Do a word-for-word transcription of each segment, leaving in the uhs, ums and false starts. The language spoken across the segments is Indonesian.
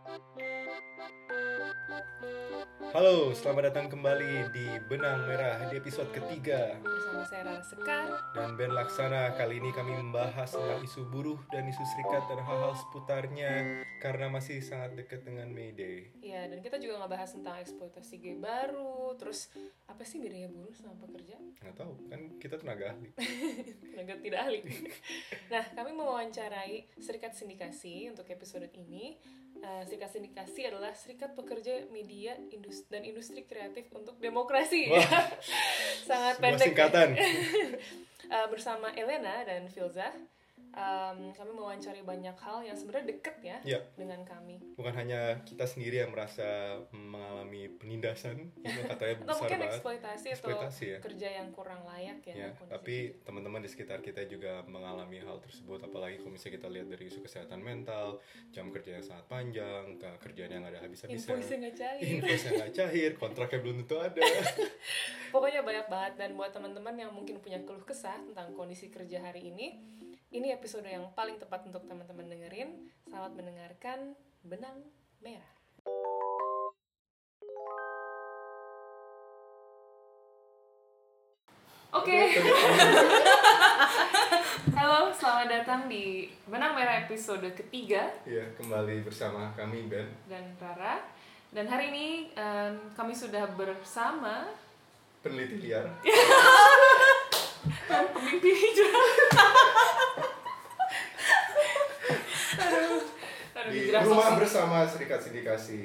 Halo, selamat datang kembali di Benang Merah di episode ketiga. Bersama saya Rara Sekar Dan Ben Laksana. Kali ini kami membahas tentang isu buruh dan isu serikat dan hal-hal seputarnya karena masih sangat dekat dengan May Day. Ya, dan kita juga ngebahas tentang eksploitasi gay baru. Terus, apa sih bedanya buruh sama pekerja? Nggak tahu, kan kita tenaga ahli. Tenaga tidak ahli. Nah, kami mewawancarai Serikat Sindikasi untuk episode ini. Uh, Serikat Sindikasi adalah Serikat Pekerja Media Indus- dan Industri Kreatif untuk Demokrasi. Wah, sangat sebuah pendek. singkatan. uh, bersama Elena dan Filza, um, kami mewawancari banyak hal yang sebenarnya dekat ya Yep. dengan kami. Bukan hanya kita sendiri yang merasa mengalami penindasan, itu katanya Atau besar mungkin banget. eksploitasi, Eksploitasi, atau ya. kerja yang kurang layak ya. Ya, kondisi tapi gitu. teman-teman di sekitar kita juga mengalami hal tersebut, apalagi kalau misalnya kita lihat dari isu kesehatan mental, jam kerja yang sangat panjang, kerjaan yang ada habis-habisnya, Invoice-nya nggak cair. invoice-nya nggak cair, kontraknya belum tentu ada. Pokoknya banyak banget. Dan buat teman-teman yang mungkin punya keluh kesah tentang kondisi kerja hari ini, ini episode yang paling tepat untuk teman-teman dengerin. Selamat mendengarkan Benang Merah. Oke. Halo, selamat datang di Benang Merah episode ketiga. Iya, kembali bersama kami Ben Dan Rara. Dan hari ini um, kami sudah bersama peneliti liar. pemimpin hijau. Aduh, aduh, Di dijelas rumah sosok. bersama Serikat Sindikasi.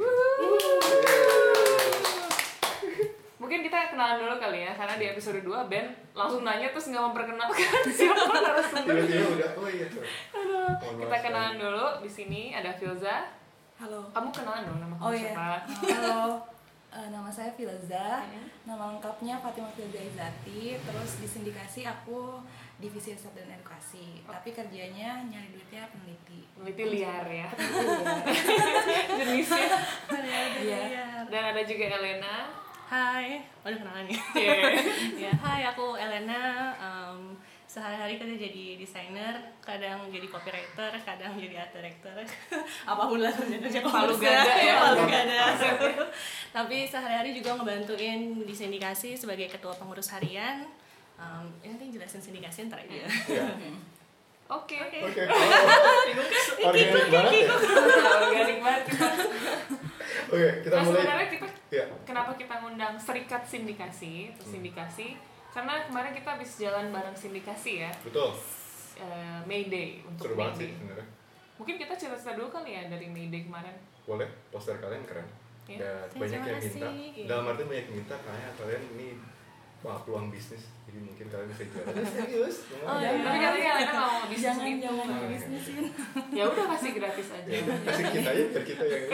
Mungkin kita kenalan dulu kali ya, karena di episode dua Ben langsung nanya terus nggak memperkenalkan siapa narasumber. Tiba-tiba udah, oh iya tuh. Aduh, Mohon kita maaf kenalan sekali. dulu. Di sini ada Filza. Halo. Kamu kenalan dong nama kamu Oh iya. siapa? Halo. Uh, nama saya Filza. Hmm. Nama lengkapnya Fatimah Filza Izati. Terus di sindikasi aku divisi riset dan edukasi. Oh. Tapi kerjanya nyari duitnya peneliti. Peneliti liar ya. Jenisnya. Iya. Dan ada juga Elena. Hai, udah kenalan ya? Yeah. Ya, hai, aku Elena. Um, sehari-hari kerja jadi desainer, kadang jadi copywriter, kadang jadi art director. Apapun lah kerja Palu gada ya. Palu gada. Tapi sehari-hari juga ngebantuin di sindikasi sebagai ketua pengurus harian. Um, ini nanti jelasin sindikasi ntar aja. Iya. Oke. Oke. Oh, organik banget ya. Organik banget kita. Oke, kita Nah, mulai. sebenarnya kita Iya. kenapa kita ngundang Serikat Sindikasi atau Sindikasi? Karena kemarin kita habis jalan bareng sindikasi ya, Betul. uh, May Day untuk Seru May banget sih Day. sebenarnya. Mungkin kita cerita dulu kali ya dari May Day kemarin. Boleh, poster kalian keren. Iya. Dan Terima banyak yang minta. kasih. Iya. Dalam arti banyak yang minta karena kalian ini wah, peluang bisnis. Jadi mungkin kalian bisa jual. Serius? Oh, Lumayan. iya. Tapi katanya Elena nggak mau bisnis Jangan gitu. jangan Ah, bisnisin. Ya udah kasih gratis aja. Ya, kasih kita aja, biar kita yang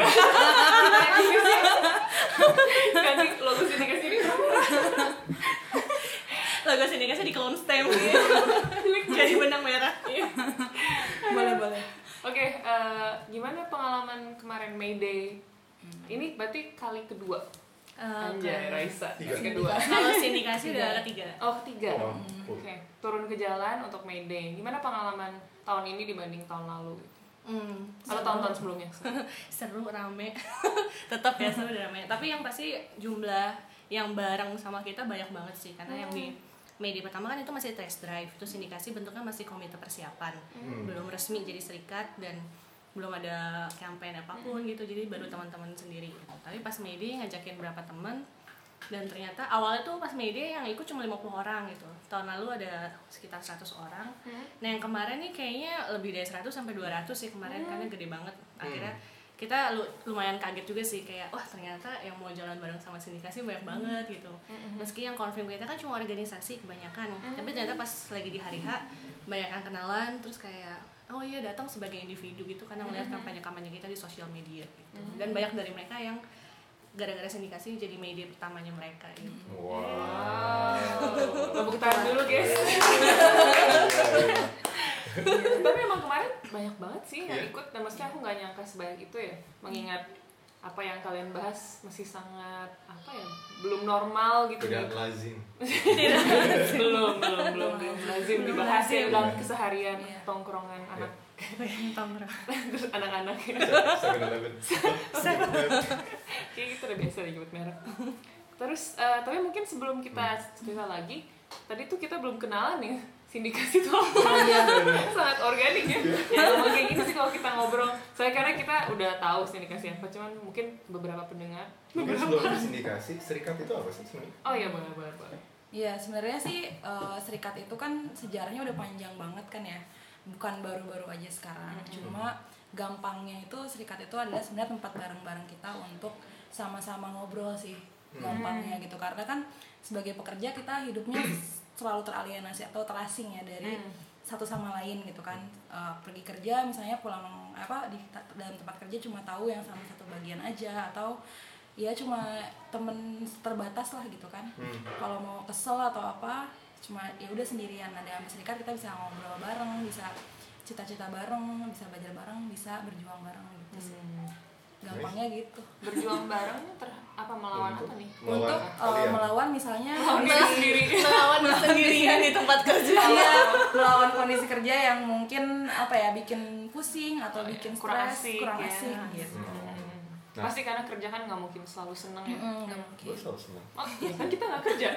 Ganti logo sindikasi ini. Logo sindikasi di clone stem. Jadi benang merah. Boleh boleh. Oke, eh, gimana pengalaman kemarin May Day? Ini berarti kali kedua. Uh, Anjay, Raisa. Tiga. Kali kedua. Kalau sindikasi udah ketiga. Oh, ketiga. Oh, cool. Oke, turun ke jalan untuk May Day. Gimana pengalaman tahun ini dibanding tahun lalu? Hmm, Atau tahun-tahun sebelumnya? seru, rame. Tetap ya seru dan rame. Tapi yang pasti jumlah yang bareng sama kita banyak banget sih, karena yang di Media pertama kan itu masih test drive, itu sindikasi bentuknya masih komite persiapan, Hmm. belum resmi jadi serikat dan belum ada campaign apapun gitu, jadi baru teman-teman sendiri. Tapi pas Media ngajakin berapa teman, dan ternyata awalnya tuh pas Media yang ikut cuma lima puluh orang gitu. Tahun lalu ada sekitar seratus orang. Hmm. Nah yang kemarin nih kayaknya lebih dari seratus sampai dua ratus sih kemarin, karena gede banget. Akhirnya kita lu- lumayan kaget juga sih, kayak wah ternyata yang mau jalan bareng sama sindikasi banyak banget gitu. Meski yang confirm kita kan cuma organisasi kebanyakan, tapi ternyata pas lagi di hari H banyak yang kenalan, terus kayak oh iya datang sebagai individu gitu karena melihat kampanye-kampanye kita di sosial media gitu. Dan banyak dari mereka yang gara-gara sindikasi jadi media pertamanya mereka gitu. Wow. Tepuk tangan dulu guys. Tapi emang kemarin banyak banget sih yang Iya. ikut, dan maksudnya aku nggak nyangka sebanyak itu ya, mengingat apa yang kalian bahas masih sangat apa ya, belum normal gitu. Tidak di- lazim. belum belum belum belum lazim Belum dibahas ya lazim. dalam keseharian Iya. tongkrongan anak Tangerang. Terus anak-anaknya seven eleven kayak gitu udah biasa deh nyebut merek. Terus uh, tapi mungkin sebelum kita cerita lagi, tadi tuh kita belum kenalan ya sindikasi itu apa. Sangat organik ya. Ya ngomong kayak gini sih kalau kita ngobrol. Soalnya karena kita udah tahu sindikasi apa, cuman mungkin beberapa pendengar. mungkin sebelum sindikasi serikat itu apa sih sebenarnya? Oh iya boleh boleh boleh. Iya, sebenarnya sih uh, serikat itu kan sejarahnya udah panjang banget kan ya. Bukan baru-baru aja sekarang. Mm-hmm. Cuma gampangnya itu serikat itu adalah sebenarnya tempat bareng-bareng kita untuk sama-sama ngobrol sih. Gampangnya gitu. Karena kan sebagai pekerja kita hidupnya selalu teralienasi atau terasing ya dari mm. satu sama lain gitu kan. Uh, pergi kerja misalnya pulang apa di dalam tempat kerja cuma tahu yang sama satu bagian aja, atau ya cuma temen terbatas lah gitu kan. Hmm. Kalau mau kesel atau apa cuma ya udah sendirian. Ada sama serikat kita bisa ngobrol bareng, bisa cita-cita bareng, bisa belajar bareng, bisa berjuang bareng gitu sih. Hmm. Gampangnya gitu. Berjuang bareng ter apa melawan untuk, apa nih? Melawan untuk uh, melawan misalnya melawan diri sendiri. Melawan sendirian di tempat kerja. Iya, melawan kondisi kerja yang mungkin apa ya bikin pusing atau bikin kurang stres, asik, kurang ya. asik gitu. Hmm. Nah. Pasti karena kerja kan nggak mungkin selalu seneng ya. Mm, gak mungkin. Gue selalu senang. Oh, ya kan kita nggak kerja.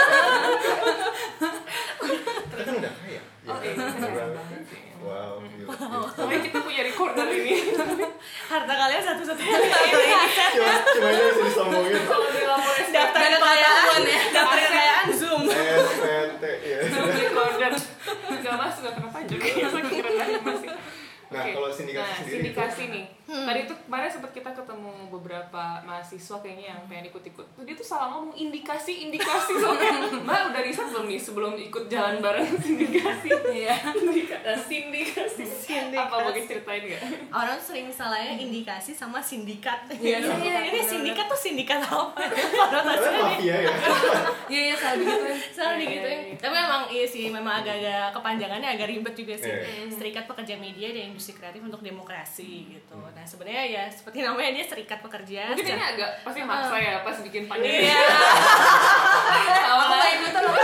Kita kan udah kaya. Oh iya. Wow. Tapi kita punya recorder ini. Harta kalian satu-satunya kaya ini. Cuma cuma ini bisa disombongin. Kalau di lapor S P T Daftar kekayaan ya. Daftar kekayaan Zoom. S P T ya. recorder nggak masuk nggak kena pajak. Saking rendah masih. Nah, Okay. kalau sindikasi nah, sendiri sindikasi itu, nih. Hmm. Tadi tuh kemarin sempat kita ketemu beberapa mahasiswa kayaknya yang pengen ikut-ikut. Tuh dia tuh salah ngomong indikasi, indikasi soalnya. Mbak udah riset belum nih sebelum ikut jalan bareng sindikasi? Iya. Nah, sindikasi. Sindikasi. Apa boleh ceritain nggak? Orang sering salahnya indikasi sama sindikat. Iya, Iya, ini sindikat tuh sindikat apa? kalian mafia ya? Iya, iya selalu gitu. Selalu digituin. Tapi memang iya sih, memang agak-agak kepanjangannya agak ribet juga sih. Yeah. Serikat Pekerja Media dan Industri Kreatif untuk Demokrasi gitu. Nah sebenarnya ya seperti namanya dia serikat pekerja. Mungkin ini agak pasti maksa ya pas bikin panjang. Iya. Aku nggak ikutan loh.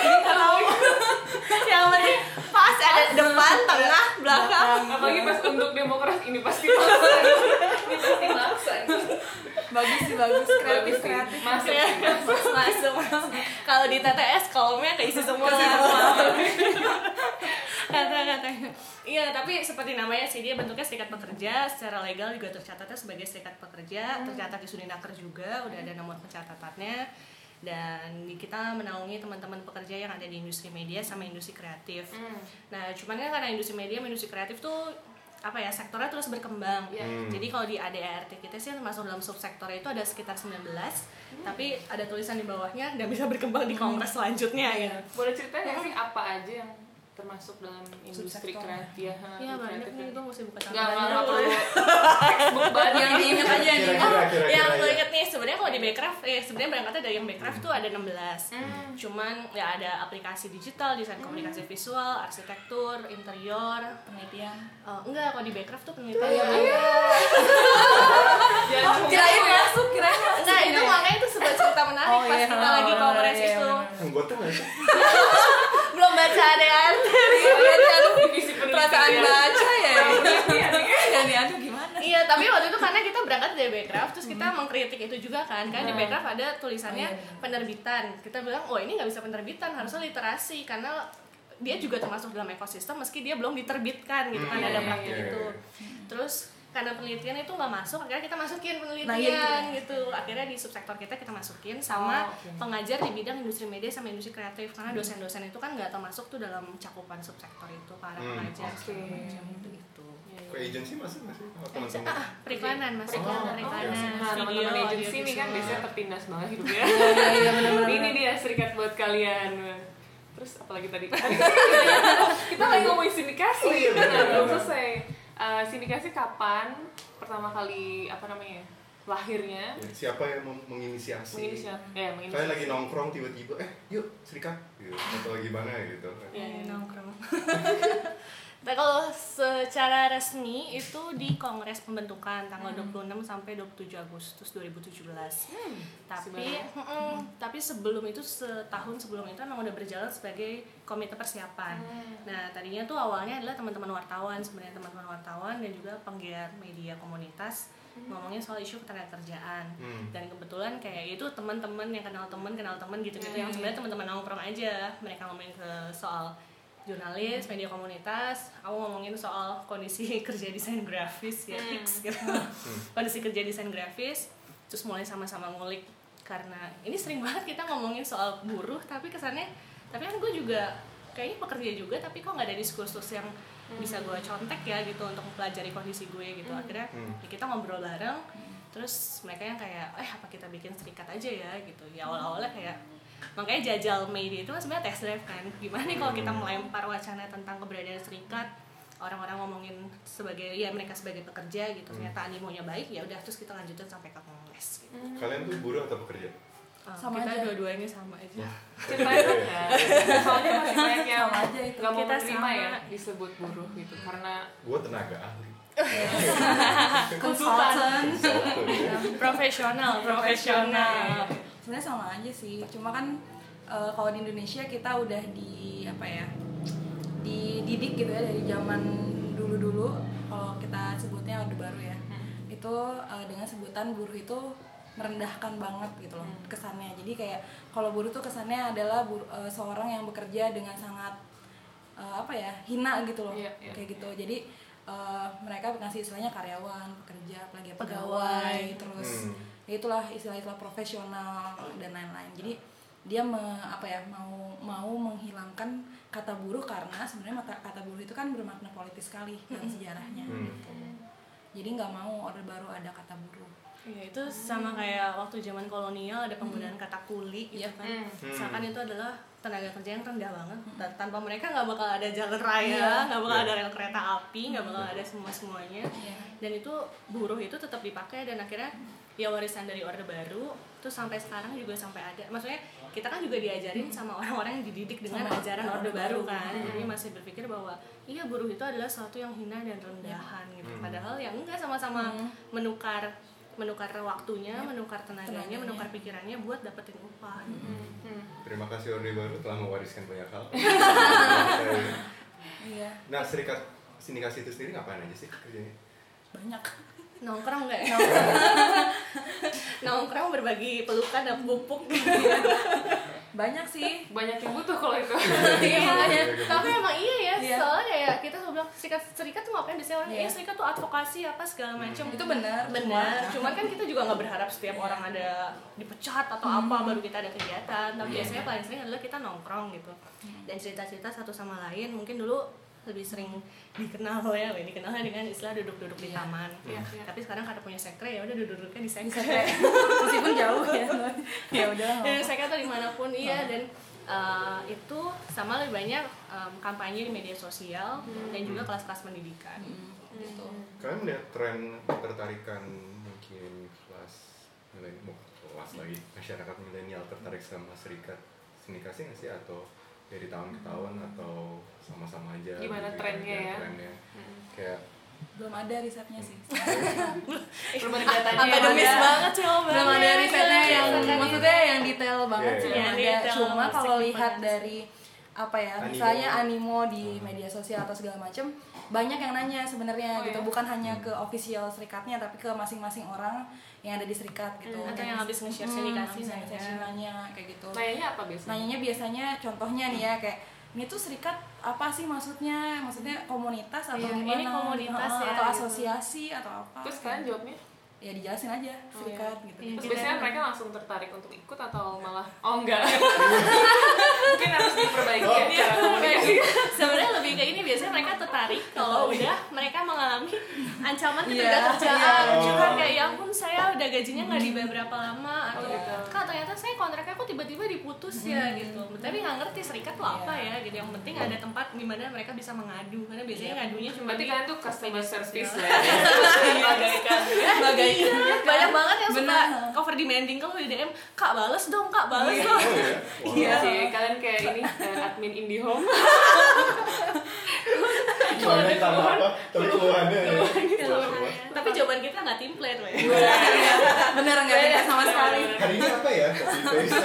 Yang penting pas ada depan, tengah, belakang. Apalagi pas untuk demokrasi ini pasti maksa. Ini pasti maksa. Bagus sih, bagus. Kreatif, kreatif. Masuk. Masuk. Kalau di T T S kolomnya keisi semua. Kata-katanya. Iya, tapi seperti namanya sih dia bentuknya serikat pekerja, secara legal juga tercatatnya sebagai serikat pekerja, tercatat di Sudinaker juga, udah ada nomor pencatatannya. Dan kita menaungi teman-teman pekerja yang ada di industri media sama industri kreatif. Mm. Nah, cuman kan karena industri media sama industri kreatif tuh apa ya, sektornya terus berkembang. Mm. Jadi kalau di A D A R T kita sih masuk dalam subsektornya itu ada sekitar sembilan belas, mm. tapi ada tulisan di bawahnya dan bisa berkembang di kongres selanjutnya ya. Boleh ceritain nggak sih apa aja yang termasuk dalam industri kreatif? Iya, banyak nih, gue mesti buka nggak nggak catatan. perlu textbook banget Yang diingat aja nih. Kira-kira, Oh, kira-kira yang aja. gue inget nih sebenarnya kalau di Backcraft, eh sebenarnya berangkatnya dari yang Backcraft tuh ada enam belas. Mm. Cuman ya ada aplikasi digital, desain komunikasi visual, arsitektur, interior, Penelitian. uh, enggak, kalau di Backcraft tuh penelitian. Jangan Oh, kirain masuk, kirain masuk. Enggak, itu makanya itu sebuah cerita menarik Oh, pas iya. kita lagi Oh, kongres iya, itu. Anggota nggak sih? Belum baca A D A R T. Aduh, divisi perasaan penelitian. baca ya. Iya, Ya nih, aduh gimana? Iya, tapi waktu itu karena kita berangkat dari Backcraft, terus kita mengkritik itu juga kan. Kan di Hmm. Backcraft ada tulisannya Oh, iya, benar. penerbitan. Kita bilang, oh ini nggak bisa penerbitan, harusnya literasi karena dia juga termasuk dalam ekosistem meski dia belum diterbitkan gitu kan, Hmm, ada iya, praktik iya, itu. iya. Terus karena penelitian itu nggak masuk, akhirnya kita masukin penelitian Nah, iya, iya. gitu. Akhirnya di subsektor kita kita masukin sama Oh, okay. pengajar di bidang industri media sama industri kreatif, karena dosen-dosen itu kan nggak termasuk tuh dalam cakupan subsektor itu, para Hmm, pengajar oke. segala macam itu gitu. Ke agensi masuk nggak sih? Sama Eh, teman-teman. ah, periklanan masuk Oh, ke periklanan, Nah, video, teman-teman agensi audio ini kan visual. biasanya tertindas banget hidupnya. Iya, iya benar-benar. Ini dia serikat buat kalian. Terus apalagi tadi? Tadi kita lagi ngomongin sindikasi. Oh, iya, Nah, benar, belum benar. selesai. Uh, sindikasi kapan pertama kali apa namanya? Lahirnya? Ya, siapa yang mem- menginisiasi? Menginisiasi. Ya, menginisiasi. Kalian lagi nongkrong tiba-tiba, eh yuk serikat, gitu. Atau gimana gitu. Iya, iya. nongkrong. Nah, kalau secara resmi itu di Kongres Pembentukan tanggal dua puluh enam sampai dua puluh tujuh Agustus dua ribu tujuh belas. Hmm, tapi mm, tapi sebelum itu setahun sebelum itu memang udah berjalan sebagai komite persiapan. Hmm. Nah, tadinya tuh awalnya adalah teman-teman wartawan, sebenarnya teman-teman wartawan dan juga penggiat media komunitas hmm. ngomongin soal isu ketenagakerjaan. Hmm. Dan kebetulan kayak itu teman-teman yang kenal teman, kenal teman gitu-gitu hmm. yang sebenarnya teman-teman nongkrong aja. Mereka ngomongin ke soal jurnalis, media komunitas, aku ngomongin soal kondisi kerja desain grafis ya, hmm. fix gitu. Hmm. Kondisi kerja desain grafis, terus mulai sama-sama ngulik karena ini sering banget kita ngomongin soal buruh, tapi kesannya, tapi kan gue juga kayaknya pekerja juga, tapi kok nggak ada diskursus yang hmm. bisa gue contek ya gitu untuk mempelajari kondisi gue gitu. Akhirnya hmm. ya kita ngobrol bareng, terus mereka yang kayak, eh apa kita bikin serikat aja ya gitu. Ya awal-awalnya kayak makanya Jajal Media itu kan sebenarnya test drive kan, gimana nih kalau kita melempar wacana tentang keberadaan serikat, orang-orang ngomongin sebagai ya mereka sebagai pekerja gitu, ternyata animonya baik, ya udah terus kita lanjutin sampai ke kongres gitu. Kalian tuh buruh atau pekerja? Uh, sama kita aja. Dua-duanya sama aja. Ceritanya kan, soalnya masih banyak yang sama aja itu. nggak mau Kita menerima sama. ya disebut buruh gitu, karena Gue tenaga ahli. Konsultan. Profesional, profesional. Sebenarnya sama aja sih, cuma kan uh, kalau di Indonesia kita udah di apa ya, dididik gitu ya dari zaman dulu-dulu. Kalau kita sebutnya Orde Baru ya, hmm. itu uh, dengan sebutan buruh itu merendahkan banget gitu loh hmm. kesannya. Jadi kayak kalau buruh tuh kesannya adalah bur- uh, seorang yang bekerja dengan sangat uh, apa ya, hina gitu loh, yeah, yeah, kayak gitu. Yeah. Jadi uh, mereka ngasih istilahnya karyawan, pekerja, apalagi pegawai, pegawai terus hmm. itulah istilah-istilah profesional dan lain-lain. Jadi dia me, apa ya mau mau menghilangkan kata buruh karena sebenarnya kata buruh itu kan bermakna politis sekali dalam sejarahnya. Hmm. Gitu. Jadi nggak mau Orde Baru ada kata buruh. Iya, itu sama kayak waktu zaman kolonial ada penggunaan hmm. kata kuli gitu kan. Hmm. Misalkan itu adalah tenaga kerja yang rendah banget. Hmm. Tanpa mereka nggak bakal ada jalan raya, nggak yeah. bakal yeah. ada rel kereta api, nggak bakal ada semua-semuanya. Yeah. Dan itu buruh itu tetap dipakai dan akhirnya ya warisan dari Orde Baru terus sampai sekarang juga sampai ada. Maksudnya kita kan juga diajarin sama orang-orang yang dididik dengan sama ajaran Orde Baru kan. Hmm. Jadi masih berpikir bahwa iya buruh itu adalah sesuatu yang hina dan rendahan gitu. Hmm. Padahal yang enggak sama-sama hmm. menukar menukar waktunya, ya. menukar tenaganya, tenaganya, menukar pikirannya buat dapetin upah. Hmm. Hmm. Terima kasih Orde Baru telah mewariskan banyak hal. Iya. Nah, serikat sindikasi itu sendiri ngapain aja sih kerjanya? Banyak. Nongkrong nggak ya? Nongkrong berbagi pelukan dan pupuk. Banyak sih. Banyak yang butuh kalau itu. Iya, tapi emang iya ya. Yeah. Soalnya ya kita selalu bilang serikat serikat tuh ngapain biasanya orang, yeah. ya serikat tuh advokasi apa segala macam. Itu benar. Benar. Cuman kan kita juga nggak berharap setiap orang ada dipecat atau hmm. apa baru kita ada kegiatan. Tapi yeah. biasanya paling sering adalah kita nongkrong gitu. Dan cerita-cerita satu sama lain. Mungkin dulu lebih sering dikenal ya, dikenalnya dengan istilah duduk-duduk di taman. Ya, ya. Tapi sekarang karena punya sekre ya udah duduk-duduknya di sekre. Meskipun jauh ya. Ya udah. Dan sekre tuh dimanapun iya dan uh, itu sama lebih banyak um, kampanye di media sosial hmm. dan juga kelas-kelas pendidikan. Hmm. Gitu. Kalian melihat tren ketertarikan mungkin kelas milenial, kelas lagi masyarakat milenial tertarik sama serikat sindikasi nggak sih atau dari tahun ke tahun atau sama-sama aja? Gimana trennya ya? Trennya. Hmm. Kayak belum ada risetnya sih. Belum ada datanya. Akademis banget sih Om. Belum ada risetnya yang maksudnya yang detail banget yeah. sih. Yeah, ada. detail, Cuma kalau lihat banget. dari apa ya, animo. misalnya animo di media sosial atau segala macam, banyak yang nanya sebenarnya oh, gitu, ya? Bukan hanya ke official serikatnya tapi ke masing-masing orang yang ada di serikat gitu. Hmm, atau yang habis nge-share sindikasi hmm, nanya kayak gitu. Nanyanya apa biasanya? Nanyanya biasanya contohnya nih ya kayak ini tuh serikat apa sih maksudnya? Maksudnya komunitas atau iya, gimana? Ini komunitas uh, ya, atau gitu. asosiasi atau apa? Terus kalian jawabnya? Ya dijelasin aja serikat oh, iya. gitu. Terus biasanya mereka langsung tertarik untuk ikut atau malah oh enggak? Mungkin harus diperbaiki oh, ya cara komunikasi. Sebenarnya lebih ke ini biasanya mereka tertarik kalau udah mereka mengalami ancaman yeah, ketidakkerjaan. yeah. Juga kayak ya ampun saya udah gajinya nggak dibayar berapa lama atau oh, gitu. Kak ternyata saya kontraknya kok tiba-tiba diputus ya gitu. Tapi nggak ngerti serikat tuh apa ya gitu. Yang penting ada tempat di mana mereka bisa mengadu karena biasanya yeah. ngadunya cuma berarti kalian tuh customer service lah. Bagaikan bagaikan iya, banyak banget yang suka over demanding kalau di D M, Kak bales dong, Kak bales dong. Iya sih, kalian kayak ini admin IndiHome. Jangan tanya apa, tapi keluhannya ya. Tapi jawaban kita nggak template, Wei. Bener nggak beda sama sekali. Hari ini apa ya? Copy paste.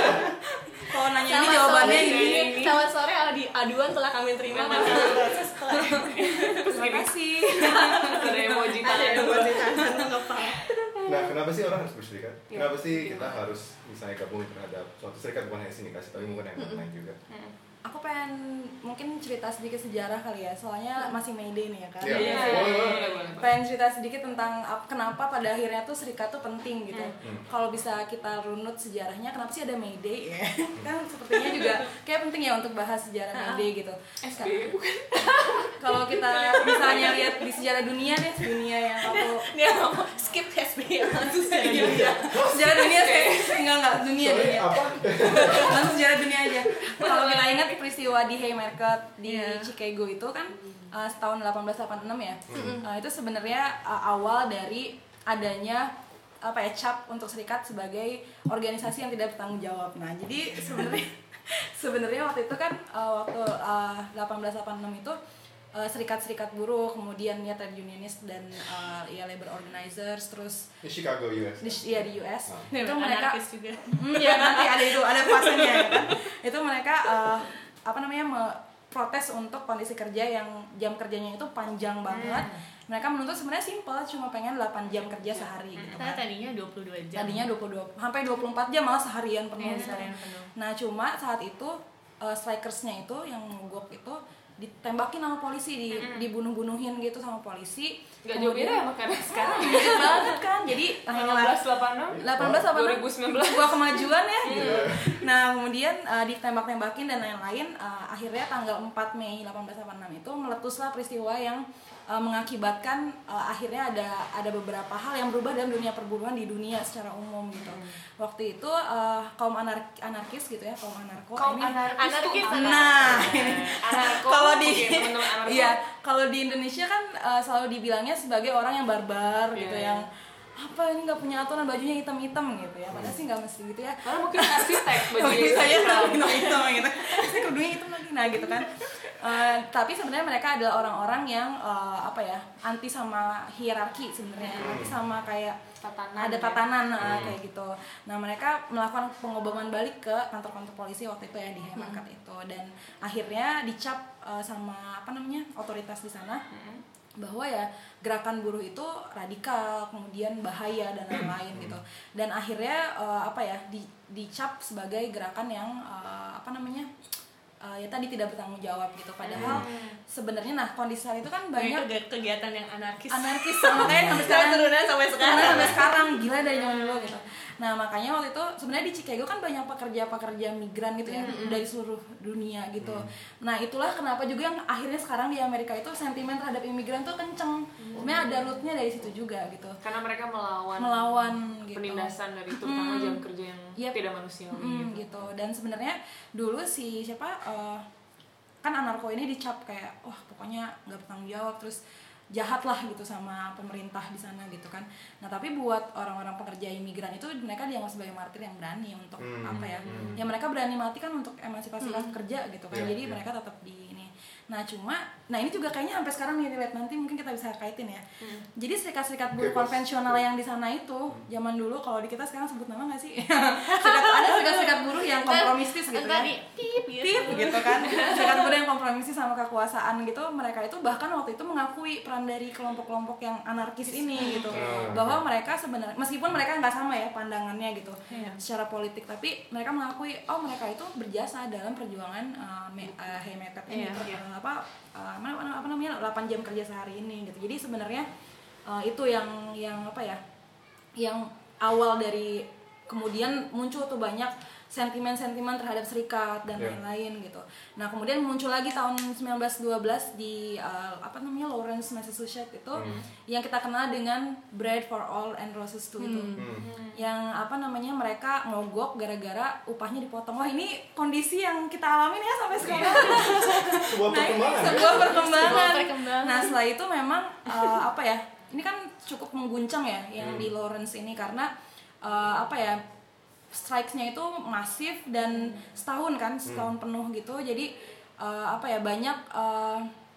Kalau nanya ini Selamat jawabannya sore, ini. Selamat sore, di aduan telah kami terima. Proses telah. Terima kasih. Ada emoji Ada tangan. yang buat ditahan ngepal. Nah, kenapa sih orang harus berserikat? Ya, Kenapa sih gimana? kita harus misalnya gabung terhadap suatu serikat, bukan hanya sindikasi, tapi mungkin yang lain juga? Aku pengen mungkin cerita sedikit sejarah kali ya, soalnya masih May Day nih ya kan. Iya. Iya, Boleh, boleh. boleh, boleh. Pengen cerita sedikit tentang ap- kenapa pada akhirnya tuh serikat tuh penting gitu. Hmm. Kalau bisa kita runut sejarahnya, kenapa sih ada May Day ya? Kan sepertinya juga kayak penting ya untuk bahas sejarah May Day gitu. S B Y bukan? Kalau kita misalnya lihat di sejarah dunia deh, dunia yang aku Dia ngomong skip S B Y langsung saja. sejarah dunia saya enggak enggak dunia Soalnya dunia. apa? Langsung sejarah dunia aja. Kalau kita ingat peristiwa di Haymarket di Iya. Chicago itu kan uh, tahun delapan belas delapan puluh enam ya. Uh, itu sebenarnya uh, awal dari adanya apa ya cap untuk serikat sebagai organisasi yang tidak bertanggung jawab. Nah, jadi sebenarnya sebenarnya waktu itu kan uh, waktu uh, delapan belas delapan puluh enam itu uh, serikat-serikat buruh, kemudian ya trade unionist dan uh, ya labor organizers, terus Di Chicago, U S. di, ya di U S Ah. itu mereka Anarkis juga. Hmm, ya nanti ada itu ada fasenya ya kan. Itu mereka uh, apa namanya me- protes untuk kondisi kerja yang jam kerjanya itu panjang banget. Mereka menuntut sebenarnya simpel, cuma pengen delapan jam kerja sehari gitu Karena kan. tadinya dua puluh dua jam. Tadinya dua puluh dua sampai dua puluh empat jam malah seharian penuh Iya, gitu. seharian penuh. Nah, cuma saat itu uh, strikersnya itu yang mogok itu ditembakin sama polisi, di, dibunuh-bunuhin gitu sama polisi. Gak jauh beda ya makanya sekarang. Beda banget kan. Jadi delapan belas delapan puluh enam delapan belas delapan dua ribu sembilan belas. sebuah kemajuan ya. Nah, kemudian uh, ditembak-tembakin dan lain-lain, uh, akhirnya tanggal empat Mei delapan belas delapan puluh enam itu meletuslah peristiwa yang uh, mengakibatkan uh, akhirnya ada ada beberapa hal yang berubah dalam dunia perburuan di dunia secara umum gitu. Waktu itu uh, kaum anar- anarkis gitu ya, kaum anarko Kaum ini anarkis tuh Anarkis, apa? Nah, Anarko kalau di oke, teman-teman anarko. iya, kalau di Indonesia kan uh, selalu dibilangnya sebagai orang yang barbar gitu, Iya, yang apa ini nggak punya aturan, bajunya hitam-hitam gitu ya. Padahal sih nggak mesti gitu ya. Karena mungkin arsitek Bagi bajunya saya hitam. hitam hitam gitu. Saya kerudungnya hitam lagi nah gitu kan. Uh, tapi sebenarnya mereka adalah orang-orang yang uh, apa ya, anti sama hierarki sebenarnya, anti sama kayak Tatanan, ada ya. tatanan uh, kayak gitu. Nah, mereka melakukan pengobaman balik ke kantor-kantor polisi waktu itu ya di Haymarket itu, dan akhirnya dicap uh, sama apa namanya otoritas di sana bahwa ya gerakan buruh itu radikal, kemudian bahaya dan lain-lain gitu. Dan akhirnya uh, apa ya di, dicap sebagai gerakan yang uh, apa namanya uh, ya tadi tidak bertanggung jawab gitu. Padahal sebenarnya nah kondisi saat itu kan banyak Banyak kegiatan yang anarkis. anarkis sama kayak sampai sekarang Turunan sampai sekarang. karena sampai sekarang gila dari zaman dulu gitu. Nah, makanya waktu itu sebenarnya di Chicago kan banyak pekerja-pekerja migran gitu ya dari seluruh dunia gitu. Nah, itulah kenapa juga yang akhirnya sekarang di Amerika itu sentimen terhadap imigran tuh kenceng. Sebenarnya ada rootnya dari situ juga gitu. Karena mereka melawan Melawan gitu. penindasan dari terutama jam kerja yang Yep. tidak manusiawi Mm, gitu. gitu. Dan sebenarnya dulu si siapa uh, kan anarko ini dicap kayak wah pokoknya nggak bertanggung jawab, terus jahat lah gitu sama pemerintah di sana gitu kan. Nah, tapi buat orang-orang pekerja imigran itu mereka dianggap sebagai martir yang berani untuk Hmm, apa ya? hmm. Ya mereka berani mati kan untuk emansipasi kelas kerja gitu kan. Iya, Jadi iya. mereka tetap di ini. Nah, cuma nah ini juga kayaknya sampai sekarang nih Lihat, nanti mungkin kita bisa kaitin ya. Jadi serikat-serikat buruh Oke, Bos. konvensional yang di sana itu zaman dulu, kalau di kita sekarang sebut nama nggak sih? Serikat, ada serikat-serikat buruh yang kompromistis gitu Entar ya. di tip gitu. Tip gitu kan. Serikat buruh yang kompromistis sama kekuasaan gitu, mereka itu bahkan waktu itu mengakui peran dari kelompok-kelompok yang anarkis ini gitu. Hmm. Bahwa mereka sebenarnya meskipun mereka nggak sama ya pandangannya gitu Iya. secara politik, tapi mereka mengakui oh mereka itu berjasa dalam perjuangan uh, me- uh, Haymarket ini, Iya, per- iya. uh, apa uh, apa, apa namanya delapan jam kerja sehari ini gitu. Jadi sebenarnya uh, itu yang yang apa ya, yang awal dari kemudian muncul tuh banyak sentimen-sentimen terhadap serikat dan Yeah. lain-lain gitu. Nah, kemudian muncul lagi tahun sembilan belas dua belas di uh, apa namanya Lawrence, Massachusetts itu yang kita kenal dengan Bread for All and Roses Too itu. Hmm. Yang apa namanya mereka mogok gara-gara upahnya dipotong. Wah, ini kondisi yang kita alamin ya sampai sekarang. Sebuah Nah, ini perkembangan. sebuah perkembangan. Sebuah perkembangan. Nah, setelah itu memang uh, apa ya? Ini kan cukup mengguncang ya yang di Lawrence ini karena uh, apa ya? Strikes-nya itu masif dan setahun kan, setahun penuh gitu. Jadi uh, apa ya? Banyak uh,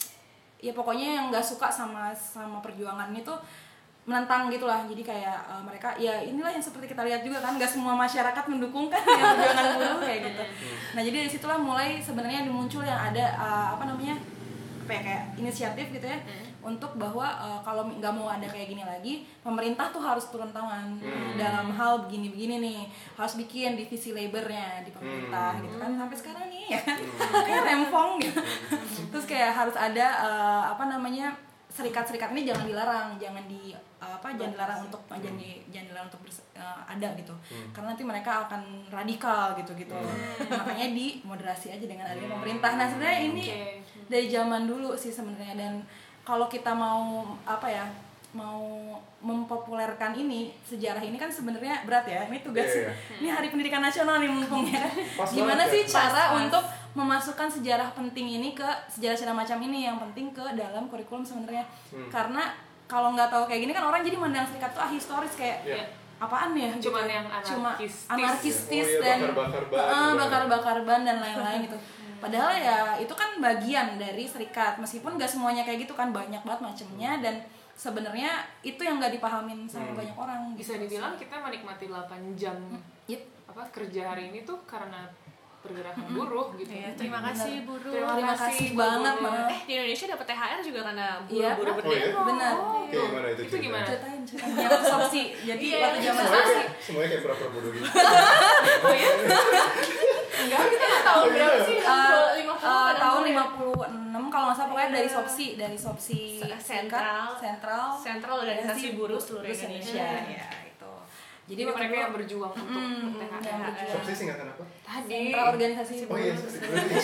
ya pokoknya yang nggak suka sama sama perjuangan itu menentang gitulah. Jadi kayak uh, mereka ya inilah yang seperti kita lihat juga kan, nggak semua masyarakat mendukung kan ya perjuangan buruh kayak gitu. Nah jadi dari situlah mulai sebenarnya muncul yang ada uh, apa namanya apa ya, kayak inisiatif gitu ya hmm. untuk bahwa uh, kalau nggak mau ada kayak gini lagi, pemerintah tuh harus turun tangan hmm. dalam hal begini-begini nih, harus bikin divisi labornya di pemerintah hmm. gitu kan, sampai sekarang nih ya kan hmm. kayak rempong gitu. Terus kayak harus ada uh, apa namanya serikat-serikat ini jangan dilarang, jangan di uh, apa jangan dilarang untuk hmm. jangan di, jangan dilarang untuk berse, uh, ada gitu hmm. karena nanti mereka akan radikal gitu-gitu hmm. makanya dimoderasi aja dengan adanya pemerintah. Nah sebenarnya ini okay. dari zaman dulu sih sebenarnya, dan kalau kita mau apa ya mau mempopulerkan ini sejarah ini kan sebenarnya berat ya, ini tugas yeah, yeah. ini Hari Pendidikan Nasional nih mumpung ya gimana sih ya? cara pas, untuk pas. memasukkan sejarah penting ini ke sejarah-sejarah macam ini yang penting ke dalam kurikulum sebenarnya hmm. karena kalau nggak tahu kayak gini kan orang jadi mandang serikat tuh ahistoris kayak yeah. apaan ya gitu. Cuman yang anarkistis, cuma anarkistis oh, iya, dan bakar-bakar ban, uh, bakar-bakar ban dan lain-lain gitu. Padahal ya itu kan bagian dari serikat, meskipun nggak semuanya kayak gitu kan, banyak banget macamnya, dan sebenarnya itu yang nggak dipahamin sama hmm. banyak orang. Bisa gitu. dibilang kita menikmati delapan jam hmm. yep. apa kerja hari ini tuh karena pergerakan mm-hmm. buruh gitu. Ya, terima kasih buruh. Terima, terima kasih banget. Buruh. Eh di Indonesia dapat T H R juga karena buruh-buruh ya, berdemo. Oh, iya? Benar. Oh, Oke, gimana itu? Itu gimana? Ceritain, ceritain. Yang sopsi. Jadi yeah, waktu zaman semuanya sopsi. kayak, semuanya kayak pura-pura bodoh gitu. Oh ya? Enggak, kita nggak tahu Oh, berapa iya. sih? Uh, lima puluh uh, pada tahun mulai. lima puluh enam kalau nggak salah, pokoknya dari sopsi, dari sopsi sentral, sentral, sentral organisasi buruh seluruh Indonesia. Ya, itu. Jadi mereka yang berjuang untuk mm, T H R. yang berjuang. Sopsi singkatan apa? Tadi. Sentral organisasi Oh iya, buruh.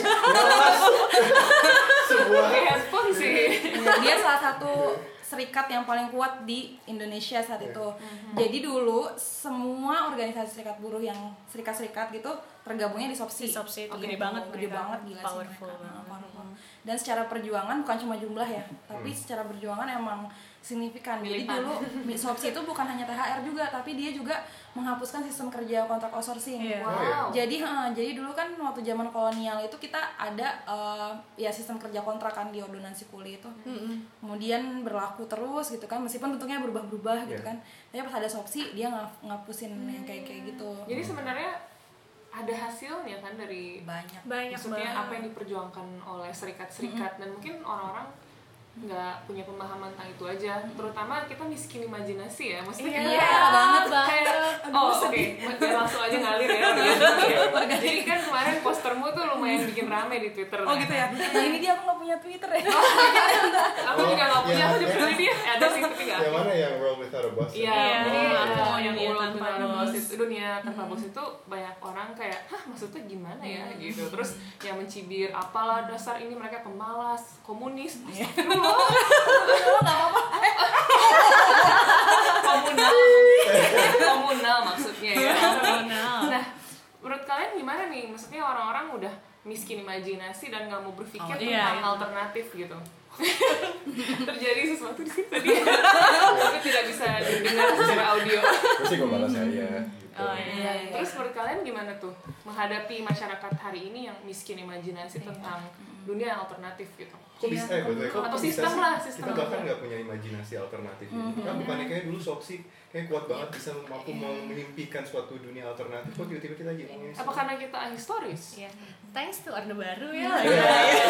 sebuah handphone sih. Ya, dia salah satu serikat yang paling kuat di Indonesia saat itu. Mm-hmm. Jadi dulu semua organisasi serikat buruh yang serikat-serikat gitu tergabungnya di Sopsi. Di Sopsi itu okay. gede banget, gede mereka. banget, gila Powerful sih mereka. banget. Powerful. Dan secara perjuangan bukan cuma jumlah ya, tapi hmm. secara perjuangan emang signifikan. Jadi dulu Sopsi itu bukan hanya T H R juga, tapi dia juga menghapuskan sistem kerja kontrak outsourcing. Yeah. Wow. Jadi ha, jadi dulu kan waktu zaman kolonial itu kita ada uh, ya sistem kerja kontrak kan di ordonansi Kuli itu. Mm-hmm. Kemudian berlaku terus gitu kan, meskipun bentuknya berubah-berubah gitu yeah. kan. Tapi pas ada Sopsi dia ngap- ngapusin hmm. yang kayak kayak gitu. Jadi sebenarnya ada hasilnya kan dari banyak banyak maksudnya banget. apa yang diperjuangkan oleh serikat-serikat mm-hmm. dan mungkin orang-orang nggak punya pemahaman tentang itu aja, terutama kita miskin imajinasi ya, maksudnya iya, kita banget kayak oh oke okay. ya, langsung aja ngalir ya. Jadi kan kemarin postermu tuh lumayan bikin rame di Twitter. Oh gitu ya. Nah ini dia aku nggak punya Twitter ya. Aku juga nggak punya, aku juga punya dia. Ada sih tapi nggak. Yang mana yang World Without a Boss? Iya, jadi yang World Without a Boss itu dunia tanpa bos itu banyak orang kayak hah maksudnya gimana ya gitu, terus yang mencibir apalah dasar ini mereka pemalas komunis. Nggak apa-apa. Komunal, komunal maksudnya ya. Komunal. Nah, menurut kalian gimana nih? Maksudnya orang-orang udah miskin imajinasi dan nggak mau berpikir oh, tentang iya, iya. alternatif gitu. Terjadi sesuatu di sini tadi, tapi tidak bisa didengar secara audio. Terus gue balas saya. Gitu. Oh, iya, iya. Terus menurut kalian gimana tuh menghadapi masyarakat hari ini yang miskin imajinasi tentang dunia yang alternatif gitu? Kok bisa ya, betul. Kok Atau bisa sistem sih? lah, sistem. Kita bahkan nggak punya imajinasi alternatif. Mm-hmm. Kan bukannya kayak dulu Sopsi kayak kuat banget bisa mampu mau mengimpikan suatu dunia alternatif. Kok tiba-tiba kita lagi ngomongin? Apa karena kita ahistoris? Iya. Thanks to Orde Baru ya. Iya.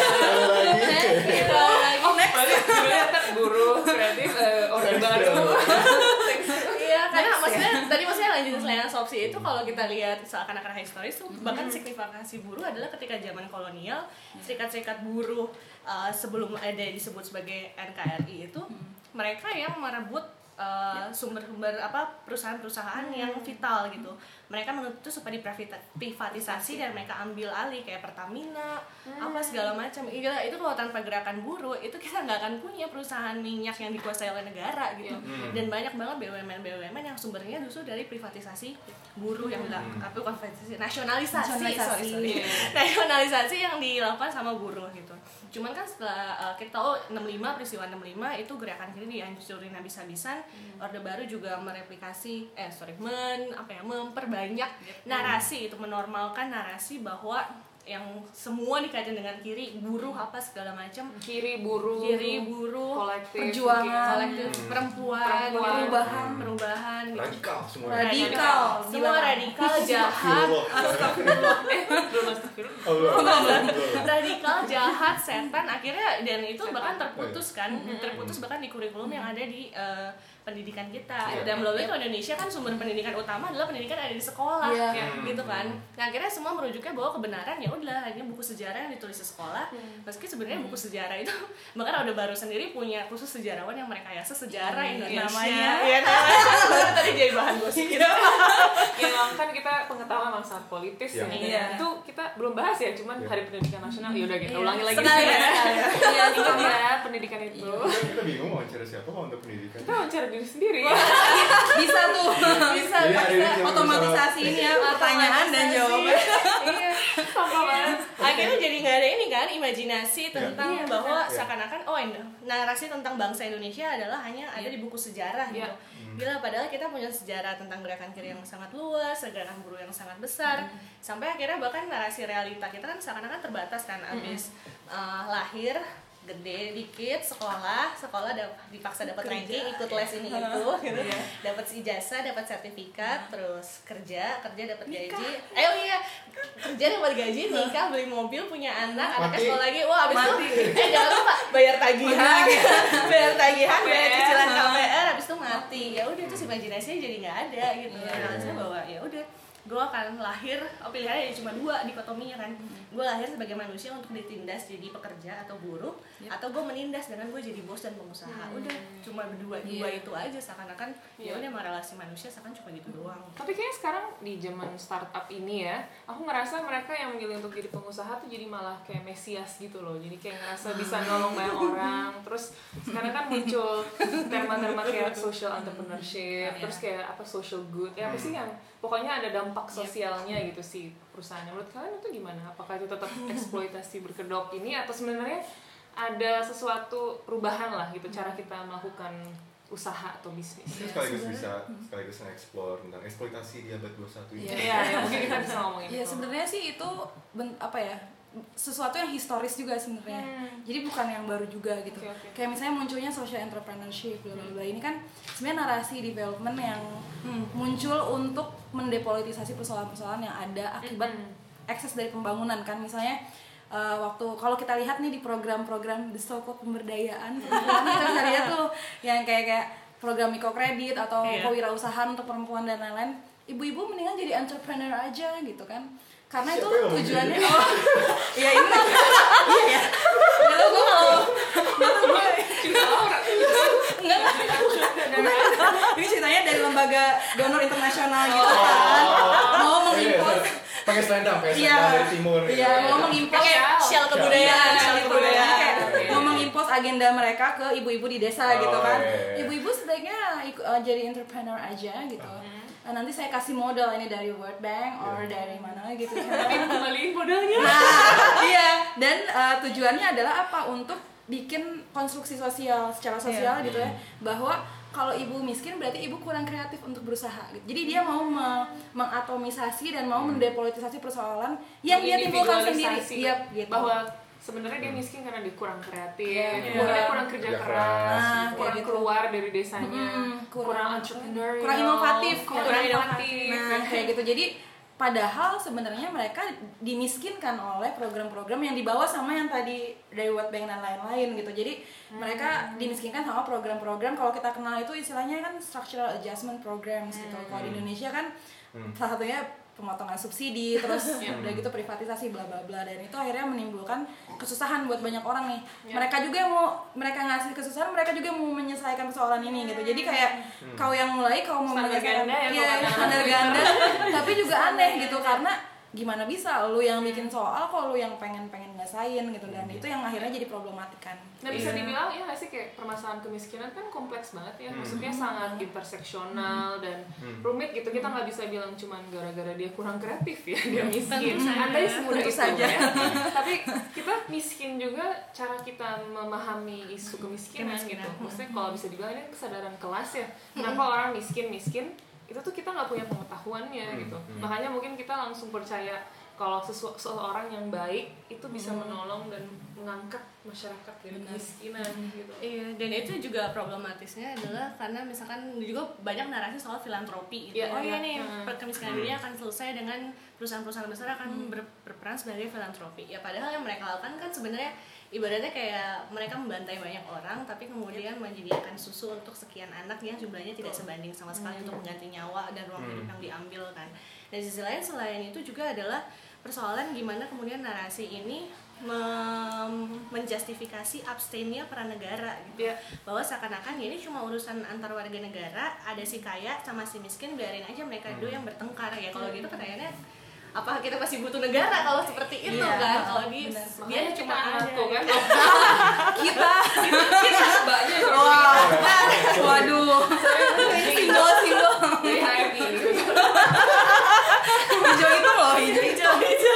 Oh, next. Berarti buruh kreatif Orde Baru. Iya, karena maksudnya tadi maksudnya lanjutin selain Sopsi itu kalau kita lihat seakan-akan historis tuh bahkan signifikasi buruh adalah ketika zaman kolonial serikat-serikat buruh uh, sebelum ada disebut sebagai N K R I itu mereka yang merebut uh, sumber-sumber apa perusahaan-perusahaan yang vital gitu. Mereka menuntut itu supaya diprivatisasi dan mereka ambil alih kayak Pertamina, hmm. apa segala macam. Gila, itu kalau tanpa gerakan buruh itu kita nggak akan punya perusahaan minyak yang dikuasai oleh negara gitu. Hmm. Dan banyak banget B U M N B U M N yang sumbernya justru dari privatisasi buruh yang nggak hmm. apa privatisasi nasionalisasi, nasionalisasi. sorry sorry yeah. nasionalisasi yang dilakukan sama buruh gitu. Cuman kan setelah uh, kita tahu enam puluh lima peristiwa enam puluh lima itu gerakan ini dihancurin habis-habisan. Hmm. Orde Baru juga mereplikasi eh sorry men apa ya memperbanyak banyak narasi itu menormalkan narasi bahwa yang semua dikaitin dengan kiri, buruh apa segala macam, kiri buruh kiri buruh, kolektif perjuangan, mungkin. kolektif, perempuan, Perempuan. gitu. Perubahan. perubahan gitu. Radikal semua. Radikal. Semua radikal, jahat, Astagfirullah. eh belum astagfirullah. Oh, belum. Belum. radikal, jahat, setan, akhirnya dan itu bahkan terputus kan, terputus bahkan di kurikulum yang ada di uh, pendidikan kita. Iya. Dan belum lagi kalau Indonesia kan sumber pendidikan utama adalah pendidikan ada di sekolah, Iya. gitu kan. Nah, akhirnya semua merujuknya bahwa kebenaran ya udah hanya buku sejarah yang ditulis di sekolah. Meski sebenarnya buku sejarah itu bahkan Orde Baru sendiri punya khusus sejarawan yang merekayasa sejarah Indonesia. namanya. Iya, namanya baru tadi jadi bahan gosip. Ya memang kan kita pengetahuan memang sangat politis Iya. ya. Iya. Itu kita belum bahas ya, cuman Iya. Hari Pendidikan Nasional. Ya udah kita Iya. ulangi lagi. Sekali ya, sekali ya. Iya, Ingat sama. ya pendidikan itu. Kita, kita bingung mau wawancara siapa kalau untuk pendidikan. Kita wawancara diri sendiri. Bisa tuh. Bisa, Jadi hari ini bisa. cuma Otomatisasi ini ya pertanyaan dan jawaban. Iya, sama banget. Akhirnya jadi nggak ada ini kan imajinasi tentang Iya, bahwa benar. seakan-akan oh ini narasi tentang bangsa Indonesia adalah hanya ada di buku sejarah Iya. gitu. Gila padahal kita punya sejarah tentang gerakan kiri yang sangat luas, gerakan buruh yang sangat besar. Sampai akhirnya bahkan narasi realita kita kan seakan-akan terbatas kan abis uh, lahir gede dikit sekolah sekolah dap- dipaksa dapat ranking ikut les ini itu gitu dapat ijazah dapat sertifikat terus kerja kerja dapat gaji eh oh iya kerja dapat gaji nikah beli mobil punya anak anaknya Mati. sekolah lagi wah abis itu eh jangan lupa bayar tagihan bayar tagihan bayar cicilan K P R abis itu mati ya udah terus imajinasinya jadi nggak ada gitu alasannya bahwa ya udah gue akan lahir, oh pilihannya ya cuma dua dikotominya kan. Gue lahir sebagai manusia untuk ditindas jadi pekerja atau buruh, Yep. atau gue menindas dengan gue jadi bos dan pengusaha. Hmm. Udah cuma berdua dua Iya. itu aja seakan-akan ya Iya. udah emang relasi manusia seakan cuma gitu doang. Tapi kayaknya sekarang di zaman startup ini ya, aku ngerasa mereka yang memilih untuk jadi pengusaha tuh jadi malah kayak mesias gitu loh. Jadi kayak ngerasa bisa nolong banyak orang. Terus sekarang kan muncul terma-terma kayak social entrepreneurship, terus kayak apa social good. Ya apa sih yang pokoknya ada dampak sosialnya gitu sih perusahaannya. Menurut kalian itu gimana? Apakah itu tetap eksploitasi berkedok ini atau sebenarnya ada sesuatu perubahan lah gitu cara kita melakukan usaha atau bisnis? Mungkin sekaligus bisa sekaligus nge-explore tentang eksploitasi di abad dua puluh satu ini. Iya. Iya, ya, mungkin kita bisa ngomongin Iya itu. sebenarnya sih itu ben- apa ya sesuatu yang historis juga sebenarnya. Hmm. Jadi bukan yang baru juga gitu. Oke, oke. Kayak misalnya munculnya social entrepreneurship bla bla bla ini kan sebenarnya narasi development yang muncul untuk mendepolitisasi persoalan-persoalan yang ada akibat Mm-mm. ekses dari pembangunan kan misalnya uh, waktu kalau kita lihat nih di program-program the so-called pemberdayaan perempuan kita bisa lihat tuh yang kayak kayak program mikrokredit atau Iya. kewirausahaan untuk perempuan dan lain-lain ibu-ibu mendingan jadi entrepreneur aja gitu kan karena Siapa itu yang tujuannya ngomong oh iya ini iya ya nggak tahu gue kalau nggak tahu gue enggak ini ceritanya dari lembaga donor internasional gitu kan mau mengimpor Pakai selendang, pakai Iya. selendang dari timur. Iya, gitu. mau mengimpos Pakai shell kebudayaan, Iya, shell gitu. kebudayaan. Kayak Oke. mau mengimpos agenda mereka ke ibu-ibu di desa Oh, gitu kan. iya, iya. Ibu-ibu sebaiknya iku- uh, jadi entrepreneur aja gitu. Nah, nanti saya kasih modal ini dari World Bank or dari mana gitu kan. Kembaliin modalnya. Nah, iya. Dan uh, tujuannya adalah apa? Untuk bikin konstruksi sosial secara sosial gitu ya. Bahwa kalau ibu miskin berarti ibu kurang kreatif untuk berusaha gitu. Jadi dia mau me- mengatomisasi dan mau mendepolitisasi persoalan yang dia timbulkan sendiri. Individualisasi. Iya, gitu. Bahwa sebenarnya dia miskin karena dia kurang kreatif, Iya. mungkin dia kurang kerja Kerja keras, keras, Nah, kurang kayak gitu. keluar dari desanya, Mm, kurang, kurang entrepreneurial, kurang inovatif, kurang kurang inovatif. Nah, kayak gitu. Jadi padahal sebenarnya mereka dimiskinkan oleh program-program yang dibawa sama yang tadi dari World Bank dan lain-lain gitu. Jadi mereka dimiskinkan sama program-program kalau kita kenal itu istilahnya kan structural adjustment programs gitu. Kalau di Indonesia kan salah satunya pemotongan subsidi, terus udah gitu privatisasi bla bla bla dan itu akhirnya menimbulkan kesusahan buat banyak orang nih. Mereka juga mau mereka ngasih kesusahan, mereka juga mau menyelesaikan persoalan ini gitu. Jadi kayak kau yang mulai kau mau Standar menyelesaikan ganda ya, iya, kalau kata standar anak ganda tapi juga aneh gitu karena gimana bisa lu yang bikin soal kok lu yang pengen-pengen ngasain gitu dan itu yang akhirnya jadi problematik kan. Nah bisa dibilang ya nggak sih kayak permasalahan kemiskinan kan kompleks banget ya, maksudnya sangat interseksional dan rumit gitu. Kita nggak bisa bilang cuman gara-gara dia kurang kreatif ya dia miskin. Anda semudah Tentu itu saja. ya. Tapi kita miskin juga cara kita memahami isu kemiskinan gitu. Maksudnya kalau bisa dibilang ini kesadaran kelas ya. Kenapa orang miskin miskin? Itu tuh kita nggak punya pengetahuannya gitu. Makanya mungkin kita langsung percaya kalau sesu- seseorang yang baik itu bisa menolong dan mengangkat masyarakat dari kemiskinan gitu. Iya, dan itu juga problematisnya adalah karena misalkan juga banyak narasi soal filantropi gitu. Iya, Oh iya iya. nih, Hmm. kemiskinan dunia akan selesai dengan perusahaan-perusahaan besar akan ber- berperan sebagai filantropi. Ya padahal yang mereka lakukan kan sebenarnya ibaratnya kayak mereka membantai banyak orang tapi kemudian menyediakan susu untuk sekian anak yang jumlahnya tidak sebanding sama sekali untuk mengganti nyawa dan ruang hidup yang diambil kan. Dan di sisi lain selain itu juga adalah persoalan gimana kemudian narasi ini mem- menjustifikasi abstainnya peran negara gitu. Iya. Bahwa seakan-akan ya ini cuma urusan antar warga negara, ada si kaya sama si miskin, biarin aja mereka dulu yang bertengkar ya. Kalau gitu pertanyaannya apa kita masih butuh negara kalau seperti itu Iya, kan? Kalau di benar. dia Makanya cuma kita ada anakku kan. Kita Kita mbaknya wah, waduh, simbol simbol dari H M I gitu. hijau itu loh hijau hijau hijau.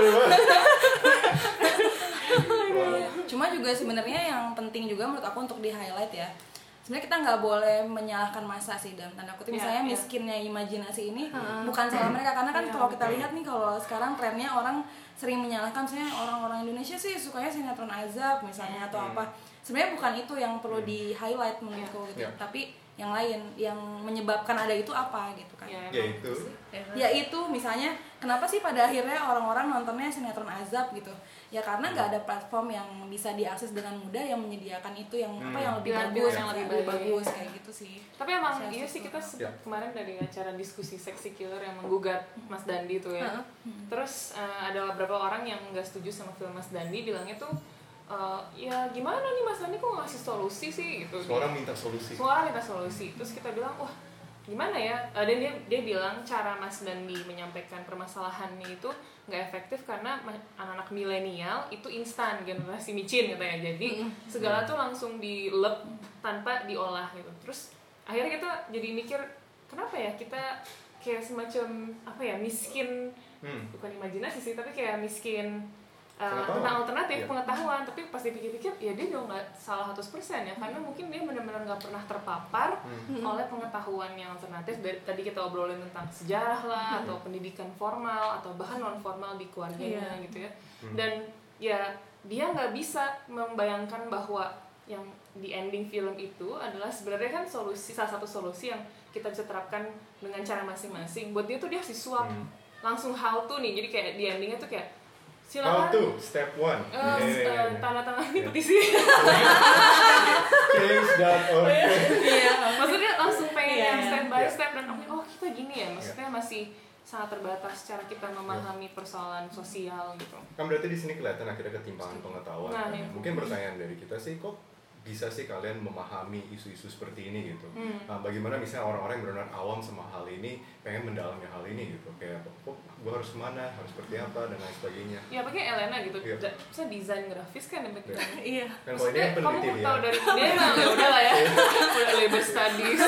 Cuma juga sebenarnya yang penting juga menurut aku untuk di highlight ya. Sebenarnya kita nggak boleh menyalahkan masa sih dalam tanda kutip. Iya, Misalnya iya. miskinnya imajinasi ini bukan salah mereka karena kan Iya, kalau kita lihat nih kalau sekarang trennya orang sering menyalahkan misalnya orang-orang Indonesia sih sukanya sinetron azab misalnya atau apa. Sebenarnya bukan itu yang perlu di highlight menurutku gitu. Iya. Tapi yang lain yang menyebabkan ada itu apa gitu kan. Ya, Ya emang. itu. Ya itu misalnya kenapa sih pada akhirnya orang-orang nontonnya sinetron azab gitu ya karena nggak ada platform yang bisa diakses dengan mudah yang menyediakan itu yang apa yang lebih Yang bagus yang lebih lebih baik. bagus kayak gitu sih. Tapi emang Saya iya setuju. sih kita sempat Ya. kemarin dari acara diskusi Sexy Killer yang menggugat Mas Dandi tuh ya. Terus eh, ada beberapa orang yang nggak setuju sama film Mas Dandi bilangnya tuh eh, ya gimana nih Mas Dandi kok ngasih solusi sih gitu. Semua orang minta solusi. Semua orang minta solusi. Terus kita bilang wah gimana ya? Eh, dan dia dia bilang cara Mas Dandi menyampaikan permasalahannya itu nggak efektif karena ma- anak-anak milenial itu instan generasi micin katanya. Jadi segala tuh langsung dilep tanpa diolah gitu. Terus akhirnya kita jadi mikir kenapa ya kita kayak semacam apa ya miskin Hmm. bukan imajinasi sih tapi kayak miskin uh, Pengetahuan. tentang alternatif Iya. pengetahuan tapi pas dipikir-pikir ya dia juga nggak salah seratus persen ya karena mungkin dia benar-benar nggak pernah terpapar oleh pengetahuan yang alternatif dari tadi kita obrolin tentang sejarah lah atau pendidikan formal atau bahkan non formal di keluarganya Iya. gitu ya dan ya dia nggak bisa membayangkan bahwa yang di ending film itu adalah sebenarnya kan solusi salah satu solusi yang kita bisa terapkan dengan cara masing-masing buat dia tuh dia kasih swap Hmm. langsung how to nih jadi kayak di endingnya tuh kayak How silakan to step one. eh, Iya, iya, eh, iya. tanda tangan di Iya. petisi Change dot org. Iya. maksudnya langsung pengen Iya, yang iya. step by Iya. step dan oh, oh kita gini ya maksudnya masih sangat terbatas cara kita memahami persoalan sosial gitu. Kan berarti di sini kelihatan akhirnya ketimpangan pengetahuan. Nah, kan. iya. Mungkin pertanyaan dari kita sih kok bisa sih kalian memahami isu-isu seperti ini gitu. Hmm. Nah, bagaimana misalnya orang-orang yang benar-benar awam sama hal ini pengen mendalami hal ini gitu. Kayak kok gue harus kemana, harus seperti apa dan lain sebagainya. Ya pakai Elena gitu, Iya. Da- misalnya desain grafis kan yang kita. Iya. Kan kalau ini Maksudnya kan kamu peneliti tahu ya. dari dia emang ya udah lah ya, udah labor studies.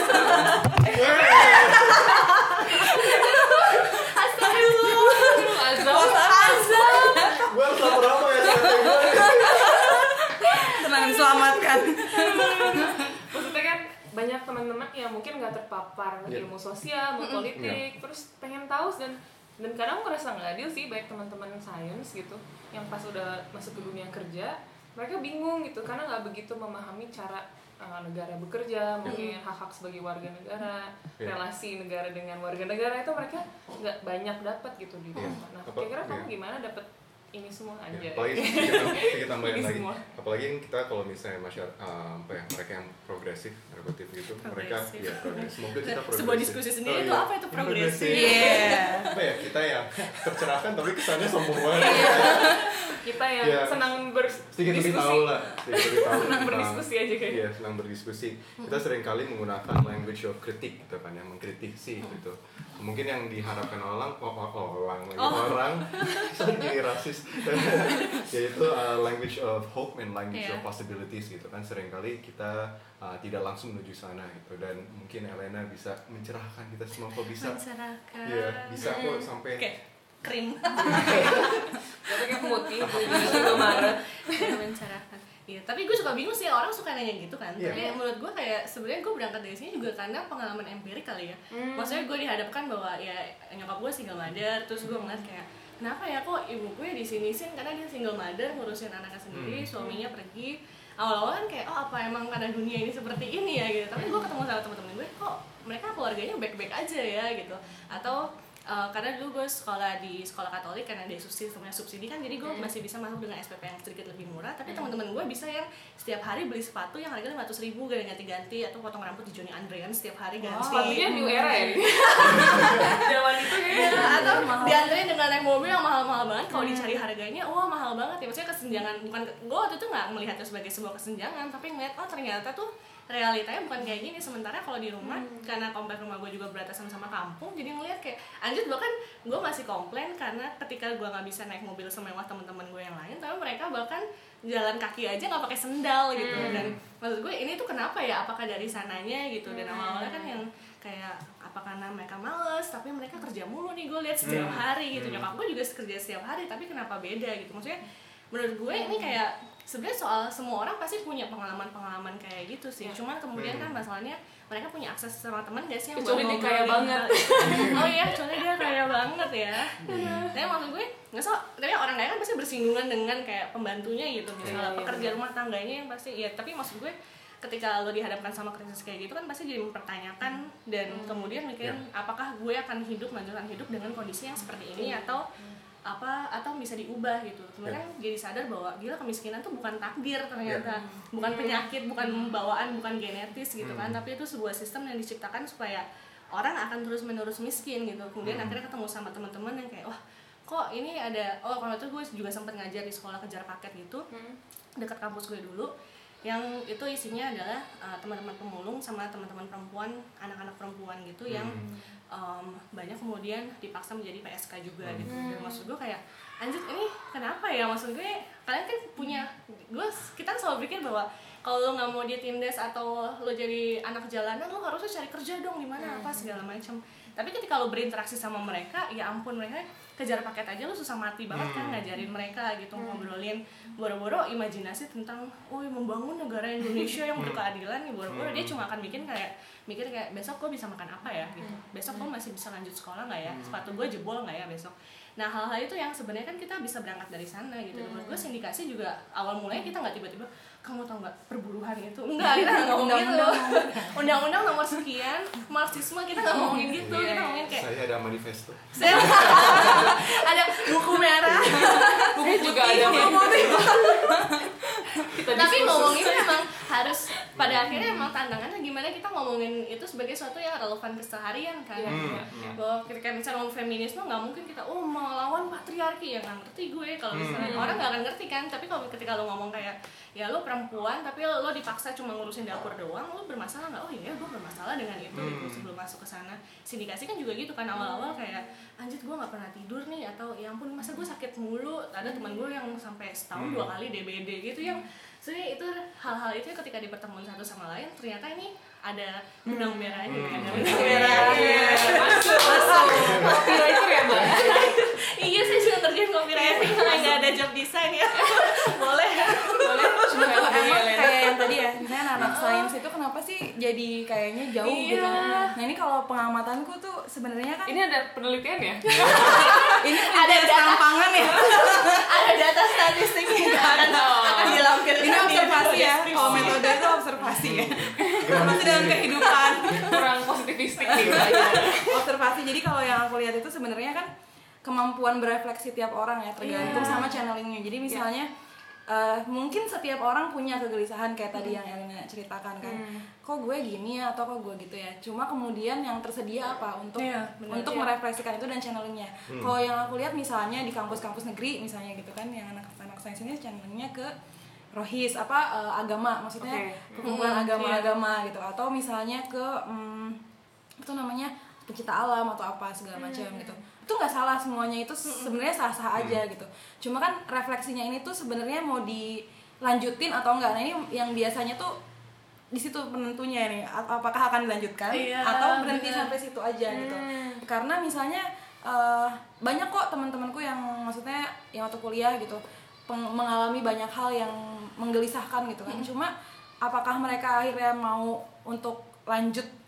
Aduh, azab. Gue harus lapor apa ya sampai gue? Tenang diselamatkan. Maksudnya kan banyak teman-teman yang mungkin nggak terpapar Iya. ilmu sosial, ilmu politik, terus pengen tahu dan dan kadang aku ngerasa nggak adil sih baik teman-teman sains gitu yang pas udah masuk ke dunia kerja mereka bingung gitu karena nggak begitu memahami cara uh, negara bekerja mungkin hak-hak sebagai warga negara Iya. relasi negara dengan warga negara itu mereka nggak banyak dapat gitu di Iya. daerah. Nah, Apa- kira-kira kamu iya. gimana dapat ini semua aja? Ya, apalagi sedikit, sedikit tambahan Ini lagi. semua. Apalagi yang kita kalau misalnya masyarakat uh, apa ya mereka yang progresif, progresif gitu, mereka Progresif. ya progresif. Semoga kita progresif. Sebuah diskusi sendiri Oh, itu iya. apa itu progresif? Iya. Apa ya kita yang tercerahkan tapi kesannya sombong banget. Kita yang Iya. senang Sedikit lebih berdiskusi. tahu lah. Sedikit lebih tahu. Senang tentang- berdiskusi aja kayaknya. Iya, senang berdiskusi. Kita sering kali menggunakan language of critique gitu kan, yang mengkritisi gitu. Mungkin yang diharapkan orang, oh, oh, oh, orang, lagi orang, jadi rasis, yaitu uh, language of hope and language Iya. of possibilities gitu kan. Sering kali kita uh, tidak langsung menuju sana gitu, dan mungkin Elena bisa mencerahkan kita semua kok bisa. Mencerahkan. Iya, bisa kok sampai. Kayak krim. Tapi kayak putih, jadi juga Maret. Mencerahkan. Iya, tapi gue suka bingung sih orang suka nanya gitu kan. Iya. Tapi menurut gue kayak sebenarnya gue berangkat dari sini juga karena pengalaman empirik kali ya. Hmm. Maksudnya gue dihadapkan bahwa ya nyokap gue single mother, terus gue ngeliat kayak kenapa ya kok ibu gue di sini sih, karena dia single mother ngurusin anaknya sendiri, hmm. suaminya pergi. Awal-awal kan kayak oh apa emang karena dunia ini seperti ini ya gitu. Tapi gue ketemu sama teman-teman gue, kok mereka keluarganya baik-baik aja ya gitu. Atau Uh, karena dulu gue sekolah di sekolah Katolik karena ada subsidi, subsidi kan, jadi gue mm. masih bisa masuk dengan S P P yang sedikit lebih murah. Tapi mm. teman-teman gue bisa yang setiap hari beli sepatu yang harganya lima ratus ribu ganti-ganti, atau potong rambut di Johnny Andrean setiap hari ganti. Oh, sepatunya new era ya ini. Zaman itu kayaknya. Ya, atau dianterin dengan naik mobil yang mahal-mahal banget. Kalau mm. dicari harganya, wah mahal banget ya. Maksudnya kesenjangan, bukan gue waktu itu nggak melihatnya sebagai sebuah kesenjangan, tapi ngeliat oh ternyata tuh realitanya bukan kayak gini. Sementara kalau di rumah hmm. karena komplek rumah gue juga berbatasan sama kampung, jadi ngeliat kayak anjir, bahkan gue masih komplain karena ketika gue nggak bisa naik mobil semewah teman-teman gue yang lain, tapi mereka bahkan jalan kaki aja nggak pakai sendal gitu. hmm. Dan maksud gue ini tuh kenapa ya, apakah dari sananya gitu. Dan awal-awalnya kan yang kayak apa karena mereka males, tapi mereka kerja mulu nih gue lihat setiap hmm. hari gitu. Nyokap gue juga kerja setiap hari, tapi kenapa beda gitu. Maksudnya menurut gue ini kayak sebenarnya soal semua orang pasti punya pengalaman-pengalaman kayak gitu sih. Ya. Cuman kemudian kan masalahnya mereka punya akses sama teman gak sih yang kecuali dia kaya banget. Oh iya, kecuali dia kaya banget ya. Tapi maksud gue nggak so, tapi orang kaya kan pasti bersinggungan dengan kayak pembantunya gitu, misalnya ya, pekerja ya, rumah tangganya yang pasti ya. Tapi maksud gue ketika lo dihadapkan sama krisis kayak gitu kan pasti jadi mempertanyakan dan hmm. kemudian mikirin ya, apakah gue akan hidup melanjutkan hidup dengan kondisi yang seperti ini atau apa atau bisa diubah gitu. Kemudian yeah. jadi sadar bahwa gila kemiskinan tuh bukan takdir ternyata, yeah. bukan penyakit, bukan bawaan, bukan genetis gitu kan, mm. tapi itu sebuah sistem yang diciptakan supaya orang akan terus menerus miskin gitu. Kemudian mm. akhirnya ketemu sama teman-teman yang kayak wah kok ini ada, oh kalau itu gue juga sempat ngajar di sekolah kejar paket gitu mm. dekat kampus gue dulu, yang itu isinya adalah uh, teman-teman pemulung sama teman-teman perempuan, anak-anak perempuan gitu hmm. yang um, banyak kemudian dipaksa menjadi P S K juga hmm. gitu. Dan maksud gue kayak anjir ini kenapa ya, maksud gue kalian kan punya, gue kita selalu pikir bahwa kalau lo nggak mau ditindas atau lo jadi anak jalanan, lo harusnya cari kerja dong di mana apa segala macam. Tapi ketika lo berinteraksi sama mereka, ya ampun, mereka kejar paket aja lo susah mati banget kan ngajarin mereka gitu, ngobrolin boro-boro imajinasi tentang oh membangun negara Indonesia yang berkeadilan nih, boro-boro dia cuma akan bikin kayak mikir kayak besok gue bisa makan apa ya gitu, besok gue masih bisa lanjut sekolah nggak ya, sepatu gue jebol nggak ya besok. Nah hal-hal itu yang sebenarnya kan kita bisa berangkat dari sana gitu. Menurut gue sindikasi juga awal mulanya kita nggak tiba-tiba kamu tau nggak perburuhan itu, enggak, kita nggak ngomongin gitu. Undang-undang nomor sekian, marxisme kita nggak ngomongin gitu, kita ngomongin kayak saya ada manifesto, saya ada buku merah, buku juga ada tapi ngomongin memang harus pada akhirnya emang tantangannya gimana kita ngomongin itu sebagai sesuatu yang relevan keseharian kan. hmm. Bahwa ketika misalnya ngomong feminisme nggak mungkin kita oh melawan patriarki, ya nggak ngerti gue kalau misalnya hmm. orang nggak akan ngerti kan. Tapi kalau ketika lo ngomong kayak ya lo perempuan tapi lo dipaksa cuma ngurusin dapur doang, lo bermasalah nggak? Oh iya gue bermasalah dengan itu hmm. gitu. Sebelum masuk ke sana sindikasi kan juga gitu kan, awal-awal kayak anjir gue nggak pernah tidur nih, atau ya ampun masa gue sakit mulu. Ada teman gue yang sampai setahun hmm. dua kali D B D gitu, yang sebenarnya itu hal-hal itu ketika dipertemukan satu sama lain ternyata ini ada benang merahnya kan, ada benang merahnya. Masuk, masuk. Copywriter ya mbak? Iya saya juga ngerjain copywriting, nggak ada job design ya. Boleh, boleh. Cuma kalau emang kayak yang tadi ya, misalnya anak sains itu kenapa sih jadi kayaknya jauh iya. gitu. Nah ini kalau pengamatanku tuh sebenarnya kan. Ini ada penelitian ya? Ini ada data pangan ya? Ada data statistiknya akan akan dilampirkan. Ini observasi ya. Kalau metode itu observasi ya. Observasi dalam kehidupan. Kurang positivistik nih. Observasi. Jadi kalau yang aku lihat itu sebenarnya kan kemampuan berefleksi tiap orang ya, tergantung yeah. sama channelingnya. Jadi misalnya yeah. uh, mungkin setiap orang punya kegelisahan kayak tadi mm. yang Elina ceritakan kan. Mm. Kok gue gini ya atau kok gue gitu ya. Cuma kemudian yang tersedia apa untuk yeah, bener, untuk yeah. merefleksikan itu dan channelingnya. Mm. Kalau yang aku lihat misalnya di kampus-kampus negeri misalnya gitu kan, yang anak-anak sains ini channelingnya ke rohis apa uh, agama, maksudnya okay. kekumpulan mm, agama-agama yeah. gitu, atau misalnya ke um, itu namanya pencipta alam atau apa segala macam mm. gitu. Itu nggak salah, semuanya itu sebenarnya sah-sah aja gitu. Cuma kan refleksinya ini tuh sebenarnya mau dilanjutin atau enggak. Nah ini yang biasanya tuh di situ penentunya nih, apakah akan dilanjutkan iya, atau berhenti bener. sampai situ aja hmm. gitu. Karena misalnya uh, banyak kok teman-temanku yang maksudnya yang waktu kuliah gitu peng- mengalami banyak hal yang menggelisahkan gitu kan. Hmm. Cuma apakah mereka akhirnya mau untuk lanjut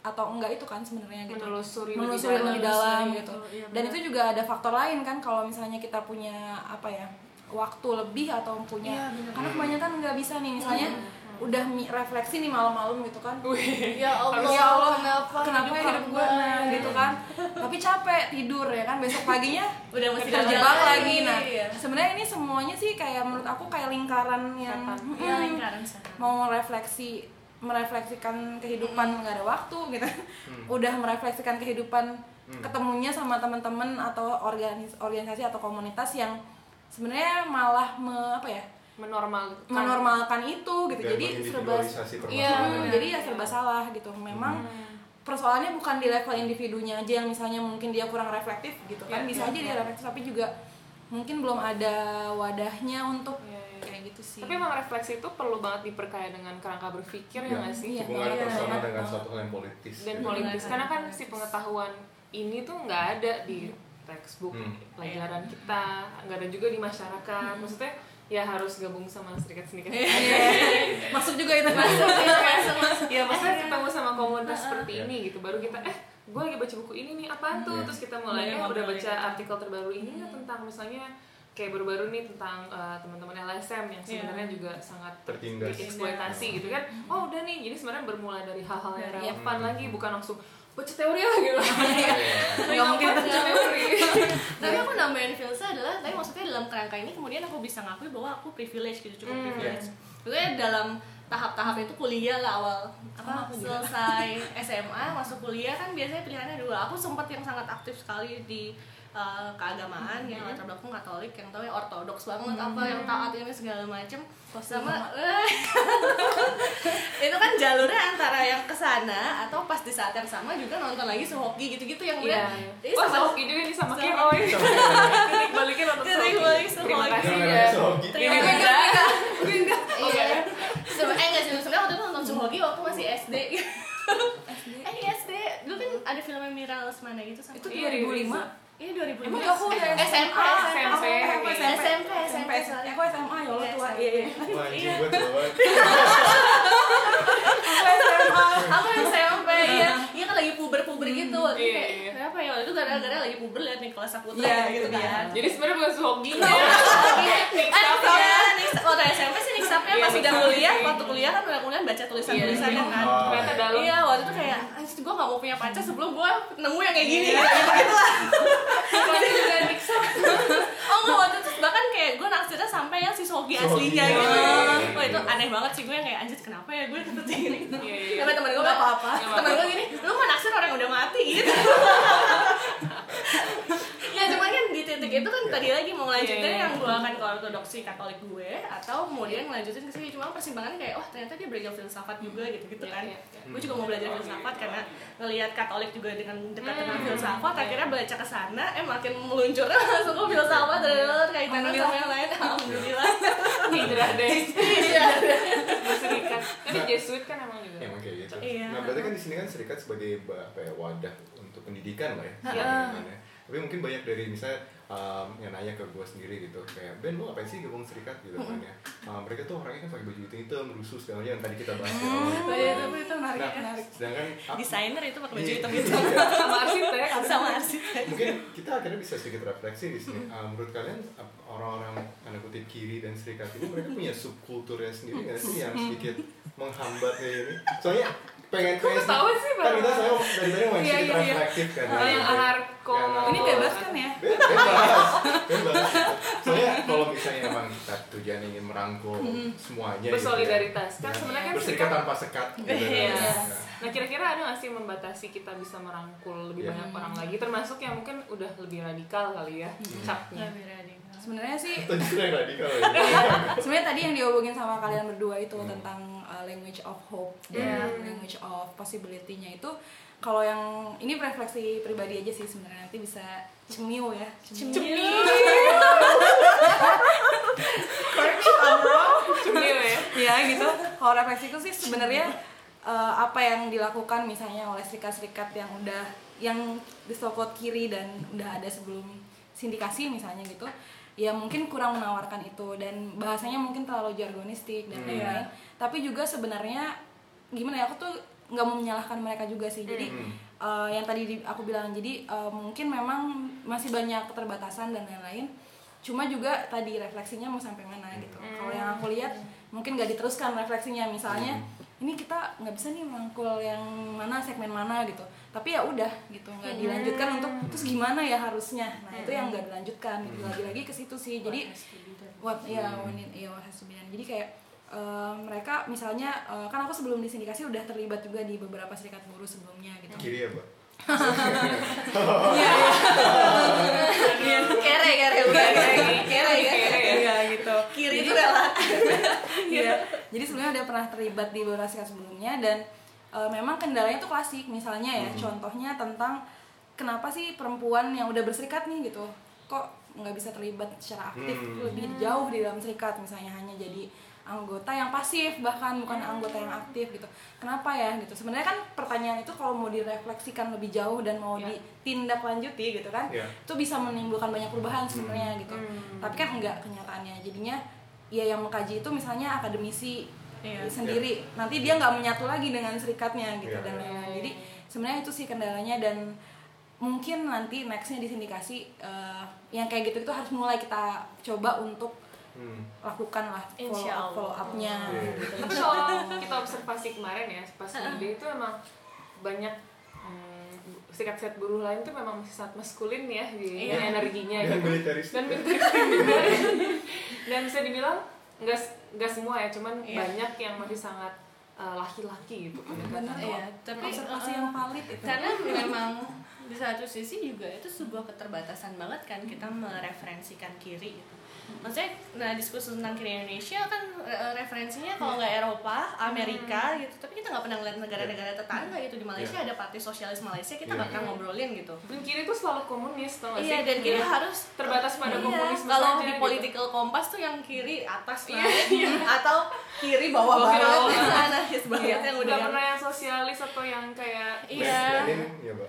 atau enggak itu kan sebenarnya gitu. Menelusuri menelusuri lebih lebih dalam. dalam Menelusuri gitu. itu, iya, Dan benar. itu juga ada faktor lain kan kalau misalnya kita punya apa ya waktu lebih atau punya Iya, benar. karena kebanyakan nggak bisa nih misalnya udah mi- refleksi nih malam-malam gitu kan. Ya Allah, Ya Allah, kenapa kenapa ya hidup gue nah, gitu kan. Tapi capek tidur ya kan, besok paginya Udah mesti terjebak jalan lagi. Nah, iya. sebenarnya ini semuanya sih kayak menurut aku kayak lingkaran yang Setan. mm, Ya, lingkaran setan. mau refleksi merefleksikan kehidupan nggak ada waktu gitu. Udah merefleksikan kehidupan ketemunya sama teman-teman atau organis organisasi atau komunitas yang sebenarnya malah me, apa ya? Menormal menormalkan itu gitu. Dan Jadi serba mengindividualisasi iya, permasalahan. jadi ya serba salah gitu. Memang persoalannya bukan di level individunya aja yang misalnya mungkin dia kurang reflektif gitu kan. Iya, Bisa iya, aja iya. dia reflektif tapi juga mungkin belum ada wadahnya untuk Iya, iya. kayak gitu sih. Tapi emang refleksi itu perlu banget diperkaya dengan kerangka berpikir ya Iya. nggak sih? Iya. Hubungan Iya, personal iya. dengan suatu hal yang politis. Dan gitu. politis Benar. karena kan si pengetahuan ini tuh nggak ada di textbook Hmm. pelajaran kita, nggak ada juga di masyarakat. Maksudnya ya harus gabung sama serikat sindikat. Masuk juga itu. Ya maksudnya ketemu sama komunitas seperti ini gitu, baru kita eh gue lagi baca buku ini nih apaan tuh, Iya. terus kita mulai Iya, eh, udah ngobrol baca gitu. artikel terbaru ini nggak tentang misalnya kayak baru-baru nih tentang uh, teman-teman L S M yang sebenarnya juga sangat Tertindas. dieksploitasi gitu kan. Oh udah nih, jadi sebenarnya bermula dari hal-hal yang Iya. relevan lagi, bukan langsung baca teori lah gitu. Nggak mungkin baca teori. Tapi aku nambahin Filsa adalah, tapi maksudnya dalam kerangka ini kemudian aku bisa ngakui bahwa aku privilege gitu, cukup Hmm. privilege. Maksudnya dalam tahap-tahap itu kuliah lah awal apa selesai S M A masuk kuliah kan biasanya pilihannya dua. Aku sempat yang sangat aktif sekali di uh, keagamaan yang latar belakang Katolik, yang tahu ya ortodoks banget apa yang taat ini segala macem sama itu kan jalurnya antara yang kesana atau pas di saat yang sama juga nonton lagi Suhoki gitu-gitu yang udah Iya. ini Wah, sama sama ide ini sama sama- Kiroy. Titik balikin nonton Titik Sogi. balik Terima Sogi. kasih Jangan ya. ada Sogi. Ini Terima juga. Iya. Sebe- eh nggak sih sebenarnya waktu itu nonton Suhoki waktu masih S D. Eh iya S D. Dulu kan ada filmnya Mira Lesmana gitu sama. Itu Iya, dua ribu lima. Iya dua ribu Emang lima. aku udah S M P, S M P. Aku S SMP, SMP, SMP, soalnya. aku S M A ya Allah tua. Iya, iya. Wah, anjing gue tua banget. Aku S M A. Aku S M P iya. Iya kan lagi puber-puber gitu. Waktu itu Iya, kayak, iya. kenapa ya? Waktu itu gara-gara lagi puber liat Nicholas Saputra Iya, gitu itu kan. Jadi sebenarnya bukan Sogi. Eh, iya, Nick- waktu S M P sih Nick Sapnya Iya, pas Nick udah Sap. kuliah, waktu kuliah kan udah kuliah baca tulisan-tulisannya Iya. kan. Oh, Ternyata iya. dalam. Iya, waktu itu kayak, anjir gue gak mau punya pacar sebelum gue nemu yang kayak gini. Iya. Gitu lah. Iklannya juga Nick Sap. Oh enggak, waktu itu bahkan kayak gue naksirnya sampai yang si Sogi Sogi, aslinya iya, gitu. iya, Wah itu iya. aneh banget sih gue yang kayak, anjir kenapa ya gue ketemu gini. Iya, iya. Sampai temen gue Nggak apa-apa. Temen gue gini, lu mah naksir orang yang udah mati gitu. Ya cuma kan di titik itu kan tadi lagi mau lanjutin Iya, iya. yang gue akan ke ortodoksi Katolik gue, atau kemudian ngelanjutin ke sini. Cuma persimpangannya kayak, oh ternyata dia belajar filsafat juga gitu-gitu kan. Iya, iya, iya. Gue juga mau belajar filsafat karena ngelihat Katolik juga dengan dekat dengan Hmm, filsafat, iya. akhirnya baca ke sana, eh makin meluncurnya langsung ke filsafat dan kaitannya sama yang lain. Alhamdulillah. Hijrah deh. Iya. Berserikat. Kan Jesuit kan emang juga. Emang kayak gitu. Iya. Nah, berarti kan di sini kan serikat sebagai ba- apa ya, wadah untuk pendidikan lah ya. Iya. Gimana. Tapi mungkin banyak dari misalnya um, yang nanya ke gue sendiri gitu, kayak Ben lu ngapain sih gabung serikat gitu kan ya. Um, mereka tuh orangnya kan pakai baju hitam, rusuh segala macam yang tadi kita bahas di awal. Oh iya, tapi itu menarik, Nah, menarik. sedangkan aku- Desainer itu pakai baju Iya. hitam itu Sama arsitek. sama arsitek. mungkin kita akhirnya bisa sedikit refleksi di sini. Uh, menurut kalian uh, orang-orang tanda kutip kiri dan serikat ini mereka punya subkulturnya sendiri nggak sih yang sedikit menghambatnya ini? Soalnya pengen Kok pengen ketawa sih, kan Bang? kita saya dari tadi mau Iya, sedikit iya, iya. reflektif kan. Oh, yang anarko. Yang Ini bebas kan ya? Be- bebas, bebas. Soalnya kalau misalnya emang kita tujuan ingin merangkul semuanya, Bersolidaritas. gitu Kan ya. sebenarnya kan berserikat serikat- tanpa sekat. Gitu, Iya. Nah, Nah kira-kira ada nggak sih yang membatasi kita bisa merangkul lebih Iya. banyak orang lagi, termasuk yang mungkin udah lebih radikal kali ya capnya. Sebenarnya sih Itu justru yang radikal ya. sebenarnya tadi yang diomongin sama kalian berdua itu tentang uh, language of hope dan language of possibility-nya itu kalau yang ini refleksi pribadi aja sih sebenarnya nanti bisa cemiu ya Cemil ya. ya gitu kalau refleksiku sih sebenarnya uh, apa yang dilakukan misalnya oleh serikat-serikat yang udah yang di sokot kiri dan udah ada sebelum sindikasi misalnya gitu ya mungkin kurang menawarkan itu dan bahasanya mungkin terlalu jargonistik dan lain-lain tapi juga sebenarnya gimana ya aku tuh nggak mau menyalahkan mereka juga sih. Jadi uh, yang tadi di, aku bilang, jadi uh, mungkin memang masih banyak keterbatasan dan lain-lain. Cuma juga tadi refleksinya mau sampai mana gitu. Mm. Kalau yang aku lihat mungkin nggak diteruskan refleksinya, misalnya mm. ini kita nggak bisa nih merangkul yang mana, segmen mana gitu. Tapi ya udah gitu, nggak dilanjutkan untuk terus gimana ya harusnya. Nah itu yang nggak dilanjutkan. Gitu. Lagi-lagi ke situ sih. Jadi what ya when it, ya what has to be done. Jadi kayak uh, mereka misalnya uh, kan aku sebelum di sindikasi udah terlibat juga di beberapa serikat buruh sebelumnya gitu. Kiri ya, Mbak? Iya, iya. Kere, kere, udah kere, kere ya, iya gitu. Kiri itu relatif. Iya. Jadi sebenarnya udah pernah terlibat di beberapa serikat sebelumnya dan uh, memang kendalanya tuh klasik, misalnya ya, hmm. contohnya tentang kenapa sih perempuan yang udah berserikat nih gitu, kok nggak bisa terlibat secara aktif hmm. lebih jauh di dalam serikat, misalnya hanya jadi anggota yang pasif bahkan bukan anggota yang aktif gitu. Kenapa ya gitu. Sebenarnya kan pertanyaan itu kalau mau direfleksikan lebih jauh dan mau yeah. ditindaklanjuti gitu kan, yeah. itu bisa menimbulkan banyak perubahan sebenarnya gitu. Mm. Tapi kan enggak kenyataannya. Jadinya ya yang mengkaji itu misalnya akademisi yeah. sendiri. Yeah. Nanti dia nggak menyatu lagi dengan serikatnya gitu yeah. dan lain-lain. Jadi sebenarnya itu sih kendalanya dan mungkin nanti nextnya di sindikasi uh, yang kayak gitu itu harus mulai kita coba untuk Hmm. lakukan lah follow up follow upnya yeah. gitu. Tapi kalau kita observasi kemarin ya pas Mide itu emang banyak hmm, serikat-serikat buruh lain tuh memang masih sangat maskulin ya di yeah. energinya dan gitu. militeris dan militeris juga dan bisa dibilang nggak nggak semua ya, cuman yeah. banyak yang masih sangat uh, laki-laki gitu. Benar ya, tapi observasi uh, yang valid itu karena memang di satu sisi juga itu sebuah keterbatasan banget kan kita mereferensikan kiri gitu. Maksudnya, nah diskusi tentang kiri Indonesia kan referensinya kalau nggak Eropa, Amerika gitu, tapi kita nggak pernah ngeliat negara-negara tetangga gitu. Di Malaysia yeah. ada Parti Sosialis Malaysia, kita nggak yeah. pernah ngobrolin gitu. Dan kiri itu selalu komunis, tau gak sih? Iya, dan kiri yeah. harus terbatas pada iya. komunisme kalau saja, di gitu. political compass tuh yang kiri atas yeah. banget yeah. atau kiri bawah banget, anarkis banget yeah. yang udah nggak pernah yang sosialis atau yang kayak iya Lenin ya, Mbak.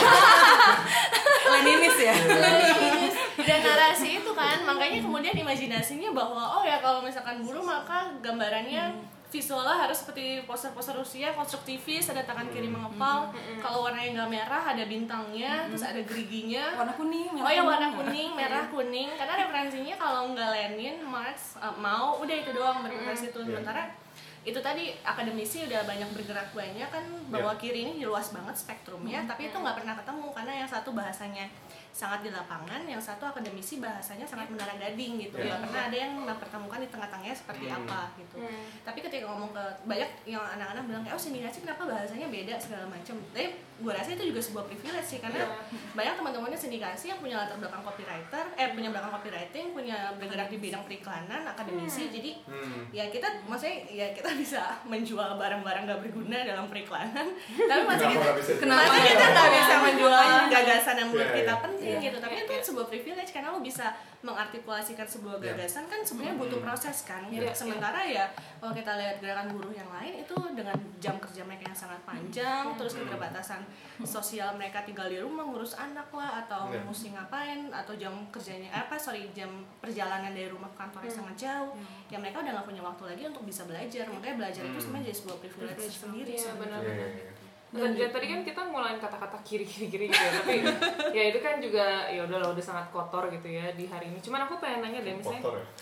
Leninis ya. Leninis. Dan narasi itu kan, makanya kemudian imajinasinya bahwa oh ya kalau misalkan buruh maka gambarannya hmm. visualnya harus seperti poster-poster Rusia konstruktivis, ada tangan kiri mengepal, hmm. kalau warnanya nggak merah ada bintangnya, hmm. terus ada geriginya, warna kuning, merah oh ya warna kuning, kuning, merah kuning, karena referensinya kalau nggak Lenin, Marx, uh, Mao, udah itu doang berreferensi itu. Sementara itu tadi akademisi udah banyak bergerak banyak kan bahwa yeah. kiri ini luas banget spektrumnya, hmm. tapi itu nggak pernah ketemu karena yang satu bahasanya sangat di lapangan, yang satu akademisi bahasanya sangat menara gading gitu, nggak yeah. pernah ada yang mempertemukan di tengah-tengahnya seperti hmm. apa gitu. Hmm. Tapi ketika ngomong ke banyak yang anak-anak bilang kayak oh sindikasi kenapa bahasanya beda segala macam, tapi gue rasa itu juga sebuah privilege sih karena yeah. banyak teman-temannya sindikasi yang punya latar belakang copywriter, eh punya belakang copywriting, punya bergerak di bidang periklanan, akademisi, hmm. jadi hmm. ya kita maksudnya ya kita bisa menjual barang-barang gak berguna dalam periklanan, tapi masih kita kenapa kita nggak bisa menjual gagasan yang menurut yeah, kita yeah. penting yeah. gitu, tapi yeah. itu kan sebuah privilege karena lo bisa mengartikulasikan sebuah gagasan yeah. kan sebenarnya butuh proses kan, yeah. sementara ya kalau kita lihat gerakan buruh yang lain itu dengan jam kerja mereka yang sangat panjang, hmm. terus keterbatasan sosial mereka tinggal di rumah ngurus anak lah atau yeah. mesti ngapain atau jam kerjanya apa sorry jam perjalanan dari rumah ke kantornya hmm. sangat jauh, hmm. ya mereka udah nggak punya waktu lagi untuk bisa belajar, makanya belajar hmm. itu sebenarnya jadi sebuah privilege sendiri. Iya benar-benar. Dan ya, tadi kan kita mulai kata-kata kiri kiri kiri gitu ya, tapi ya itu kan juga ya udah udah sangat kotor gitu ya di hari ini. Cuman aku pengen nanya deh misalnya, kotor ya?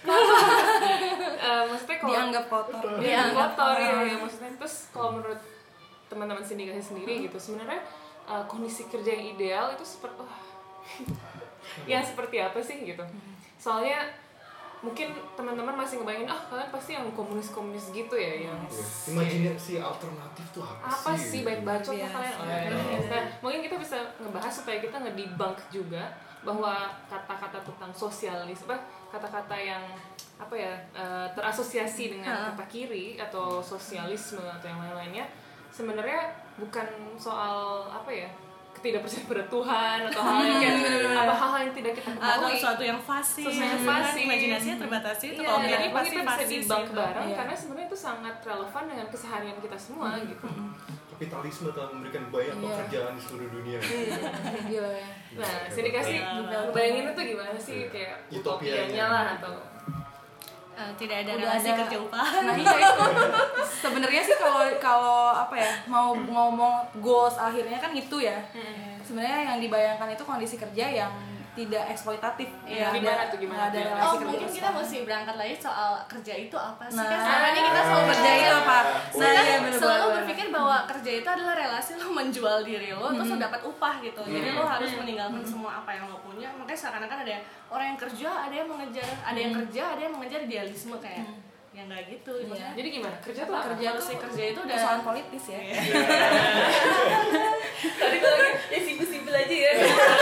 uh, maksudnya kalau dianggap kotor, dianggap kotor ya, ya maksudnya. Terus kalau menurut teman-teman sindikasi sendiri gitu, sebenarnya uh, kondisi kerja yang ideal itu seperti, oh, ya seperti apa sih gitu? Soalnya mungkin teman-teman masih ngebayangin ah kalian pasti yang komunis-komunis gitu ya yang ya. Imajinasi alternatif tuh apa, apa sih baik bacot yes. kalian oh, ya. Nah, mungkin kita bisa ngebahas supaya kita ngedebunk juga bahwa kata-kata tentang sosialis apa kata-kata yang apa ya uh, terasosiasi dengan kata kiri atau sosialisme atau yang lain-lainnya sebenarnya bukan soal apa ya tidak percaya pada Tuhan atau hal yang kayak apa hal yang tidak kita ketahui atau sesuatu yang fasih, sesuatu yang fasih, imajinasinya terbatasi itu iya, kalau iya, ini pasti kita bisa debunk bareng iya. karena sebenarnya itu sangat relevan dengan keseharian kita semua hmm. gitu. Kapitalisme telah memberikan banyak iya. pekerjaan di seluruh dunia. Gila ya. Nah, sindikasi bayangin itu gimana sih kayak utopianya lah atau Uh, tidak ada Udah relasi ada- kerja upah. Nah iya itu sebenarnya sih kalau kalau apa ya mau ngomong goals akhirnya kan itu ya. Sebenarnya yang dibayangkan itu kondisi kerja yang tidak eksploitatif. Iya, Nggak gimana ada- tuh, gimana nggak ada tuh? relasi Oh kerja mungkin itu kita sama. mesti berangkat lagi soal kerja itu apa sih Nah, kan selama ini kita selalu kerja berpikir- itu apa? Oh, Nah, iya. iya benar selalu berpikir bahwa kerja itu adalah relasi lo menjual diri lo terus lo dapat upah gitu jadi lo harus meninggalkan semua apa yang lo punya makanya seakan-akan ada yang orang yang kerja ada yang mengejar ada yang kerja ada yang mengejar idealisme kayak yang nggak gitu maksudnya Jadi gimana? Kerja tuh apa? Kerja Kalau si tuh kerja itu udah persoalan politis ya. Tadi gue lagi ya simpel-simpel aja ya.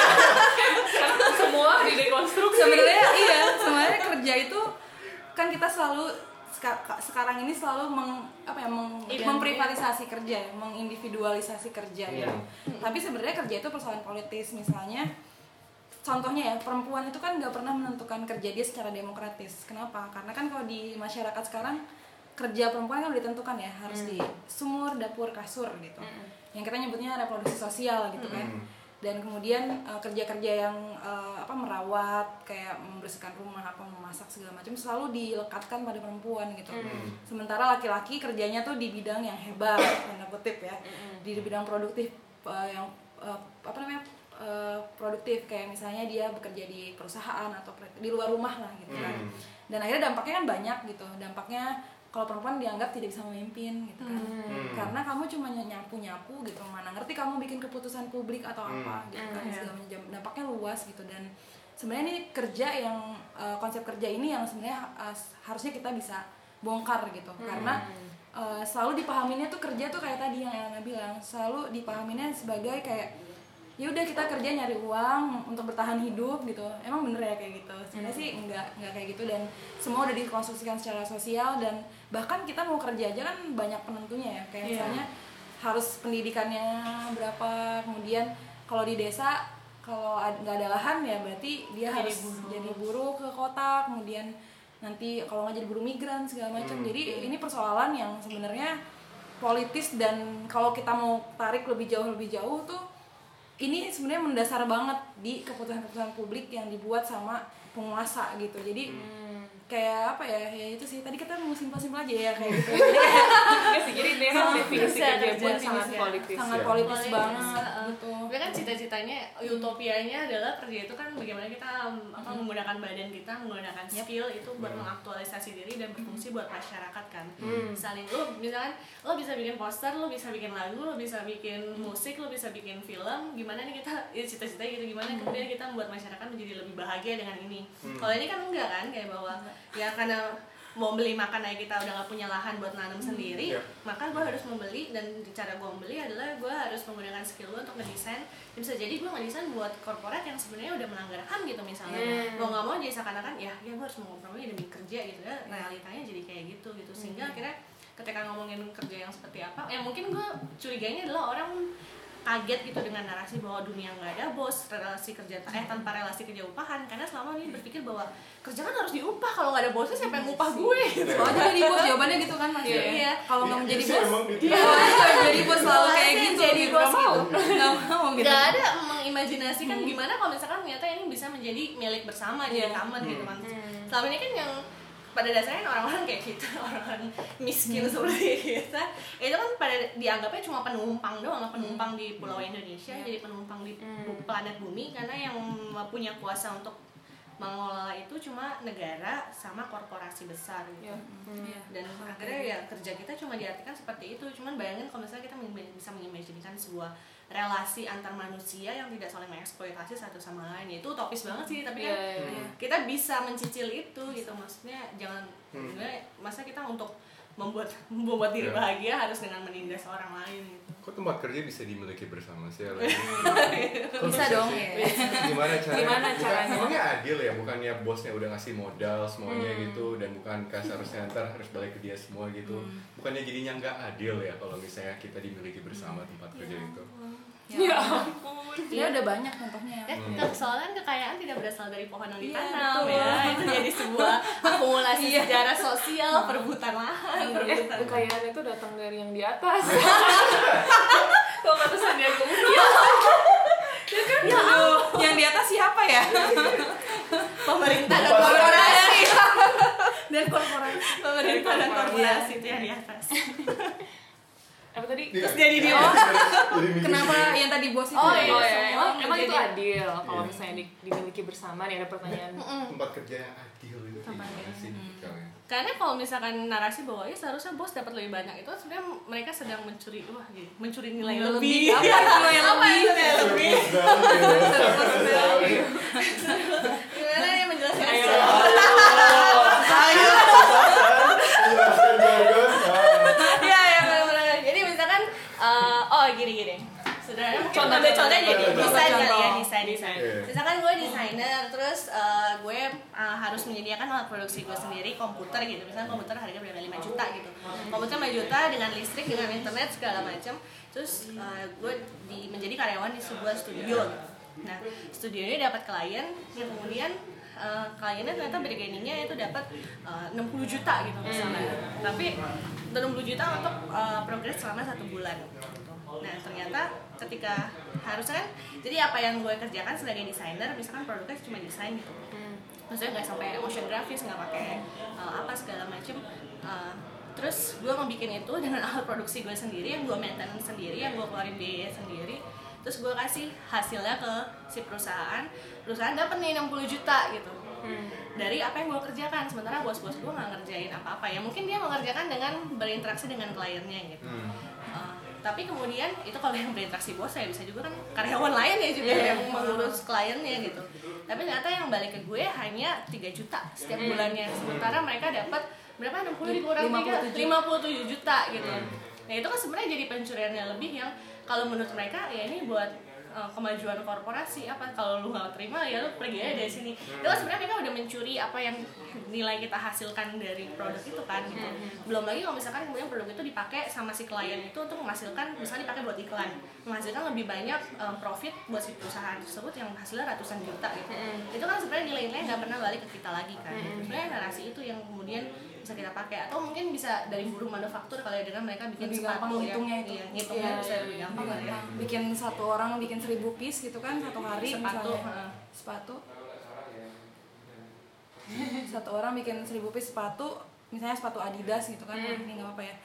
Sekarang semua didekonstruksi. Sebenarnya iya, sebenarnya kerja itu kan kita selalu seka- sekarang ini selalu meng, apa ya, meng, Identitas. memprivatisasi kerja, ya, mengindividualisasi kerja gitu. Tapi sebenarnya kerja itu persoalan politis. Misalnya contohnya ya, perempuan itu kan nggak pernah menentukan kerja dia secara demokratis. Kenapa? Karena kan kalau di masyarakat sekarang kerja perempuan kan udah ditentukan ya, harus di sumur, dapur, kasur gitu. Yang kita nyebutnya reproduksi sosial gitu kan. Dan kemudian uh, kerja-kerja yang uh, apa merawat, kayak membersihkan rumah, apa memasak segala macam selalu dilekatkan pada perempuan gitu. Sementara laki-laki kerjanya tuh di bidang yang hebat, tanda kutip ya, di bidang produktif uh, yang uh, apa namanya uh, produktif kayak misalnya dia bekerja di perusahaan atau di luar rumah lah gitu kan. Dan akhirnya dampaknya kan banyak gitu. Dampaknya kalau perempuan dianggap tidak bisa memimpin gitu kan. Hmm. Karena kamu cuma nyapu-nyapu gitu, mana ngerti kamu bikin keputusan publik atau apa gitu kan. Segala macam dampaknya luas gitu. Dan sebenarnya ini kerja yang uh, konsep kerja ini yang sebenarnya uh, harusnya kita bisa bongkar gitu. Karena uh, selalu dipahaminya tuh kerja tuh kayak tadi yang Elena bilang, selalu dipahaminya sebagai kayak ya udah kita kerja nyari uang untuk bertahan hidup gitu. Emang bener ya kayak gitu? Sebenarnya sih enggak enggak kayak gitu, dan semua udah dikonstruksikan secara sosial. Dan bahkan kita mau kerja aja kan banyak penentunya ya, kayak misalnya harus pendidikannya berapa, kemudian kalau di desa kalau nggak ada lahan ya berarti dia Jadi harus buruh. jadi buruh ke kota, kemudian nanti kalau nggak jadi buruh migran segala macam. Jadi ini persoalan yang sebenarnya politis, dan kalau kita mau tarik lebih jauh lebih jauh tuh ini sebenarnya mendasar banget di keputusan-keputusan publik yang dibuat sama penguasa gitu. Jadi kayak apa ya, ya itu sih tadi kita mau simpel-simpel aja ya kayak gitu. Jadi kayak Iya sih, jadi memang definisi kerja, kerja pun kerja, sangat kerja. politis. sangat ya. politis Politis, banget uh, gitu. Tapi kan cita-citanya, utopianya adalah kerja itu kan bagaimana kita um, apa menggunakan badan kita, menggunakan skill itu buat mengaktualisasi diri dan berfungsi buat masyarakat kan. Saling lo misalkan lo bisa bikin poster, lo bisa bikin lagu, lo bisa bikin musik, lo bisa bikin film. Gimana nih kita ya cita-cita gitu, gimana kemudian kita membuat masyarakat menjadi lebih bahagia dengan ini. Kalau ini kan enggak kan, kayak bahwa ya karena mau beli makan aja kita udah gak punya lahan buat nanam sendiri, Iya. maka gue harus membeli, dan cara gue membeli adalah gue harus menggunakan skill gue untuk ngedesain. Dan bisa jadi gue ngedesain buat korporat yang sebenarnya udah melanggar H A M gitu misalnya. Hmm. Mau nggak mau jadi seakan-akan ya ya gue harus mengkompromi demi kerja gitu ya, realitanya jadi kayak gitu gitu. Sehingga akhirnya ketika ngomongin kerja yang seperti apa, ya mungkin gue curiganya adalah orang kaget gitu dengan narasi bahwa dunia nggak ada bos, relasi kerja eh tanpa relasi kerja upahan, karena selama ini berpikir bahwa kerja kan harus diupah, kalau nggak ada bosnya siapa yang ngupah gue gitu. Soalnya jadi bos jawabannya gitu kan pasti. Iya, iya. Kalau nggak mau jadi Iya, bos, emang gitu. iya, kalau jadi bos selalu Iya, kayak iya, gitu. jadi gitu. bos Nggak mau. gitu. Nggak mau gitu. Gak ada mengimajinasikan gimana kalau misalkan ternyata ini bisa menjadi milik bersama, jadi Iya. common gitu kan. Selama ini kan yang pada dasarnya orang-orang kayak kita, orang-orang miskin seperti kita, itu kan pada dianggapnya cuma penumpang doang, penumpang di pulau Indonesia, jadi penumpang di bu- planet bumi, karena yang punya kuasa untuk mengelola itu cuma negara sama korporasi besar gitu. Iya. Dan akhirnya ya kerja kita cuma diartikan seperti itu. Cuman bayangin kalau misalnya kita mengim- bisa mengimajinkan sebuah relasi antar manusia yang tidak saling mengeksploitasi satu sama lain, ya itu utopis banget sih, tapi kan Iya, iya, iya. kita bisa mencicil itu gitu. Maksudnya jangan sebenarnya masa kita untuk membuat membuat diri Iya. bahagia harus dengan menindas orang lain gitu. Kok tempat kerja bisa dimiliki bersama sih? Lagi? Kok Bisa dong, sih? ya. Gimana caranya? Gimana Bukan- caranya? Emangnya adil ya? Bukannya bosnya udah ngasih modal semuanya gitu, dan bukan seharusnya ntar harus balik ke dia semua gitu. Bukannya jadinya nggak adil ya kalau misalnya kita dimiliki bersama tempat kerja itu? Ya ampun. Ya udah banyak contohnya. Eh, Hmm. soalnya kekayaan tidak berasal dari pohon yang Iya, ditanam betul. ya. Itu jadi sebuah akumulasi Iya. sejarah sosial, perebutan lahan, Eh, perebutan. kekayaan itu datang dari yang di atas. Kalau kata Sandiaga Uno. Ya kan? Aduh, yang di atas siapa ya? Pemerintah dan Lupa korporasi. Dan korporasi korporasi itu yang di atas. Apa tadi? Iya. Terus jadi dia. Oh, Jadi mikir kenapa sendiri. yang tadi bos itu? Oh ya? iya, iya. semua Emang, emang itu menjadi- adil kalau Iya. misalnya di- dimiliki bersama nih ada pertanyaan. Tempat kerja yang adil itu kayak gimana sih tipikalnya? Karena kalau misalkan narasi bahwa ya seharusnya bos dapat lebih banyak, itu sebenarnya mereka sedang mencuri wah gitu, mencuri nilai Lebih. lebih. Apa itu nilai Apa lebih? itu nilai lebih? Surplus value. Gimana ya menjelaskan? Ayo. Menjelaskan jargon. Ah. Iya ya benar-benar. Jadi misalkan eh, oh gini-gini. Sebenarnya mungkin Contoh, ambil contohnya contoh, jadi contoh. desain kali ya, Contoh. desain desain. Iya. Misalkan gue desainer, terus eh, gue eh, harus menyediakan alat produksi gue sendiri, komputer gitu. Misalnya komputer harga berapa lima juta gitu. Komputer lima juta dengan listrik, dengan internet segala macam. Terus eh, gue di, menjadi karyawan di sebuah studio. Gitu. Nah, studio ini dapat klien yang kemudian uh, kliennya ternyata bargainingnya itu dapat uh, enam puluh juta gitu misalnya. Tapi enam puluh juta untuk uh, progres selama satu bulan. Gitu. Nah ternyata ketika harusnya kan, jadi apa yang gue kerjakan sebagai desainer, misalkan produknya cuma desain gitu. Maksudnya nggak sampai motion graphics, nggak pakai uh, apa segala macem. Uh, terus gue ngebikin itu dengan alat produksi gue sendiri, yang gue maintenance sendiri, yang gue keluarin biaya sendiri. Terus gue kasih hasilnya ke si perusahaan, perusahaan dapat nih enam puluh juta gitu hmm. dari apa yang gue kerjakan. Sementara bos-bos gue nggak ngerjain apa-apa ya, mungkin dia mengerjakan dengan berinteraksi dengan kliennya gitu. hmm. uh, tapi kemudian itu kalau yang berinteraksi bos, saya bisa juga kan karyawan lain ya juga yeah. yang mengurus kliennya gitu. Tapi ternyata yang balik ke gue hanya tiga juta setiap bulannya, sementara mereka dapat berapa, enam puluh dikurang tiga, lima puluh tujuh juta gitu. Nah itu kan sebenarnya jadi pencuriannya lebih yang kalau menurut mereka ya ini buat uh, kemajuan korporasi, apa kalau lu nggak terima ya lu pergi aja dari sini. Itu kan sebenarnya mereka udah mencuri apa yang nilai kita hasilkan dari produk itu kan gitu. Belum lagi kalau misalkan kemudian produk itu dipakai sama si klien itu untuk menghasilkan, misalnya dipakai buat iklan, menghasilkan lebih banyak um, profit buat si perusahaan tersebut yang hasilnya ratusan juta gitu. Itu kan sebenarnya nilai-nilai nggak pernah balik ke kita lagi kan. Sebenarnya narasi itu yang kemudian bisa kita pakai, atau mungkin bisa dari buruh manufaktur kalau ya, dengan mereka bikin Lebih sepatu gampang ya, ngitungnya itu. iya, ngitungnya Iya, bisa iya, lebih iya. gampang kali ya. Bikin satu orang bikin seribu piece gitu kan satu hari Sepatu, misalnya. heeh. Sepatu. Satu orang bikin seribu piece sepatu, misalnya sepatu Adidas gitu kan. Hmm. Ini nggak apa-apa ya.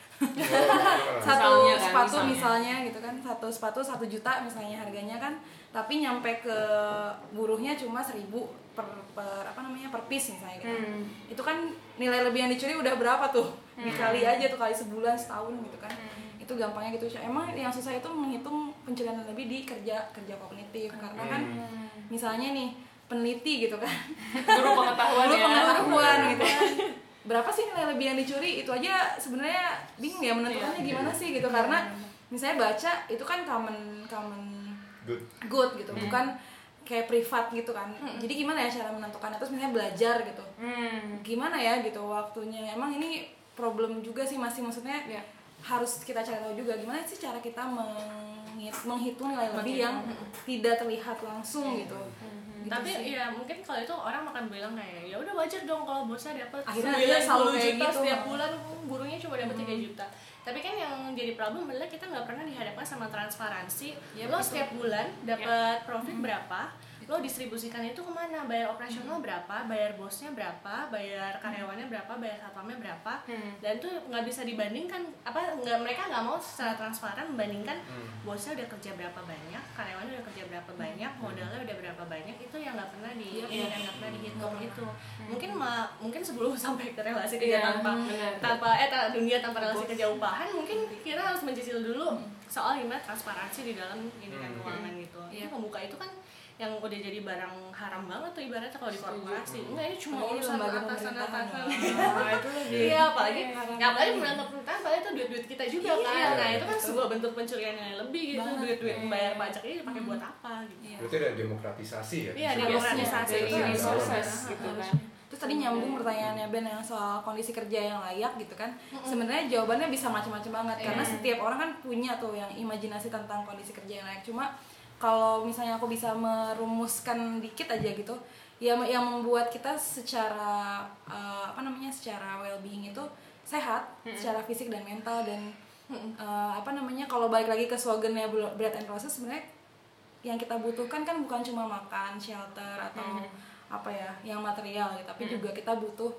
Oh, Satu Misalnya kan, sepatu misalnya. misalnya gitu kan, satu sepatu satu juta misalnya harganya kan, tapi nyampe ke buruhnya cuma seribu per, per apa namanya per piece misalnya gitu. Hmm. Itu kan nilai lebih yang dicuri udah berapa tuh, dikali aja tuh kali sebulan setahun gitu kan. Itu gampangnya gitu. Emang yang susah itu menghitung pencurian yang lebih di kerja kerja kognitif, karena kan misalnya nih peneliti gitu kan, Guru pengetahuan dulu ya. pengetahuan gitu kan, berapa sih nilai lebih yang dicuri, itu aja sebenarnya bingung ya menentukannya gimana sih gitu. Karena misalnya baca itu kan common common Good. good gitu, bukan kayak privat gitu kan. Jadi gimana ya cara menentukannya? Terus misalnya belajar gitu, Hmm. gimana ya gitu waktunya. Emang ini problem juga sih masih, maksudnya Ya. harus kita cari tahu juga gimana sih cara kita menghit- menghitung nilai lebih yang tidak terlihat langsung gitu. Gitu Tapi sih. ya mungkin kalau itu orang akan bilang kayak ya udah wajar dong kalau bosnya dapat Akhirnya sembilan dia selalu puluh kayak juta gitu. setiap bulan, burunya cuma dapat tiga juta. Tapi kan yang jadi problem adalah kita nggak pernah dihadapkan sama transparansi. Yep, Lo betul. setiap bulan dapat profit berapa, lo distribusikan itu kemana, bayar operasional berapa, bayar bosnya berapa, bayar karyawannya berapa, bayar satpamnya berapa. Hmm. Dan itu nggak bisa dibandingkan, apa nggak, mereka nggak mau secara transparan membandingkan bosnya udah kerja berapa banyak, karyawannya udah kerja berapa banyak, modalnya udah berapa banyak. Itu yang nggak pernah di yang nggak pernah dihitung itu. Mungkin ma, mungkin sebelum sampai ke relasi kerja Iya, tanpa benar. tanpa eh ta- dunia tanpa relasi kerja upahan, mungkin kita harus mencicil dulu soal gimana transparansi di dalam ini kan keuangan gitu. Ini pembuka itu kan yang udah jadi barang haram banget tuh ibaratnya kalau di korporasi. Enggak, ini cuma Ini urusan lembaga atasan-atasan. pemerintahan. Nah, itu lebih. Iya, apalagi ya, apalagi pemerintahan padahal itu duit-duit kita juga Iya, kan. Nah, itu kan betul. sebuah bentuk pencurian yang lebih gitu. Banget. Duit-duit membayar pajak ini dipakai buat apa gitu. Iya. Berarti ada demokratisasi ya? Iya, Bisa demokratisasi dari itu resources harus. gitu kan. Terus tadi nyambung pertanyaannya Ben yang soal kondisi kerja yang layak gitu kan. Sebenarnya jawabannya bisa macam-macam banget karena setiap orang kan punya tuh yang imajinasi tentang kondisi kerja yang layak. Cuma kalau misalnya aku bisa merumuskan dikit aja gitu, ya yang membuat kita secara uh, apa namanya secara well-being itu sehat, secara fisik dan mental. Dan uh, apa namanya kalau balik lagi ke slogannya Bread and Roses, sebenarnya yang kita butuhkan kan bukan cuma makan, shelter atau apa ya yang material ya, tapi juga kita butuh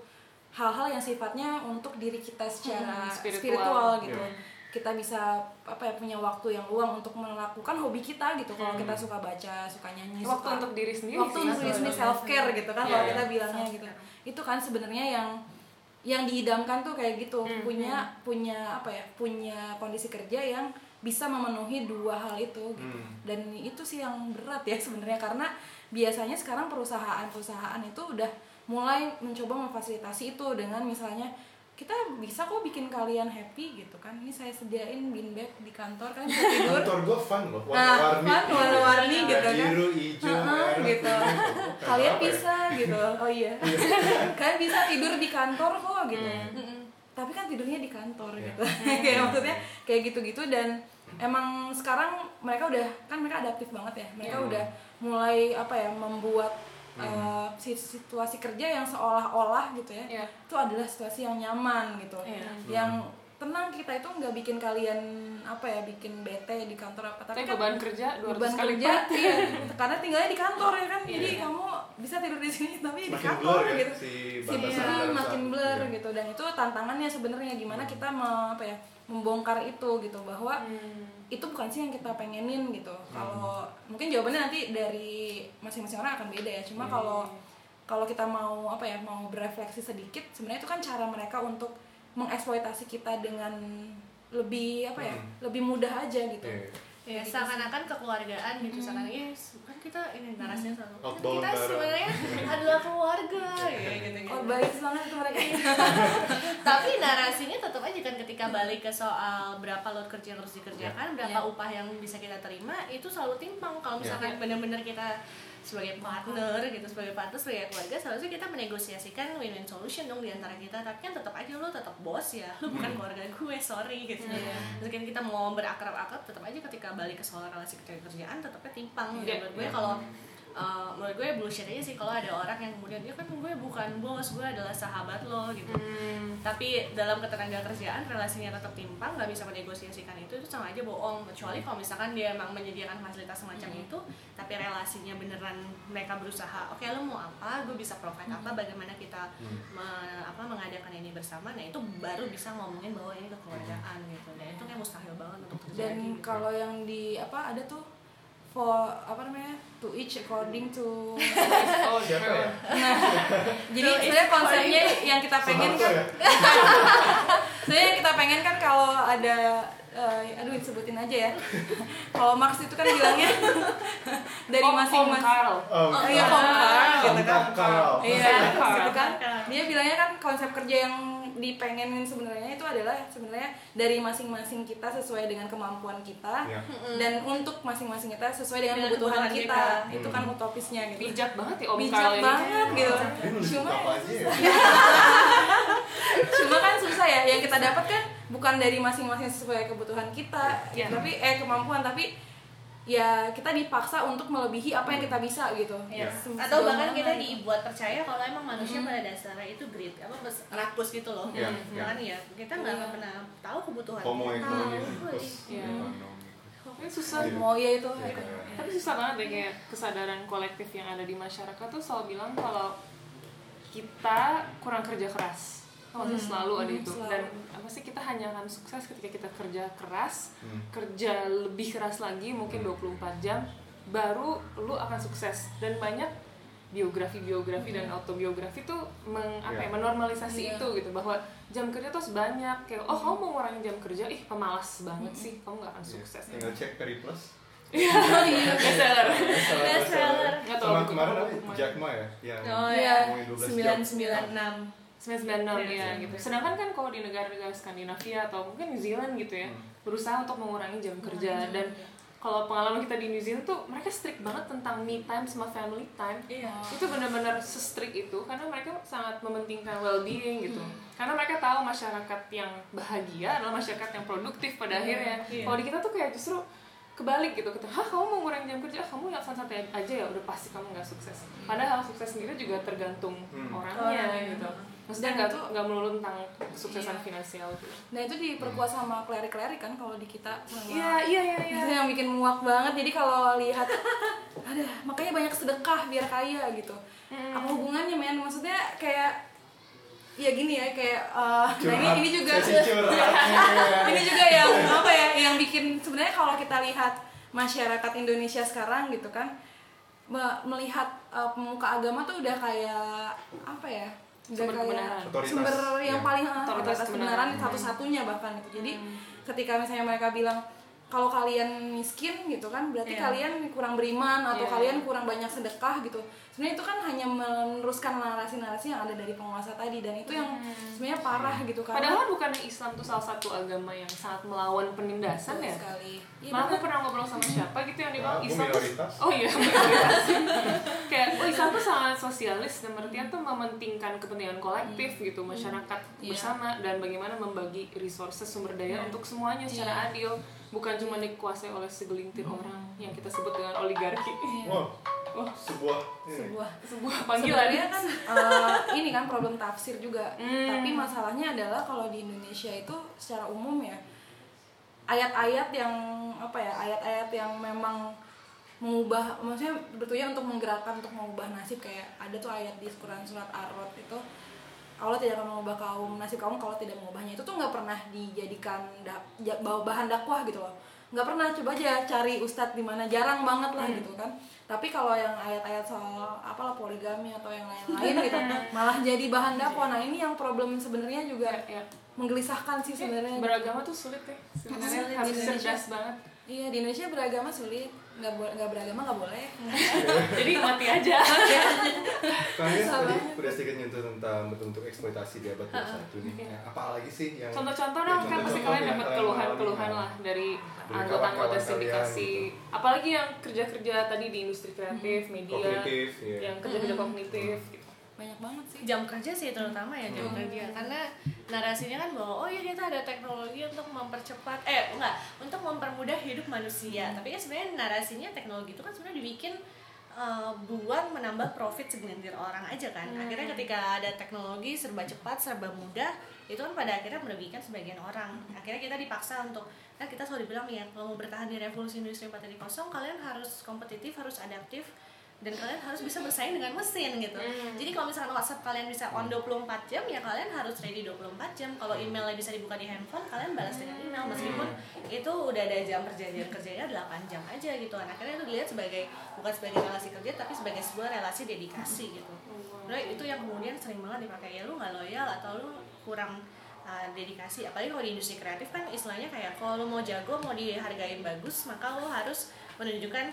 hal-hal yang sifatnya untuk diri kita secara Hmm, spiritual. spiritual gitu. Yeah. Kita bisa apa ya punya waktu yang luang untuk melakukan hobi kita gitu. Kalau Hmm. kita suka baca, suka nyanyi, Waktu suka untuk diri sendiri waktu sih, untuk diri sendiri, self care gitu kan Iya, kalau iya. kita bilangnya gitu. Itu kan sebenarnya yang yang diidamkan tuh kayak gitu, Hmm, punya punya apa ya? Punya kondisi kerja yang bisa memenuhi dua hal itu gitu. Hmm. Dan itu sih yang berat ya sebenarnya, karena biasanya sekarang perusahaan-perusahaan itu udah mulai mencoba memfasilitasi itu dengan misalnya kita bisa kok bikin kalian happy gitu kan, ini saya sediain bean bag di kantor, kalian bisa tidur. Kantor gue fun loh, Nah, warna-warni. fun, warna-warni gitu kan. Biru, hijau, Heeh, merah, gitu. kuning, gitu. Kalian Apa ya? bisa gitu, oh iya. Kalian bisa tidur di kantor kok gitu. Hmm. Tapi kan tidurnya di kantor Iya. gitu. Kayak maksudnya kayak gitu-gitu, dan emang sekarang mereka udah kan mereka adaptif banget ya. Mereka Iya. udah mulai apa ya membuat Hmm. uh, situasi kerja yang seolah-olah gitu ya. Iya. Itu adalah situasi yang nyaman gitu. Iya. Yang tenang, kita itu nggak bikin kalian apa ya bikin bete di kantor apa, Tapi kan beban kerja dua beban ratus kali kerja lipat. iya, karena tinggalnya di kantor ya kan, jadi Iya. kamu bisa tidur di sini tapi di Makin kantor blur ya, gitu si si batasan blur antara makin satu, blur iya. gitu. Dan itu tantangannya sebenarnya gimana kita me, apa ya membongkar itu gitu, bahwa Hmm. itu bukan sih yang kita pengenin gitu. Kalau mungkin jawabannya nanti dari masing-masing orang akan beda ya, cuma Hmm. kalau kalau kita mau apa ya mau berefleksi sedikit, sebenarnya itu kan cara mereka untuk mengeksploitasi kita dengan lebih apa ya Hmm. lebih mudah aja gitu. Iya. Ya, seakan-akan kekeluargaan gitu, seakan ya kan kita ini narasinya selalu kan Outbound kita bareng. sebenarnya adalah keluarga ya gitu gitu. Oh baik banget itu mereka. Tapi narasinya tetap aja kan ketika balik ke soal berapa load kerja yang harus dikerjakan, berapa Ya. upah yang bisa kita terima, itu selalu timpang. Kalau misalkan Ya. benar-benar kita sebagai partner gitu, sebagai partner, sebagai keluarga, seharusnya kita menegosiasikan win-win solution dong di antara kita. Tapi kan tetap aja lo tetap bos ya, lo bukan keluarga gue, sorry gitu. Iya. Mungkin kita mau berakrab-akrab, tetap aja ketika balik ke soal relasi kerjaan tetapnya timpang. Iya. Dan menurut gue kalau uh, menurut gue bullshit aja sih kalau ada orang yang kemudian dia kan gue bukan bos, gue adalah sahabat lo gitu. Hmm. Tapi dalam ketenaga kerjaan relasinya tetap timpang, nggak bisa menegosiasikan itu, itu sama aja bohong. Kecuali kalau misalkan dia emang menyediakan fasilitas semacam Hmm. itu, tapi relasinya beneran mereka berusaha, oke lo mau apa, gue bisa provide apa, bagaimana kita Hmm. me- apa mengadakan ini bersama. Nah itu baru bisa ngomongin bahwa ini kekeluargaan gitu. Dan itu kayak mustahil banget untuk terjadi. Dan gitu. kalau yang di apa ada tuh for apa namanya to each according to Oh, Siapa ya? nah jadi sebenarnya konsepnya yang kita pengen Soeharto kan ya? sebenarnya yang kita pengen kan kalau ada eh, aduh disebutin aja ya kalau Marx itu kan bilangnya dari Om- Om masing-masing Karl. Oh, oh iya Om Karl gitu kan Karl. iya Karl. gitu kan dia bilangnya kan konsep kerja yang dipengenin sebenarnya itu adalah sebenarnya dari masing-masing kita sesuai dengan kemampuan kita Ya. dan untuk masing-masing kita sesuai dengan Dengan kebutuhan kebutuhan kita, kita. itu kan utopisnya gitu Bijak banget ya Om bijak Karl ini. banget gitu Dia nulis cuma apa aja ya? cuma kan susah ya yang kita dapat kan bukan dari masing-masing sesuai kebutuhan kita Iya. tapi eh kemampuan tapi ya kita dipaksa untuk melebihi apa yang kita bisa gitu. Iya. Se- Atau sejauh bahkan mana kita gitu. dibuat percaya kalau emang manusia pada dasarnya itu greed, apa bes- rakus gitu loh. Iya, Ya kan ya, kita nggak akan pernah tahu kebutuhan Homo kita. economicus. Iya. Ekonomi. Ini susah. Iya. mau ya itu Iya. Tapi susah banget deh kayak kesadaran kolektif yang ada di masyarakat tuh selalu bilang kalau kita kurang kerja keras. Oh, Hmm, selalu ada hmm, itu. selalu. Dan apa sih kita hanya akan sukses ketika kita kerja keras, Hmm. kerja lebih keras lagi mungkin dua puluh empat jam baru lu akan sukses. Dan banyak biografi-biografi dan autobiografi tuh meng, apa ya, Iya. menormalisasi Iya. itu gitu bahwa jam kerja tuh sebanyak kayak oh kamu mau ngurangin jam kerja ih pemalas banget sih kamu gak akan Iya. sukses. Tinggal cek Peri Plus. Iya, bestseller. Bestseller. Nggak tahu Sama buku kemarin apa apa? buku mana. Jack Ma ya, yang Oh Iya, ngomongin dua belas sembilan jam. sembilan enam sembilan sembilan enam Iya, ya iya. gitu. Sedangkan kan kalau di negara-negara Skandinavia atau mungkin New Zealand gitu ya, Hmm. berusaha untuk mengurangi jam kerja dan kalau pengalaman kita di New Zealand tuh mereka strict banget tentang me time sama family time. Iya. Itu benar-benar se-strict itu karena mereka sangat mementingkan well-being gitu. Karena mereka tahu masyarakat yang bahagia adalah masyarakat yang produktif pada akhirnya. iya. Kalau di kita tuh kayak justru kebalik gitu, kita, hah kamu mau ngurangin jam kerja, kamu yang santai aja ya udah pasti kamu nggak sukses. Padahal sukses sendiri juga tergantung Hmm. orangnya Orangnya. gitu. Maksudnya Dan nggak itu- nggak melulu tentang kesuksesan Iya. finansial gitu. nah itu diperkuat sama klerik-klerik kan kalau di kita sama Iya iya iya iya. itu yang bikin muak banget. Jadi kalau lihat ada makanya banyak sedekah biar kaya gitu. Mm. Apa hubungannya men? Maksudnya kayak ya gini ya kayak uh, nah ini ini juga Sesi curhat. ini juga yang apa ya yang bikin sebenarnya kalau kita lihat masyarakat Indonesia sekarang gitu kan me- melihat uh, pemuka agama tuh udah kayak apa ya udah Sumber kayak kebenaran. Otoritas. sumber yang Ya. paling uh, Otoritas otoritas kebenaran kebenaran. satu-satunya bahkan gitu jadi Hmm. ketika misalnya mereka bilang kalau kalian miskin gitu kan berarti Iya. kalian kurang beriman atau Iya. kalian kurang banyak sedekah gitu sebenarnya itu kan hanya meneruskan narasi-narasi yang ada dari penguasa tadi dan itu yang sebenarnya parah gitu kan Padahal bukannya Islam tuh salah satu agama yang sangat melawan penindasan ya? sekali ya, Malah aku benar. pernah ngobrol sama siapa gitu yang dibilang Nah, aku Islam tuh minoritas. oh iya minoritas. Kayak oh Islam tuh sangat sosialis dan artian tuh mementingkan kepentingan kolektif gitu masyarakat Iya. bersama dan bagaimana membagi resources sumber daya untuk semuanya secara adil bukan cuma dikuasai oleh segelintir orang yang kita sebut dengan oligarki. Wow, Wah, sebuah ini. sebuah sebuah panggilan. sebenarnya kan eh, ini kan problem tafsir juga Hmm. tapi masalahnya adalah kalau di Indonesia itu secara umum ya ayat-ayat yang apa ya ayat-ayat yang memang mengubah maksudnya bertujuan untuk menggerakkan untuk mengubah nasib kayak ada tuh ayat di Quran surat Ar-Rod itu Allah tidak akan mengubah kaum nasib kaum kalau tidak mengubahnya itu tuh nggak pernah dijadikan da- ja- bahan dakwah gitu loh nggak pernah coba aja cari ustadz di mana jarang banget lah gitu kan tapi kalau yang ayat-ayat soal apalah poligami atau yang lain-lain gitu malah jadi bahan dakwah nah ini yang problem sebenarnya juga Ya, ya. menggelisahkan sih sebenarnya Beragama tuh sulit ya. Sebenarnya Sulit harus di Indonesia. cerdas banget. iya di Indonesia beragama sulit nggak bo- nggak beragama nggak boleh Jadi mati aja. Kalian Salah. tadi udah sedikit nyentuh tentang bentuk eksploitasi di abad dua puluh satu nih. Ya, apa lagi sih yang Contoh-contoh ya, dong, kan pasti contoh-contoh kalian yang dapat kalian keluhan-keluhan alami, lah dari Dari anggota-anggota kawan-kawan sindikasi. kalian, gitu. Apalagi yang kerja-kerja tadi di industri kreatif, media, kognitif, ya. yang kerja-kerja kognitif gitu. banyak banget sih jam kerja sih terutama ya jam kerja karena narasinya kan bahwa oh ya kita ada teknologi untuk mempercepat eh enggak untuk mempermudah hidup manusia tapi kan sebenarnya narasinya teknologi itu kan sebenarnya dibikin uh, buat menambah profit segelintir orang aja kan akhirnya ketika ada teknologi serba cepat serba mudah itu kan pada akhirnya merugikan sebagian orang akhirnya kita dipaksa untuk kan kita selalu bilang ya kalau mau bertahan di revolusi industri empat titik nol kalian harus kompetitif harus adaptif dan kalian harus bisa bersaing dengan mesin gitu. Hmm. Jadi kalau misalkan WhatsApp kalian bisa on dua puluh empat jam ya kalian harus ready dua puluh empat jam. Kalau emailnya bisa dibuka di handphone, kalian balas dengan email meskipun itu udah ada jam kerja jam kerjanya delapan jam aja gitu. Nah, akhirnya itu dilihat sebagai bukan sebagai relasi kerja tapi sebagai sebuah relasi dedikasi gitu. Nah, itu yang kemudian sering banget dipakai ya lu nggak loyal atau lu kurang uh, dedikasi. Apalagi kalau di industri kreatif kan istilahnya kayak kalau lu mau jago mau dihargain bagus maka lu harus menunjukkan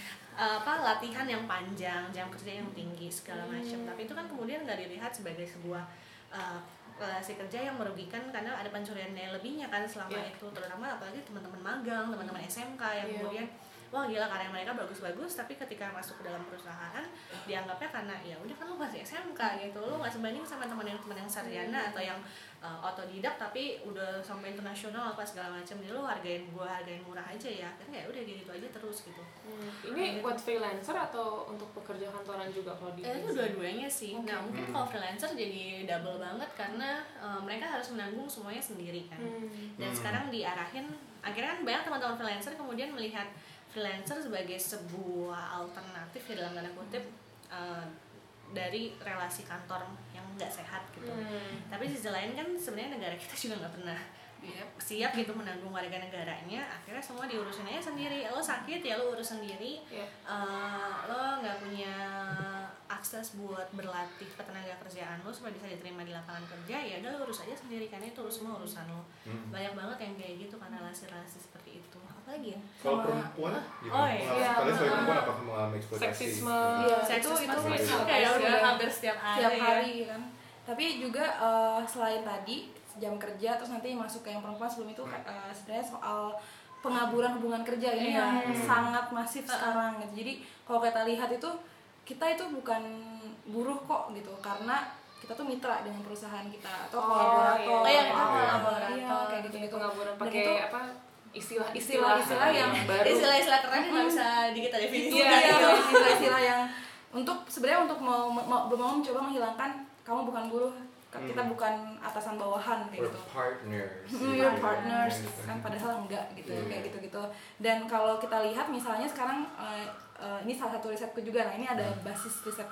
apa latihan yang panjang, jam kerja yang tinggi segala macam. Tapi itu kan kemudian nggak dilihat sebagai sebuah uh, relasi kerja yang merugikan karena ada pencurian nilai lebihnya kan selama Yeah. itu terutama apalagi teman-teman magang, teman-teman S M K yang Yeah. kemudian wah gila karya mereka bagus-bagus tapi ketika masuk ke dalam perusahaan dianggapnya karena ya udah kan lu masih S M K gitu lu nggak sebanding sama teman yang teman yang sarjana atau yang uh, otodidak tapi udah sampai internasional apa segala macam jadi lu hargain gua hargain murah aja ya kan ya udah gitu aja terus gitu. Ini buat freelancer atau untuk pekerja kantoran juga kalau di Eh, itu dua-duanya sih. Oke. Nah mungkin kalau freelancer jadi double banget karena uh, mereka harus menanggung semuanya sendiri kan. Hmm. Dan Hmm. sekarang diarahin, akhirnya kan banyak teman-teman freelancer kemudian melihat freelancer sebagai sebuah alternatif ya dalam tanda kutip uh, dari relasi kantor yang nggak sehat gitu. Hmm. Tapi di sisi lain kan sebenarnya negara kita juga nggak pernah ya, siap gitu menanggung warga negaranya. Akhirnya semua diurusin aja sendiri. Lo sakit ya lo urus sendiri. Yeah. Uh, lo nggak punya akses buat berlatih ketenaga kerjaan lo supaya bisa diterima di lapangan kerja ya udah lo urus aja sendiri karena itu semua urusan lo. Hmm. Banyak banget yang kayak gitu karena relasi-relasi seperti itu. Apalagi ya? Kalau Sama- perempuan gimana? Oh, iya. Mengalami- kalian sebagai perempuan apa mengalami eksploitasi? Seksisme. Iya, Seksisme itu- itu sih itu kayak ya. udah hampir setiap hari. tiap ya. hari kan tapi juga eh, selain tadi jam kerja terus nanti masuk ke yang perempuan sebelum itu eh, sebenarnya soal pengaburan hubungan kerja ini Iya. yang Hmm. sangat masif sekarang gitu jadi kalau kita lihat itu kita itu bukan buruh kok gitu karena kita tuh mitra dengan perusahaan kita atau Oh, kolaborator iya. Oh, iya, atau kita apa. kolaborator. Iya, kayak gitu gitu Pengaburan Dan pakai itu apa? Istilah-istilah istilah-istilah yang baru. Istilah-istilah keren yang nggak bisa kita Iya, definisikan. iya, istilah-istilah yang untuk sebenarnya untuk mau, mau, mau mencoba menghilangkan kamu bukan buruh, kita Hmm. bukan atasan bawahan kayak We're gitu. partners. Hmm, gitu you're ya. partners Gitu. kan padahal enggak gitu Iya. kayak gitu-gitu. Dan kalau kita lihat misalnya sekarang eh, uh, ini salah satu risetku juga, nah ini ada basis risetnya.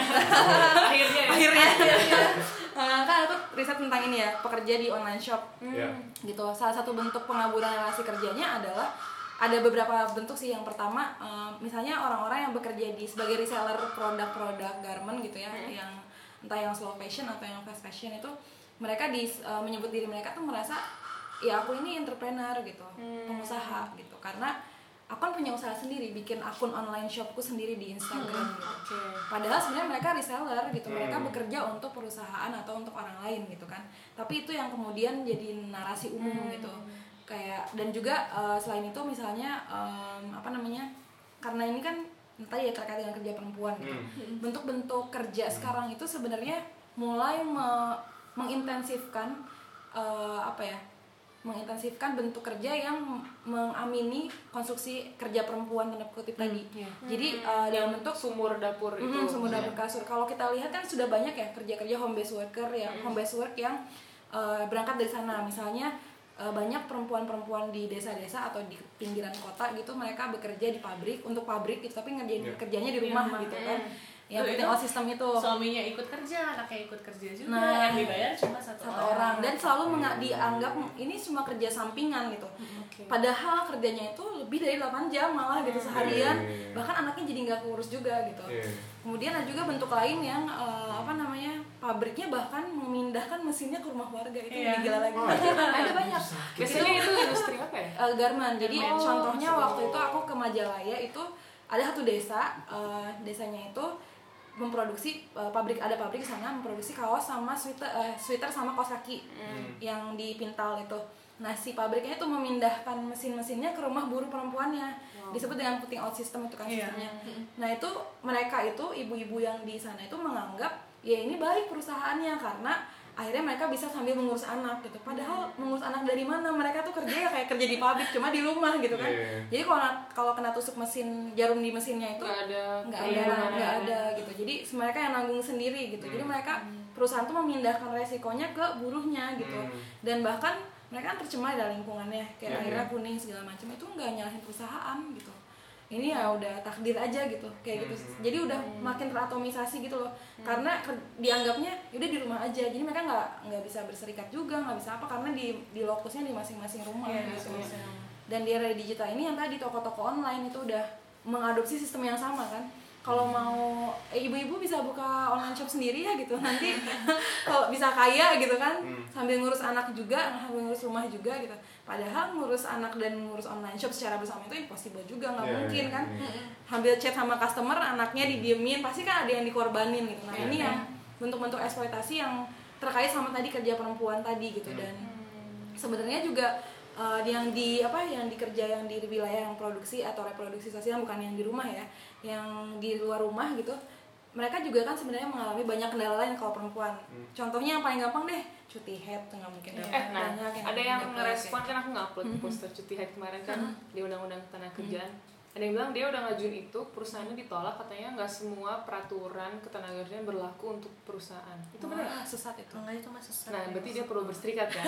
akhirnya ya? akhirnya akhirnya uh, kan aku riset tentang ini ya, pekerja di online shop. Yeah. Gitu. Salah satu bentuk pengaburan relasi kerjanya adalah ada beberapa bentuk sih. Yang pertama uh, misalnya orang-orang yang bekerja di sebagai reseller produk-produk garment gitu ya, hmm. yang entah yang slow fashion atau yang fast fashion, itu mereka di uh, menyebut diri mereka tuh merasa ya aku ini entrepreneur gitu, hmm. pengusaha gitu, karena aku kan punya usaha sendiri, bikin akun online shopku sendiri di Instagram hmm. gitu. Okay. Padahal sebenarnya mereka reseller gitu, hmm. mereka bekerja untuk perusahaan atau untuk orang lain gitu kan. Tapi itu yang kemudian jadi narasi umum hmm. gitu. Kayak dan juga uh, selain itu misalnya um, apa namanya? Karena ini kan tadi ya terkait dengan kerja perempuan gitu. Hmm. Bentuk-bentuk kerja hmm. sekarang itu sebenarnya mulai me- mengintensifkan uh, apa ya? mengintensifkan bentuk kerja yang mengamini konstruksi kerja perempuan tanda kutip hmm, tadi. Yeah. Jadi uh, dalam bentuk sumur dapur itu. Mm, sumur dapur kasur. Kalau kita lihat kan sudah banyak ya kerja-kerja home based worker ya, mm. home based work yang uh, berangkat dari sana. Misalnya uh, banyak perempuan-perempuan di desa-desa atau di pinggiran kota gitu, mereka bekerja di pabrik untuk pabrik gitu, tapi ngerjain yeah. kerjanya di rumah yeah. gitu kan. Mm. Yang penting all sistem itu suaminya ikut kerja, anaknya ikut kerja juga, nah, yang dibayar cuma satu, satu orang. orang dan selalu menga- dianggap ini semua kerja sampingan gitu. Okay. Padahal kerjanya itu lebih dari delapan jam malah gitu seharian, yeah. bahkan anaknya jadi nggak keurus juga gitu. Yeah. Kemudian ada juga bentuk lain yang uh, apa namanya, pabriknya bahkan memindahkan mesinnya ke rumah warga, itu yeah. lebih gila lagi. Oh, ada banyak. Biasanya itu industri apa ya? Uh, garment. Jadi oh, contohnya so. waktu itu aku ke Majalaya itu ada satu desa, uh, desanya itu memproduksi uh, pabrik ada pabrik di sana memproduksi kaos sama sweater uh, sweater sama kaos kaki mm. yang dipintal itu. Nah si pabriknya itu memindahkan mesin-mesinnya ke rumah buruh perempuannya, wow. disebut dengan putting out system itu kan yeah. sistemnya. Mm. Nah itu mereka itu ibu-ibu yang di sana itu menganggap ya ini baik perusahaannya karena akhirnya mereka bisa sambil mengurus anak gitu. Padahal mengurus anak dari mana? Mereka tuh kerja ya kayak kerja di pabrik cuma di rumah gitu kan. Yeah. Jadi kalau kalau kena tusuk mesin jarum di mesinnya itu nggak ada nggak ada nggak ada gitu. Jadi mereka yang nanggung sendiri gitu. Hmm. Jadi mereka perusahaan tuh memindahkan resikonya ke buruhnya gitu. Hmm. Dan bahkan mereka kan tercemar dalam lingkungannya kayak yeah, akhirnya yeah. kuning segala macam, itu nggak nyalahin perusahaan gitu. Ini ya udah takdir aja gitu kayak gitu. Jadi udah makin teratomisasi gitu loh. Hmm. Karena dianggapnya udah di rumah aja. Jadi mereka nggak nggak bisa berserikat juga, nggak bisa apa karena di di lokusnya di masing-masing rumah yeah, gitu. Yeah. Dan di era digital ini yang tadi toko-toko online itu udah mengadopsi sistem yang sama kan. Kalau mau eh, ibu-ibu bisa buka online shop sendiri ya gitu. Nanti kalau bisa kaya gitu kan, sambil ngurus anak juga, sambil ngurus rumah juga gitu. Padahal ngurus anak dan ngurus online shop secara bersama itu impossible juga, nggak yeah, mungkin kan. Yeah. Sambil chat sama customer, anaknya didiemin, pasti kan ada yang dikorbanin gitu. Nah yeah, ini yeah. yang bentuk-bentuk eksploitasi yang terkait sama tadi kerja perempuan tadi gitu. Dan sebenarnya juga uh, yang di apa yang dikerja yang di wilayah yang produksi atau reproduksi sosial, bukan yang di rumah ya, yang di luar rumah gitu, mereka juga kan sebenarnya mengalami banyak kendala lain kalau perempuan. Hmm. Contohnya yang paling gampang deh, cuti haid tuh nggak mungkin. Eh, nah, yang ada yang ngerespon kan, aku nge-upload hmm. poster cuti haid kemarin kan hmm. di Undang-Undang Tenaga Kerjaan. Hmm. Ada yang bilang dia udah ngajuin itu, perusahaannya ditolak, katanya nggak semua peraturan ketenagakerjaan berlaku untuk perusahaan. Itu benar? Ah, sesat itu. Enggak, itu mah sesat. Nah, ya, berarti dia perlu berserikat kan?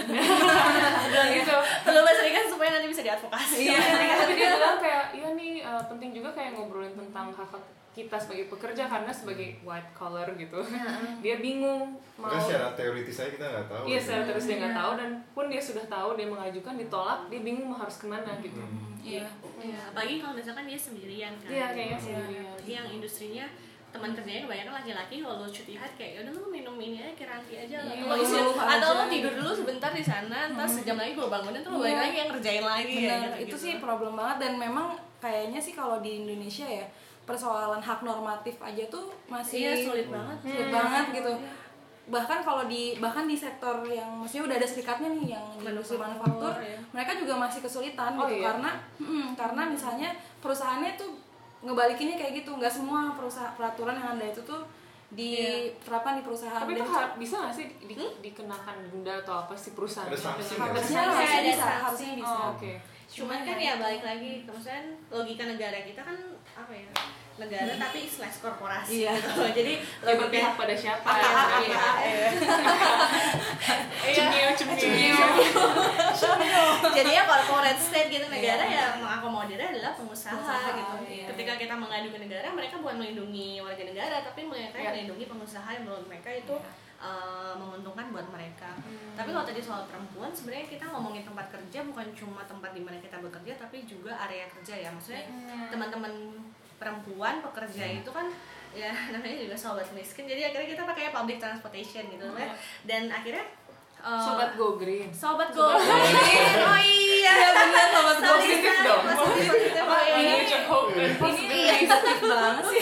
gitu. Perlu berserikat supaya nanti bisa diadvokasi. Iya, tapi dia bilang kayak, iya nih uh, penting juga kayak ngobrolin tentang hak-hak kita sebagai pekerja karena sebagai white collar gitu. Dia bingung mau. Karena secara teoritis aja kita nggak tahu. Iya, secara teoritis dia nggak tahu, dan pun dia sudah tahu, dia mengajukan, ditolak, dia bingung mau harus kemana gitu. Iya. Iya. Apalagi kalau misalkan dia sendirian kan. Iya, kayaknya sendirian. Jadi yang industrinya teman kerjanya kebanyakan laki-laki, kalau cuti haid kayak udah lu minum ini aja kiranti aja lah. Iya, lu atau lu tidur dulu sebentar di sana, ntar sejam lagi gue bangunin tuh lu balik lagi yang ngerjain lagi. Benar, ya, itu gitu. sih problem banget. Dan memang kayaknya sih kalau di Indonesia ya persoalan hak normatif aja tuh masih iya, sulit banget sulit hmm. banget gitu. Bahkan kalau di bahkan di sektor yang maksudnya udah ada serikatnya nih yang di industri manufaktur, ya. Mereka juga masih kesulitan oh, gitu iya? karena hmm, karena misalnya perusahaannya tuh ngebalikinnya kayak gitu, nggak semua perusahaan peraturan yang ada itu tuh diterapkan iya. di perusahaan. Tapi itu har- bisa nggak sih di, hmm? dikenakan denda atau apa sih perusahaan? Ada sanksi harusnya harusnya bisa, harusnya bisa. Oh, oke. Okay. Cuman kan ya balik lagi, maksudnya logika negara kita kan apa ya, negara tapi slash korporasi Iya. gitu. Jadi Ya, lebih berpihak pada siapa Ah, ya? ah, ah, Iya. ah, iya. Cemil, cemil. Jadinya corporate state gitu, negara ya mengakomodirnya adalah pengusaha, Pengusaha, gitu. iya. Ketika kita mengadu ke negara, mereka bukan melindungi warga negara, tapi mereka Iya. melindungi pengusaha yang menurut mereka itu uh, menguntungkan buat mereka. Hmm. Tapi kalau tadi soal perempuan, sebenarnya kita ngomongin tempat kerja bukan cuma tempat di mana kita bekerja, tapi juga area kerja ya. Maksudnya Hmm. teman-teman perempuan pekerja itu kan ya namanya juga sobat miskin, jadi akhirnya kita pakai public transportation gitu kan. Dan akhirnya uh, Sobat Go Green. Sobat Go Green. Oh iya, benar Sobat Go Sorry, Positif sorry, dong. positif, positif. Oh, iya, Ini iya. hope and Ini possibility. positif banget sih.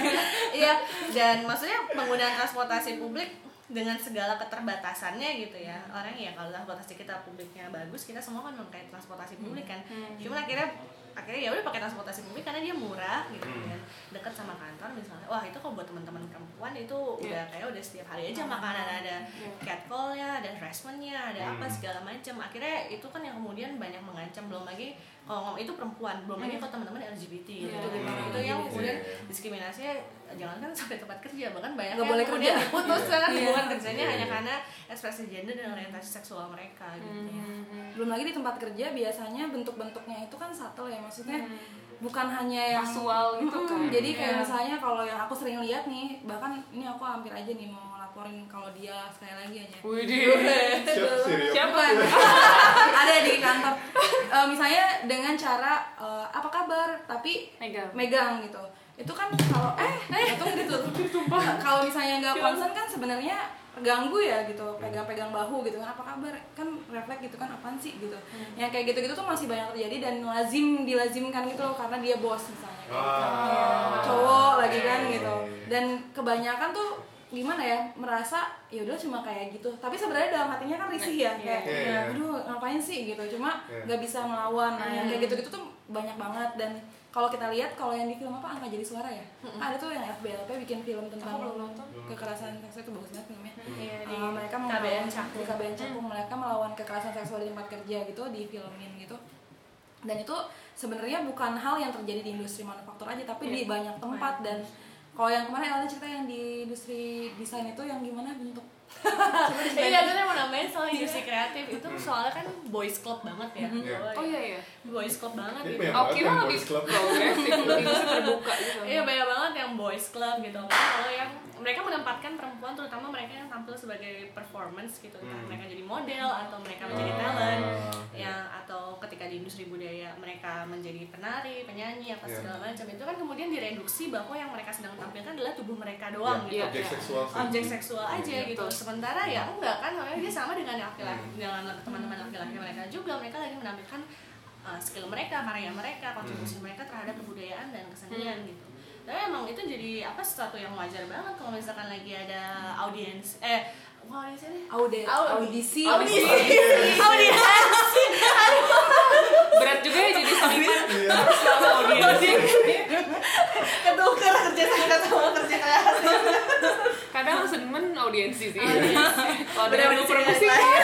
Iya, dan maksudnya penggunaan transportasi publik dengan segala keterbatasannya gitu ya. Orang ya kalau transportasi kita publiknya bagus, kita semua kan memakai transportasi publik kan. Cuma akhirnya akhirnya ya udah pakai transportasi publik karena dia murah gitu kan, dekat sama kantor misalnya. Wah, itu kalau buat teman-teman perempuan itu udah kayak udah setiap hari aja makanan, ada catcall-nya, ada harassment-nya, ada apa segala macam. Akhirnya itu kan yang kemudian banyak mengancam, belum lagi kalau ngomong itu perempuan, belum lagi kalau teman-teman L G B T gitu. Iya. Gitu. Itu yang Iya. kemudian diskriminasinya jangan kan sampai tempat kerja, bahkan banyak Nggak yang boleh kemudian kerja. diputus kan Iya. hubungan kerjanya Iya. hanya karena ekspresi gender dan orientasi seksual mereka gitu. Belum lagi di tempat kerja biasanya bentuk-bentuknya itu kan subtle ya, maksudnya bukan hanya yang Kasual gitu kan. Mm, jadi kayak Iya. misalnya kalau yang aku sering lihat nih, bahkan ini aku hampir aja nih mau laporin kalau dia sekali lagi aja. Widih. Siap, serius. Siapa? Bukan. Ada di kantor. Eh, misalnya dengan cara eh, apa kabar tapi Megang. megang gitu. Itu kan kalau eh itu gitu. Kalau misalnya nggak concern kan sebenarnya ganggu ya gitu, pegang-pegang bahu gitu kan, apa kabar, kan refleks gitu kan, apaan sih gitu. Yang kayak gitu-gitu tuh masih banyak terjadi dan lazim dilazimkan gitu loh karena dia bos misalnya kayak gitu. Ah. Cowok lagi kan gitu. Dan kebanyakan tuh gimana ya, merasa ya udah cuma kayak gitu, tapi sebenarnya dalam hatinya kan risih ya, kayak Iya, iya. aduh ngapain sih gitu, cuma Iya. nggak bisa melawan. Nah yang kayak gitu-gitu tuh banyak banget. Dan kalau kita lihat kalau yang di film apa Angka Jadi Suara ya, ada tuh yang F B L P bikin film tentang Aku belum nonton. kekerasan seksual, itu bagus banget filmnya. Iya, di Uh, mereka K B N melawan Cakung. di K B N Cakung, mereka melawan kekerasan seksual di tempat kerja gitu, di filmin gitu. Dan itu sebenarnya bukan hal yang terjadi di industri manufaktur aja, tapi di banyak tempat. Dan kalau yang kemarin Elna cerita yang di industri desain itu yang gimana bentuk? Iya, itu yang mau nambahin soal industri kreatif itu soalnya kan boys club banget ya. Iya. Oh iya iya. Boys club banget Jadi gitu. banyak Oh, banget kira yang lebih boys club. progresif, lebih bisa terbuka gitu. Iya, banyak banget yang boys club gitu. Kalau yang mereka menempatkan perempuan, terutama mereka yang tampil sebagai performance gitu, entah Hmm. mereka jadi model atau mereka menjadi Ah, talent, iya. ya atau ketika di industri budaya mereka menjadi penari, penyanyi apa Iya. segala macam, itu kan kemudian direduksi bahwa yang mereka sedang tampilkan adalah tubuh mereka doang Iya, gitu. objek Iya. seksual sih. Objek seksual aja Iya, gitu. betul. Sementara ya enggak kan, makanya dia sama dengan laki-laki, Hmm. dengan teman-teman laki-laki mereka juga, mereka lagi menampilkan uh, skill mereka, karya mereka, kontribusi mereka terhadap kebudayaan dan kesenian gitu. Tapi emang itu jadi apa, sesuatu yang wajar banget kalau misalkan lagi ada audiens eh wah audiens ini Aude, Audi- audisi, audisi Audiens. audiensi Berat juga ya jadi seniman. Iya. Harus selalu audiens. ketukar kerja sama sama kerja kreatif. Kadang seniman audiensi sih. Kalau Bener-bener ada produksi lain.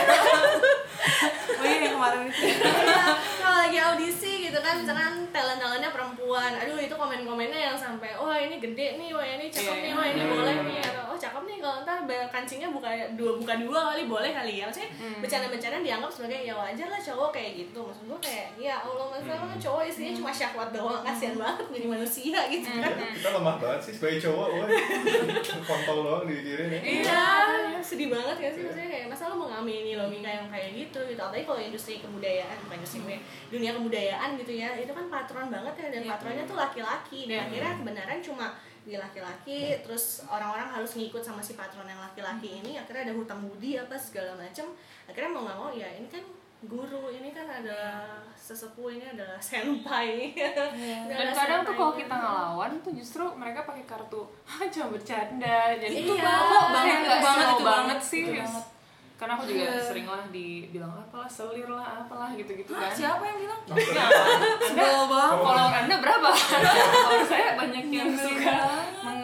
oh iya yang kemarin itu. Iya, kalau lagi audisi gitu kan, misalkan talent-talentnya perempuan, aduh itu komen-komennya yang sampai wah ini gede nih, wah ini cakep Iya, nih, iya. wah ini Hmm. boleh nih, atau oh cakep nih, kalau ntar ba- kancingnya buka dua buka dua kali boleh kali ya. Maksudnya bercanda-bercanda dianggap sebagai ya wajar lah cowok kayak gitu. Maksud gue kayak ya Allah, masalah cowok isinya cuma syahwat doang, kasihan banget jadi manusia gitu kan. Kita lemah banget sih sebagai cowok, wah. Kontol doang dipikirin ya. Iya, sedih banget ya sih, maksudnya kayak masa lo mengamini logika yang kayak gitu gitu. Apalagi kalau industri kebudayaan, bukan industri kebudayaan, dunia kebudayaan gitu ya, itu kan patron banget ya, dan patronnya tuh laki-laki, dan akhirnya kebenaran cuma di laki-laki, terus orang-orang harus ngikut sama si patron yang laki-laki ini, akhirnya ada hutang budi apa segala macam. Akhirnya mau nggak mau ya ini kan guru, ini kan ada sesepuh, ini adalah senpai. Dan kadang tuh kalau kita ngelawan tuh justru mereka pakai kartu ah cuma bercanda. Jadi Itu tuh banget, kok banget, kayak nggak banget, slow itu banget banget, sih. itu banget. Karena aku juga Iya. sering lah dibilang apalah selir lah apalah gitu-gitu Hah, kan. siapa yang bilang? Ya, Sebel banget. follower Anda berapa? Kalau saya banyak yang Nyebelin suka banget. meng- melihat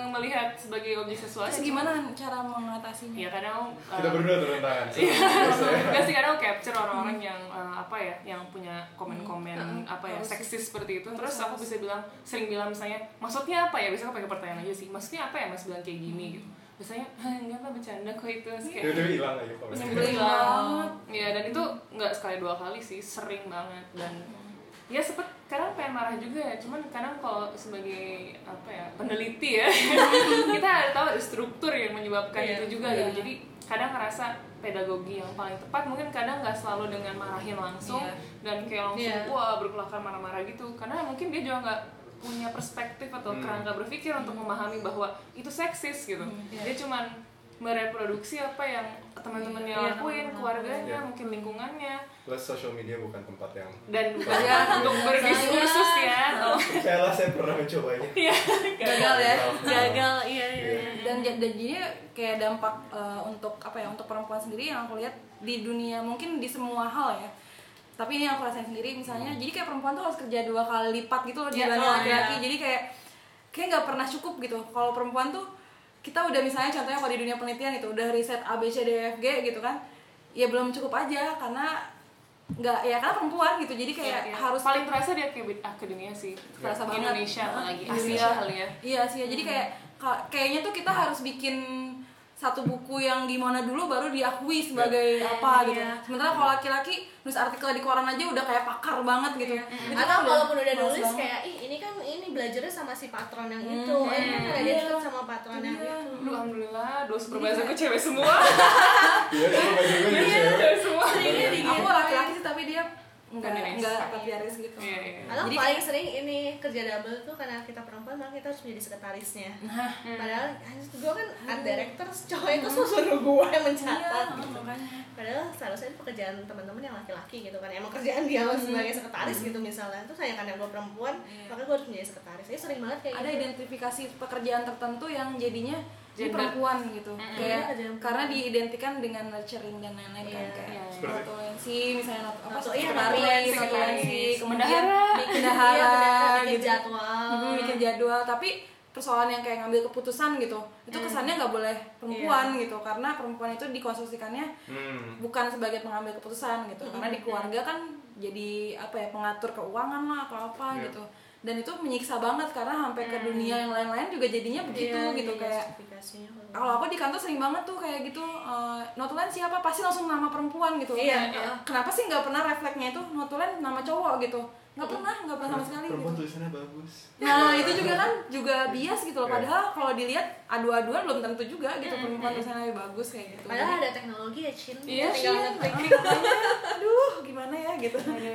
dilihat sebagai objek sesuatu. Terus gimana cara mengatasinya? Ya kadang Kita uh, berdua turun tangan. Enggak sih, kadang capture orang-orang yang uh, apa ya, yang punya komen-komen Hmm. apa ya, Harus seksis seperti itu. harus, Terus aku harus. bisa bilang, sering bilang misalnya, maksudnya apa ya? Biasanya aku pakai pertanyaan aja sih. Maksudnya apa ya Mas bilang kayak gini gitu. Biasanya, "Hah, enggak apa bercanda kok itu." Terus kayak Udah hilang aja komennya. Nyebelin hilang. banget. Ya, dan itu nggak sekali dua kali sih, sering banget. Dan ya sempet kadang pengen marah juga ya, cuman kadang kalau sebagai apa ya, peneliti ya kita ada tahu ada struktur yang menyebabkan Iya, itu juga iya. gitu. Jadi kadang ngerasa pedagogi yang paling tepat mungkin kadang nggak selalu dengan marahin langsung Iya. dan kayak langsung Iya. wah berkelakar marah-marah gitu, karena mungkin dia juga nggak punya perspektif atau Hmm. kerangka berpikir untuk memahami bahwa itu seksis gitu. iya. Dia cuman mereproduksi apa yang teman-temannya Iya, lakuin, teman-teman. keluarganya, Iya. mungkin lingkungannya, Plus social media bukan tempat yang dan bukan Iya. untuk berdiskursus ya. Oh. percayalah saya pernah mencobanya. Iya. Gagal ya. gagal iya iya, iya. Dan dan jadinya kayak dampak uh, untuk apa ya, untuk perempuan sendiri yang aku lihat di dunia, mungkin di semua hal ya. Tapi ini yang aku rasain sendiri, misalnya jadi kayak perempuan tuh harus kerja dua kali lipat gitu loh Iya, dibanding oh, laki-laki. iya. Jadi kayak kayak nggak pernah cukup gitu. Kalau perempuan tuh kita udah misalnya contohnya kalau di dunia penelitian itu udah riset A B C D E F G gitu kan, ya belum cukup aja karena nggak ya karena perempuan gitu. Jadi kayak Iya, iya. harus paling terasa di akademia, akademia sih. terasa Di banget. Indonesia apalagi Indonesia Asia kali ya. Iya sih ya. Jadi kayak ka- kayaknya tuh kita harus bikin satu buku yang di mana dulu baru diakui sebagai apa gitu. Iya. Sementara kalau laki-laki nulis artikel di koran aja udah kayak pakar banget gitu. Itu Atau kan kalaupun udah males nulis banget. kayak ih ini kan ini belajarnya sama si patron yang itu, Hmm, ini kan ada iya. deket sama patron yang Iya. itu. Aduh, alhamdulillah, dua supervisor aku cewek semua. Iya, sama baju gue juga cewek. Cewek semua. Seringnya di Aku laki-laki sih tapi dia enggak Feminis. enggak patriaris gitu. Iya, iya. Atau Jadi paling sering ini kerja double tuh karena kita perempuan malah kita harus menjadi sekretarisnya. Nah, Padahal gue kan art director, cowok itu suruh gue yang mencatat. iya, gitu. makanya. Padahal seharusnya itu pekerjaan teman-teman yang laki-laki gitu kan, emang kerjaan dia sebagai sekretaris gitu misalnya. Terus hanya karena gue perempuan, maka gue harus menjadi sekretaris. Jadi sering banget kayak Ada gitu. identifikasi pekerjaan tertentu yang jadinya ini Gender. perempuan gitu. Mm-mm. Kayak Iya, ada- karena diidentikan dengan nurturing dan lain-lain kan, Iya, kayak iya. Seperti- notulensi misalnya not, apa Notu- iya, sekretaris, notulensi, notulensi, sekretaris. kemudian Bendahara. bikin Iya, bendahara benar, bikin gitu. jadwal. Mm, bikin jadwal, tapi persoalan yang kayak ngambil keputusan gitu itu kesannya nggak boleh perempuan gitu, karena perempuan itu dikonstruksikannya Hmm. bukan sebagai pengambil keputusan gitu, karena di keluarga kan jadi apa ya, pengatur keuangan lah atau apa Iya. gitu, dan itu menyiksa banget karena sampai ke dunia yang lain-lain juga jadinya begitu Iya, gitu. iya, Kayak justifikasinya. kalau aku di kantor sering banget tuh kayak gitu, uh, notulen siapa pasti langsung nama perempuan gitu. Iya, Kayak, iya. kenapa sih nggak pernah refleksnya itu notulen nama cowok gitu, nggak pernah nggak pernah sama sekali Perempuan gitu. tulisannya bagus. Nah itu juga kan juga bias gitu loh, Iya. padahal kalau dilihat adu-aduan belum tentu juga gitu perempuan tulisannya lebih bagus kayak gitu. Padahal ada teknologi ya, Cin. Iya, Tinggal Iya, ngetik. makanya, aduh gimana ya gitu.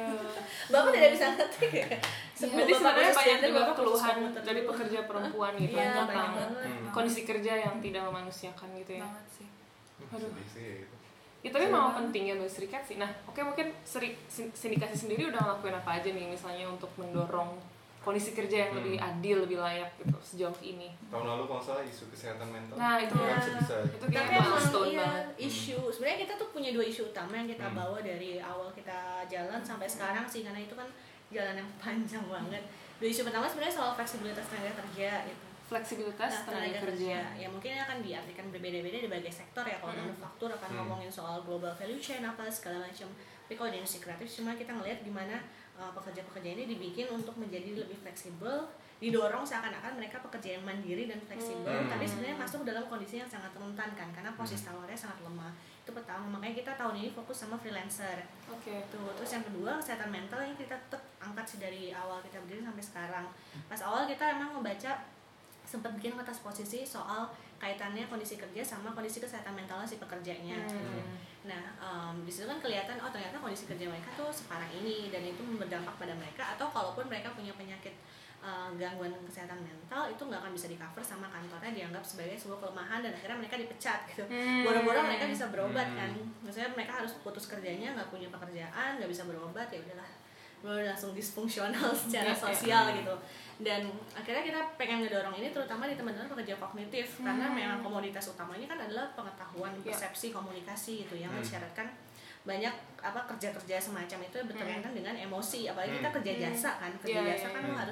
Bapak tidak bisa ngetik ya? Berarti sebenarnya Bapak banyak harus juga Bapak keluhan harus komputer dari dulu. pekerja perempuan gitu. Iya, Banyak banyak banget. banget. Hmm. Kondisi kerja yang tidak memanusiakan gitu ya. Banget sih. Aduh. Sedih sih gitu. Ya tapi memang penting ya bagi serikat sih. Nah, oke mungkin seri, sin- sindikasi sendiri udah ngelakuin apa aja nih misalnya untuk mendorong kondisi kerja yang lebih adil, lebih layak gitu sejauh ini. Tahun lalu kalau nggak salah isu kesehatan mental. Nah, itu kan ya. bisa. Itu kayak Tapi emang milestone iya, banget. isu sebenarnya kita tuh punya dua isu utama yang kita Hmm. bawa dari awal kita jalan sampai sekarang sih, karena itu kan jalan yang panjang banget. Dua isu pertama sebenarnya soal fleksibilitas tenaga kerja gitu. Fleksibilitas Nah, tenaga kerja. ya mungkin akan diartikan berbeda-beda di berbagai sektor ya. Kalau manufaktur akan Hmm. ngomongin soal global value chain apa segala macam. Tapi kalau di industri kreatif cuma kita ngelihat gimana uh, pekerja-pekerja ini dibikin untuk menjadi lebih fleksibel, didorong seakan-akan mereka pekerja yang mandiri dan fleksibel, Hmm. tapi sebenarnya masuk dalam kondisi yang sangat rentan kan, karena posisi tawarnya sangat lemah. Itu pertama, makanya kita tahun ini fokus sama freelancer. Oke. Tuh, terus yang kedua kesehatan mental yang kita tetap angkat sih dari awal kita berdiri sampai sekarang. Pas awal kita emang membaca sempat bikin atas posisi soal kaitannya kondisi kerja sama kondisi kesehatan mentalnya si pekerjanya. Hmm. Gitu. Nah, um, di situ kan kelihatan oh ternyata kondisi kerja mereka tuh separah ini dan itu berdampak pada mereka, atau kalaupun mereka punya penyakit uh, gangguan kesehatan mental itu nggak akan bisa di cover sama kantornya, dianggap sebagai sebuah kelemahan dan akhirnya mereka dipecat gitu. Hmm. Boro-boro mereka bisa berobat Hmm. kan, maksudnya mereka harus putus kerjanya, nggak punya pekerjaan, nggak bisa berobat, ya udahlah mulai langsung disfungsional secara Iya, iya. sosial gitu. Dan akhirnya kita pengen ngedorong ini terutama di teman-teman pekerja kognitif, karena memang komoditas utamanya kan adalah pengetahuan, Iya. persepsi, komunikasi gitu yang Hmm. mensyaratkan banyak apa kerja-kerja semacam itu berkaitan dengan emosi, apalagi kita Hmm. kerja jasa kan, kerja Iya, jasa iya, kan iya. lo harus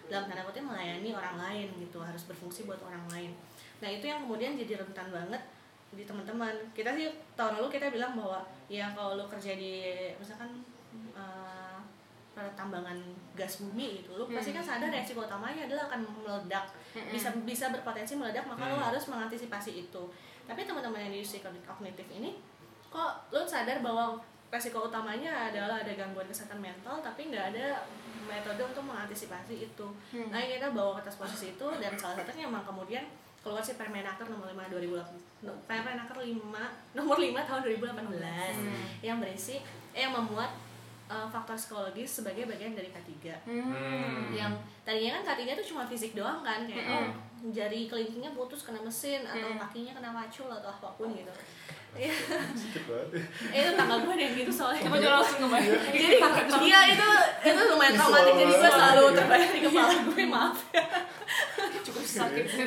dalam tanda kutip melayani orang lain gitu, harus berfungsi buat orang lain. Nah itu yang kemudian jadi rentan banget di teman-teman kita sih. Tahun lalu kita bilang bahwa ya kalau lo kerja di misalkan uh, tambangan gas bumi gitu, lo hmm. pasti kan sadar resiko utamanya adalah akan meledak, hmm. bisa bisa berpotensi meledak, maka hmm. lo harus mengantisipasi itu. Tapi teman-teman yang di industri kognitif ini kok lo sadar bahwa resiko utamanya adalah ada gangguan kesehatan mental, tapi nggak ada metode untuk mengantisipasi itu. Hmm. Nah kita bawa ke atas posisi itu, dan salah satunya emang kemudian keluar si Permenaker nomor lima dua ribu delapan belas, Permenaker lima nomor lima tahun dua ribu delapan belas hmm. yang berisi eh yang memuat uh, faktor psikologis sebagai bagian dari K tiga. Hmm. Yang tadinya kan K tiga itu cuma fisik doang kan, kayak hmm. oh jari kelingkingnya putus kena mesin atau hmm. kakinya kena macul atau apapun gitu. Iya. Itu tanggal gue deh gitu soalnya. Coba jangan langsung ngebayang. Jadi iya itu itu lumayan traumatik, jadi gue selalu terbayang di kepala gue, maaf ya. Cukup sakit sih.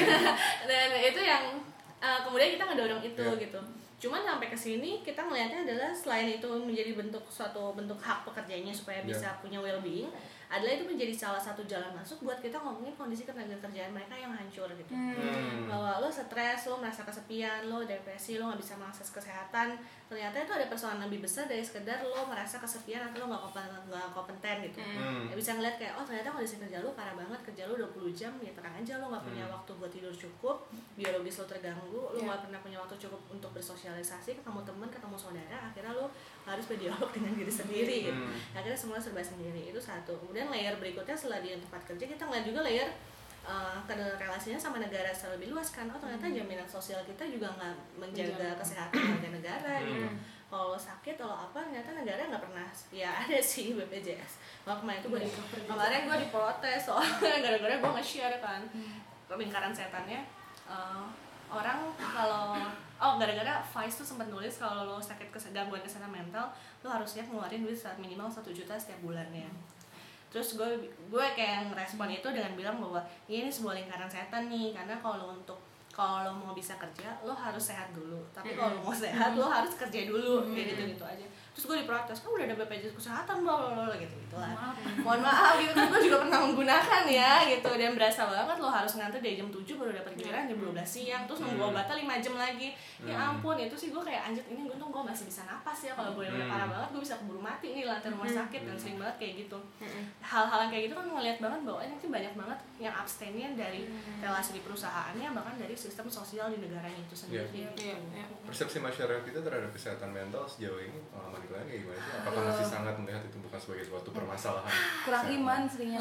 Dan itu yang uh, kemudian kita ngedorong itu yeah. gitu. Cuman sampai ke sini kita melihatnya adalah selain itu menjadi bentuk suatu bentuk hak pekerjanya supaya yeah. bisa punya well-being, adalah itu menjadi salah satu jalan masuk buat kita ngomongin kondisi ketenaga kerjaan mereka yang hancur gitu. Hmm. Bahwa lo stres, lo merasa kesepian, lo depresi, lo nggak bisa mengakses kesehatan. Ternyata itu ada persoalan lebih besar dari sekedar lo merasa kesepian atau lo nggak kompeten, nggak kompeten gitu. Hmm. Ya, bisa ngeliat kayak oh ternyata kondisi kerja lo parah banget, kerja lo dua puluh jam, ya tenang aja, lo nggak punya hmm. waktu buat tidur cukup, biologis lo terganggu, lo nggak yeah. pernah punya waktu cukup untuk bersosialisasi, ketemu teman, ketemu saudara, akhirnya lo harus berdialog dengan diri sendiri gitu. Hmm. Akhirnya semua serba sendiri, itu satu. Kemudian layer berikutnya setelah di tempat kerja kita ngeliat juga layer uh, relasinya sama negara secara lebih luas kan. Oh ternyata jaminan sosial kita juga nggak menjaga kesehatan warga negara gitu. Kalau sakit kalau apa ternyata negara nggak pernah. Ya ada sih B P J S. Nah, kemarin itu gue di, kemarin gue diprotes soalnya gara-gara gue nge-share kan lingkaran setannya. Uh, orang kalau oh gara-gara Vice tuh sempat nulis kalau lo sakit kes- gangguan kesehatan mental lo harusnya ngeluarin duit minimal satu juta setiap bulannya. Terus gue gue kayak ngerespon itu dengan bilang bahwa ini sebuah lingkaran setan nih, karena kalau untuk kalau lo mau bisa kerja lo harus sehat dulu, tapi kalau lo mau sehat lo harus kerja dulu, kayak gitu gitu aja. Terus gue diprotes, kan udah ada B P J S kesehatan bro, lo gitu gitulah. Mohon maaf gitu kan, gue juga pernah menggunakan ya gitu, dan berasa banget lo harus ngantri dari jam tujuh baru dapat giliran jam dua belas siang, terus nunggu obatnya lima jam lagi. Ya ampun, itu sih gue kayak anjir, ini untung gue masih bisa napas ya, kalau gue udah parah banget gue bisa keburu mati nih lantai rumah sakit, dan sering banget kayak gitu. Hal-hal yang kayak gitu kan ngeliat banget bahwa ini tuh banyak banget yang abstennya dari relasi di perusahaannya, bahkan dari sistem sosial di negaranya itu sendiri. Yeah. Gitu. Yeah. Persepsi masyarakat kita terhadap kesehatan mental sejauh ini pengalaman kalian kayak gimana sih? Apakah masih sangat melihat itu bukan sebagai suatu permasalahan? Kurang iman seringnya.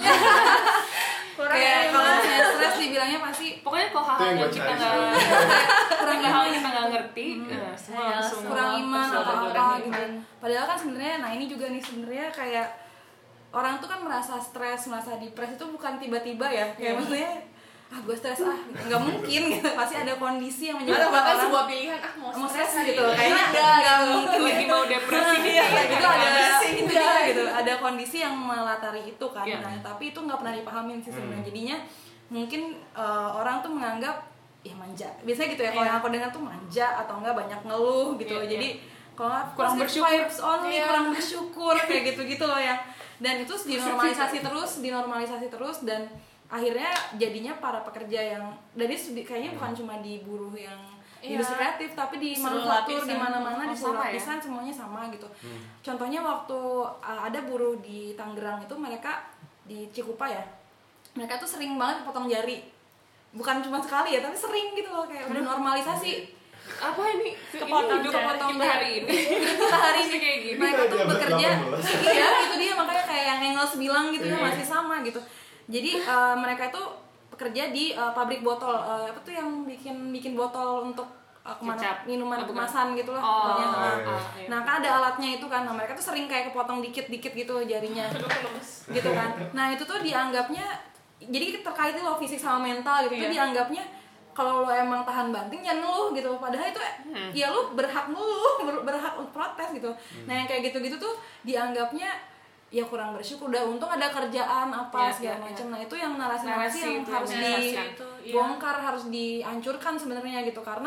Kurang kayak kalau saya stres dibilangnya pasti pokoknya kok hal yang kita nggak kurang hal yang kita nggak ngerti hmm. ya, semua langsung kurang iman atau apa gitu. Padahal kan sebenarnya nah ini juga nih sebenarnya kayak orang tuh kan merasa stres, merasa depres itu bukan tiba-tiba ya. Kayak yeah. maksudnya ah gue stres ah nggak mungkin gitu, pasti ada kondisi yang menyebabkan bahkan sebuah pilihan ah mau, mau stres gitu kayaknya nggak mungkin lagi mau depresi ya, gitu ada enggak gitu ada kondisi yang melatari itu kan. Yeah. Nah tapi itu nggak pernah dipahamin sih sebenarnya. Jadinya mungkin uh, orang tuh menganggap ya manja biasanya gitu ya, kalau yeah. yang aku dengar tuh manja atau enggak banyak ngeluh gitu. Yeah, jadi yeah. kalau kurang bersyukur vibes only yeah. kurang bersyukur kayak gitu-gitu loh yang, dan itu dinormalisasi terus dinormalisasi terus dan akhirnya jadinya para pekerja yang dari kayaknya bukan cuma di buruh yang iya. industri kreatif tapi di manufaktur di mana-mana di seluruh lapisan ya? Semuanya sama gitu. Hmm. Contohnya waktu uh, ada buruh di Tangerang itu mereka di Cikupa ya, mereka tuh sering banget potong jari, bukan cuma sekali ya tapi sering gitu loh, kayak udah normalisasi. Apa ini kepotong ini kepotong kita hari ini kita hari ini kayak gini. Mereka tuh bekerja iya itu dia makanya kayak yang Engels bilang gitu ya masih sama gitu. Jadi uh, mereka itu bekerja di uh, pabrik botol uh, apa tuh yang bikin bikin botol untuk uh, kemana Kecap. minuman kemasan gitu lah. Oh, pokoknya. Nah, oh, iya. nah kan ada alatnya itu kan. Nah mereka tuh sering kayak kepotong dikit-dikit gitu jarinya, gitu kan. Nah itu tuh dianggapnya jadi terkait loh fisik sama mental gitu. Iya. Tuh dianggapnya kalau lo emang tahan banting jangan ngeluh gitu. Padahal itu hmm. ya lo berhak ngeluh, ber- berhak untuk protes gitu. Hmm. Nah yang kayak gitu-gitu tuh dianggapnya ya kurang bersyukur, udah untung ada kerjaan apa ya, segala ya, macam. Ya. Nah itu yang narasi-narasi yang harus dibongkar, ya. harus dihancurkan sebenarnya gitu, karena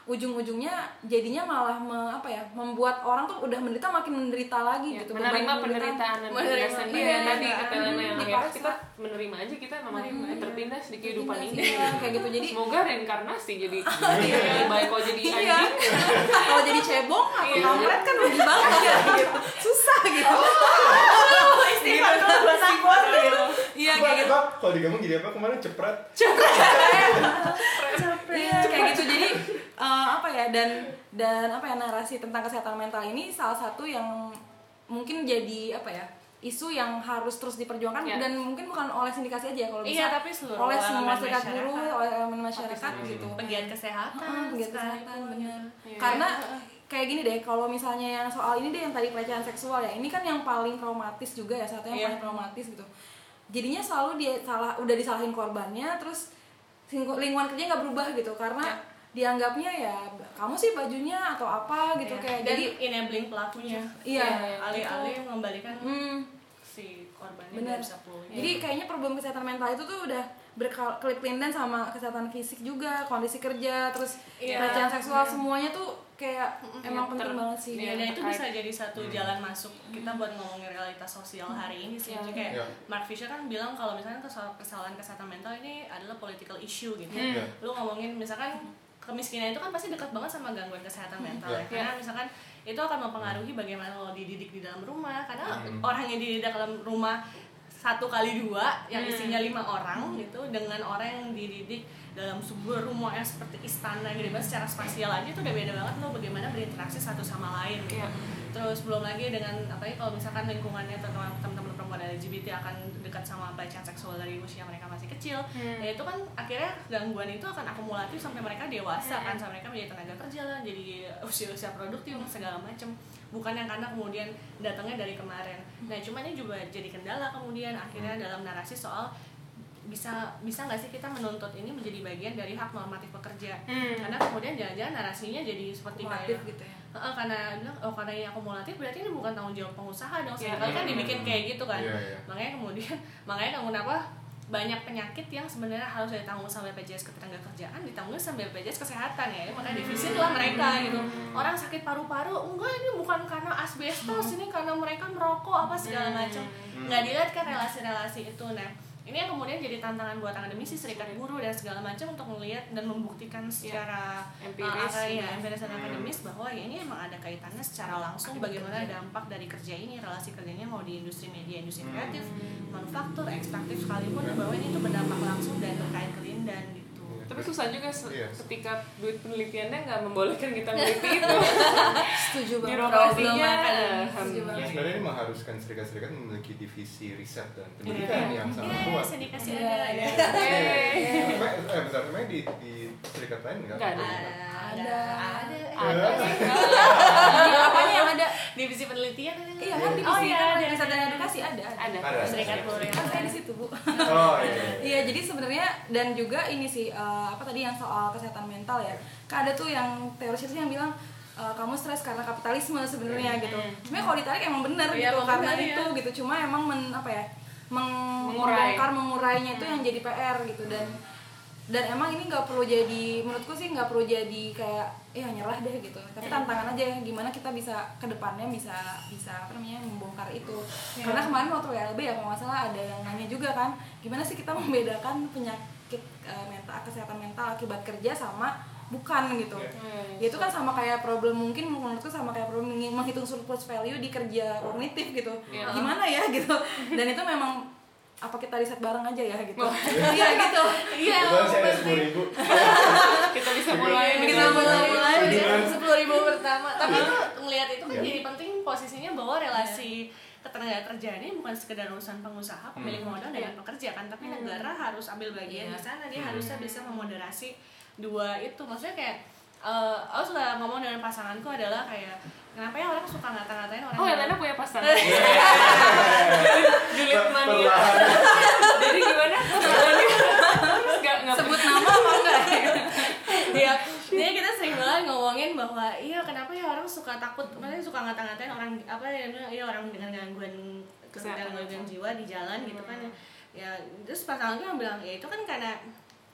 ujung-ujungnya jadinya malah me, apa ya membuat orang tuh udah menderita makin menderita lagi Ya, gitu. menerima Beban penderitaan dan Menerima, penjelasan iya, dia tadi iya, kata Lena yang akhirnya dipaksa. kita menerima aja kita memang tertindas di kehidupan Tertindas, ini. iya, kayak gitu. Jadi Semoga reinkarnasi jadi iya. lebih baik kalau jadi Iya. anjing. Kalau jadi cebong atau Iya. kampret kan rugi banget gitu. Susah gitu. Istighfar kalau buat takut gitu. Iya kayak gitu. Bak, kalau digabung jadi apa kemarin cepret. Iya kayak gitu. Jadi eh, apa ya dan dan apa ya narasi tentang kesehatan mental ini salah satu yang mungkin jadi apa ya isu yang harus terus diperjuangkan Ya. dan mungkin bukan oleh sindikasi aja ya kalau bisa Iya, tapi seluruh oleh semua elemen serikat masyarakat. buruh, oleh elemen masyarakat gitu. Pegiat kesehatan, Heeh, pegiat sekalipun. kesehatan benar. Iya. Karena kayak gini deh, kalau misalnya yang soal ini deh yang tadi pelecehan seksual ya, ini kan yang paling traumatis juga ya, satu yang Iya. paling traumatis gitu. Jadinya selalu dia salah, udah disalahin korbannya, terus lingku- lingkungan kerja nggak berubah gitu, karena Ya. dianggapnya ya kamu sih bajunya atau apa gitu Iya. kayak dan jadi enabling pelakunya. iya Iya, Alih-alih mengembalikan hmm, si korbannya bener. biar bisa pulih. Jadi kayaknya problem kesehatan mental itu tuh udah berkelip lindan sama kesehatan fisik juga, kondisi kerja, terus Iya. pelecehan seksual semuanya tuh kayak emang Iya, penting ter- banget sih. Iya, dan itu terkait. bisa jadi satu jalan masuk kita buat ngomongin realitas sosial hari ini sih. Iya. Jadi kayak Iya. Mark Fisher kan bilang kalau misalnya kesal- kesalahan kesehatan mental ini adalah political issue gitu. Iya. Lu ngomongin misalkan kemiskinan itu kan pasti dekat banget sama gangguan kesehatan mental Iya. ya. Karena misalkan itu akan mempengaruhi bagaimana lo dididik di dalam rumah. Karena Hmm. orang yang dididik dalam rumah satu kali dua yang Hmm. isinya lima orang gitu dengan orang yang dididik dalam sebuah rumah yang seperti istana gitu banget secara spasial aja itu udah beda banget lo bagaimana berinteraksi satu sama lain gitu. Iya. Terus belum lagi dengan apa ya kalau misalkan lingkungannya teman-teman teman-teman perempuan L G B T akan dekat sama pelecehan seksual dari usia mereka masih kecil, Hmm. ya itu kan akhirnya gangguan itu akan akumulatif sampai mereka dewasa kan, sampai mereka menjadi tenaga kerja lah, jadi usia-usia produktif segala macam. Bukan yang karena kemudian datangnya dari kemarin. Nah, cuma ini juga jadi kendala kemudian akhirnya dalam narasi soal bisa bisa nggak sih kita menuntut ini menjadi bagian dari hak normatif pekerja. Hmm. Karena kemudian jangan-jangan narasinya jadi seperti Kumulatif kayak gitu ya. Heeh, karena bilang oh karena ini akumulatif berarti ini bukan tanggung jawab pengusaha dong. Iya. Sekali kan dibikin kayak gitu kan. Iya, iya. Makanya kemudian makanya kenapa banyak penyakit yang sebenarnya harus ditanggung sama B P J S Ketenagakerjaan ditanggung sama B P J S Kesehatan ya. Makanya defisit lah mereka gitu. Orang sakit paru-paru enggak ini bukan karena asbestos, ini karena mereka merokok apa segala macam. Nggak dilihat kan relasi-relasi itu. Nah, ini yang kemudian jadi tantangan buat akademisi, serikat buruh dan segala macam untuk melihat dan membuktikan secara Empiris. uh, ya, empiris dan akademis bahwa ya ini emang ada kaitannya secara langsung bagaimana dampak dari kerja ini, relasi kerjanya mau di industri media, industri kreatif, manufaktur, ekstraktif sekalipun bahwa ini tuh berdampak langsung dan terkait kelindan gitu. Tapi susah juga se- Iya. ketika duit penelitiannya nggak membolehkan kita meneliti itu. Setuju banget. Birokrasinya Setuju hmm, banget. Ya, sebenarnya ini mengharuskan serikat-serikat memiliki divisi riset dan pendidikan Iya. yang sangat Iya, kuat. sindikasi Iya, ada iya. ya. Eh, Emang- eh bentar, emang di, di serikat lain nggak? Nggak ada. Ada, Ada. ada, ada sih. Iya, apanya yang ada? divisi penelitian ada. Iya kan divisi Oh iya, kan ada. riset dan edukasi ada. Ada. Ada. Serikat buruh yang Kan saya di situ, Bu. Oh iya. Iya, jadi sebenarnya dan juga ini sih eh, apa tadi yang soal kesehatan mental ya. Kan ada tuh yang teori sih yang bilang eh, kamu stres karena kapitalisme sebenarnya gitu. Sebenarnya kalau ditarik emang bener Iya, gitu emang karena bener, itu iya. gitu. Cuma emang men, apa ya? Meng, Mengurai. membongkar mengurainya itu yang jadi P R gitu dan dan emang ini nggak perlu jadi menurutku sih nggak perlu jadi kayak ya nyerah deh gitu tapi tantangan aja gimana kita bisa kedepannya bisa bisa apa namanya membongkar itu karena kemarin waktu W L B ya kalau nggak salah ada yang nanya juga kan gimana sih kita membedakan penyakit uh, mental kesehatan mental akibat kerja sama bukan gitu Hmm. ya itu kan sama kayak problem mungkin menurutku sama kayak problem menghitung surplus value di kerja kognitif gitu Iya. gimana ya gitu dan itu memang apa kita riset bareng aja ya gitu iya gitu Iya, Kebetulan saya ada sepuluh ribu. Kita bisa mulai Kita dengan- mulai mulai Dengan- sepuluh ribu pertama. Tapi itu ngelihat itu kan Iya. jadi penting posisinya bahwa relasi ketenaga kerjaan ini bukan sekedar urusan pengusaha, pemilik modal dan pekerja kan, tapi negara harus ambil bagian Iya. di sana. Dia harusnya bisa memoderasi dua itu. Maksudnya kayak eh aku suka ngomong dengan pasanganku adalah kayak kenapa ya orang suka ngata-ngatain orang Oh, yang- Elena punya pasangan. Julid mania. Perlahan. Jadi gimana? Terus nggak nggak sebut nama apa enggak dia dia kita sering banget ngomongin bahwa iya kenapa ya orang suka takut maksudnya suka ngata-ngatain orang apa ya bilang, iya orang dengan gangguan Kesehatan. gangguan jiwa di jalan gitu kan ya terus pasangan gue bilang ya itu kan karena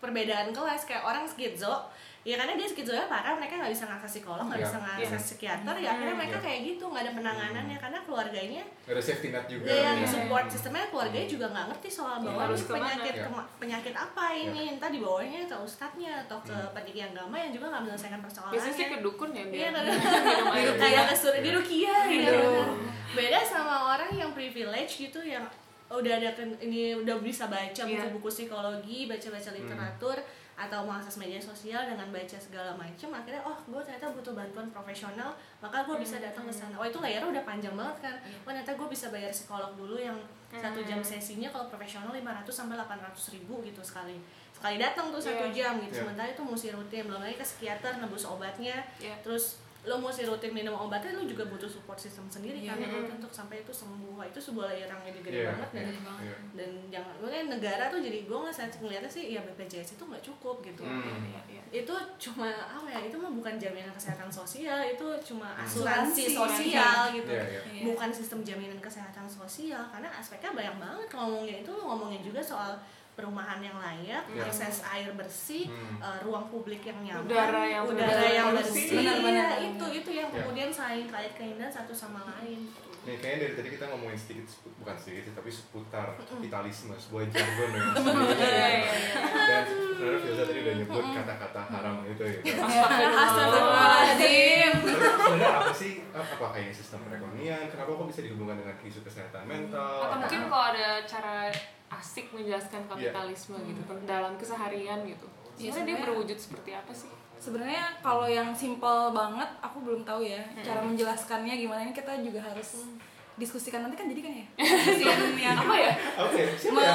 perbedaan kelas. Kayak orang skizo, ya karena dia skizonya parah, mereka nggak bisa ngakses psikolog, nggak Iya. bisa ngakses psikiater, ya akhirnya mereka Iya. kayak gitu, nggak ada penanganannya karena keluarganya Gak ada safety net juga. ya, yang ya. support sistemnya keluarganya juga nggak ngerti soal bahwa Harus ini kemana. penyakit Ya. kema- penyakit apa ini, entah dibawanya ke ustadznya atau ke pendiri agama yang juga nggak menyelesaikan persoalannya. Biasanya sih ke dukun ya Iya, biar kadang- minum air. kayak ke sur- di Rukia gitu. Aduh. Beda sama orang yang privilege gitu yang udah ada ken- ini udah bisa baca Iya. buku-buku psikologi, baca-baca literatur atau mengakses media sosial dengan baca segala macam, akhirnya oh gue ternyata butuh bantuan profesional, maka gue bisa datang ke sana. Oh itu layarnya udah panjang banget kan. Oh ternyata gue bisa bayar psikolog dulu yang satu jam sesinya, kalau profesional lima ratus sampai delapan ratus ribu gitu sekali sekali datang tuh satu Iya. jam gitu. Iya. Sementara itu mesti rutin, belum lagi ke psikiater nebus obatnya, Iya. terus lo mesti rutin minum obatnya, lo juga butuh support system sendiri kan Iya. untuk sampai itu sembuh. Wah, itu sebuah layer yang gede Iya. banget dan Gede banget. Iya. dan jangan mungkin negara tuh jadi gue nggak ngeliatnya sih ya B P J S itu nggak cukup gitu. Hmm. Iya, iya. Itu cuma apa ya, itu mah bukan jaminan kesehatan sosial, itu cuma Asuransi. asuransi sosial gitu. Iya, iya. Iya. Bukan sistem jaminan kesehatan sosial, karena aspeknya banyak banget. Kalau ngomongin itu, lo ngomongin juga soal perumahan yang layak, Iya. akses air bersih, Hmm. eh, ruang publik yang nyaman, Udara yang udara benar-benar yang bersih. bersih. Benar-benar. Iya, itu itu yang Iya. kemudian saling kait kaitan satu sama lain. Nih kayaknya dari tadi kita ngomongin sedikit, sepu- bukan sedikit sih, tapi seputar kapitalisme, sebuah jargon yang sebenarnya Iya, ya. iya, iya. Dan sebenarnya Filza tadi udah nyebut kata-kata haram itu ya. Astagfirullahaladzim. Terus sebenarnya apa sih, apa kayak sistem perekonomian, kenapa kok bisa dihubungkan dengan isu kesehatan mental? Atau apa- mungkin kalau ada cara asik menjelaskan kapitalisme gitu dalam keseharian gitu. Iya, Sebenarnya dia sebenarnya- berwujud seperti apa sih? Sebenarnya kalau yang simple banget aku belum tahu ya cara menjelaskannya gimana, ini kita juga harus diskusikan nanti kan, jadi kan ya diskusikan yang Apa ya? Oke, siapa Me- ya?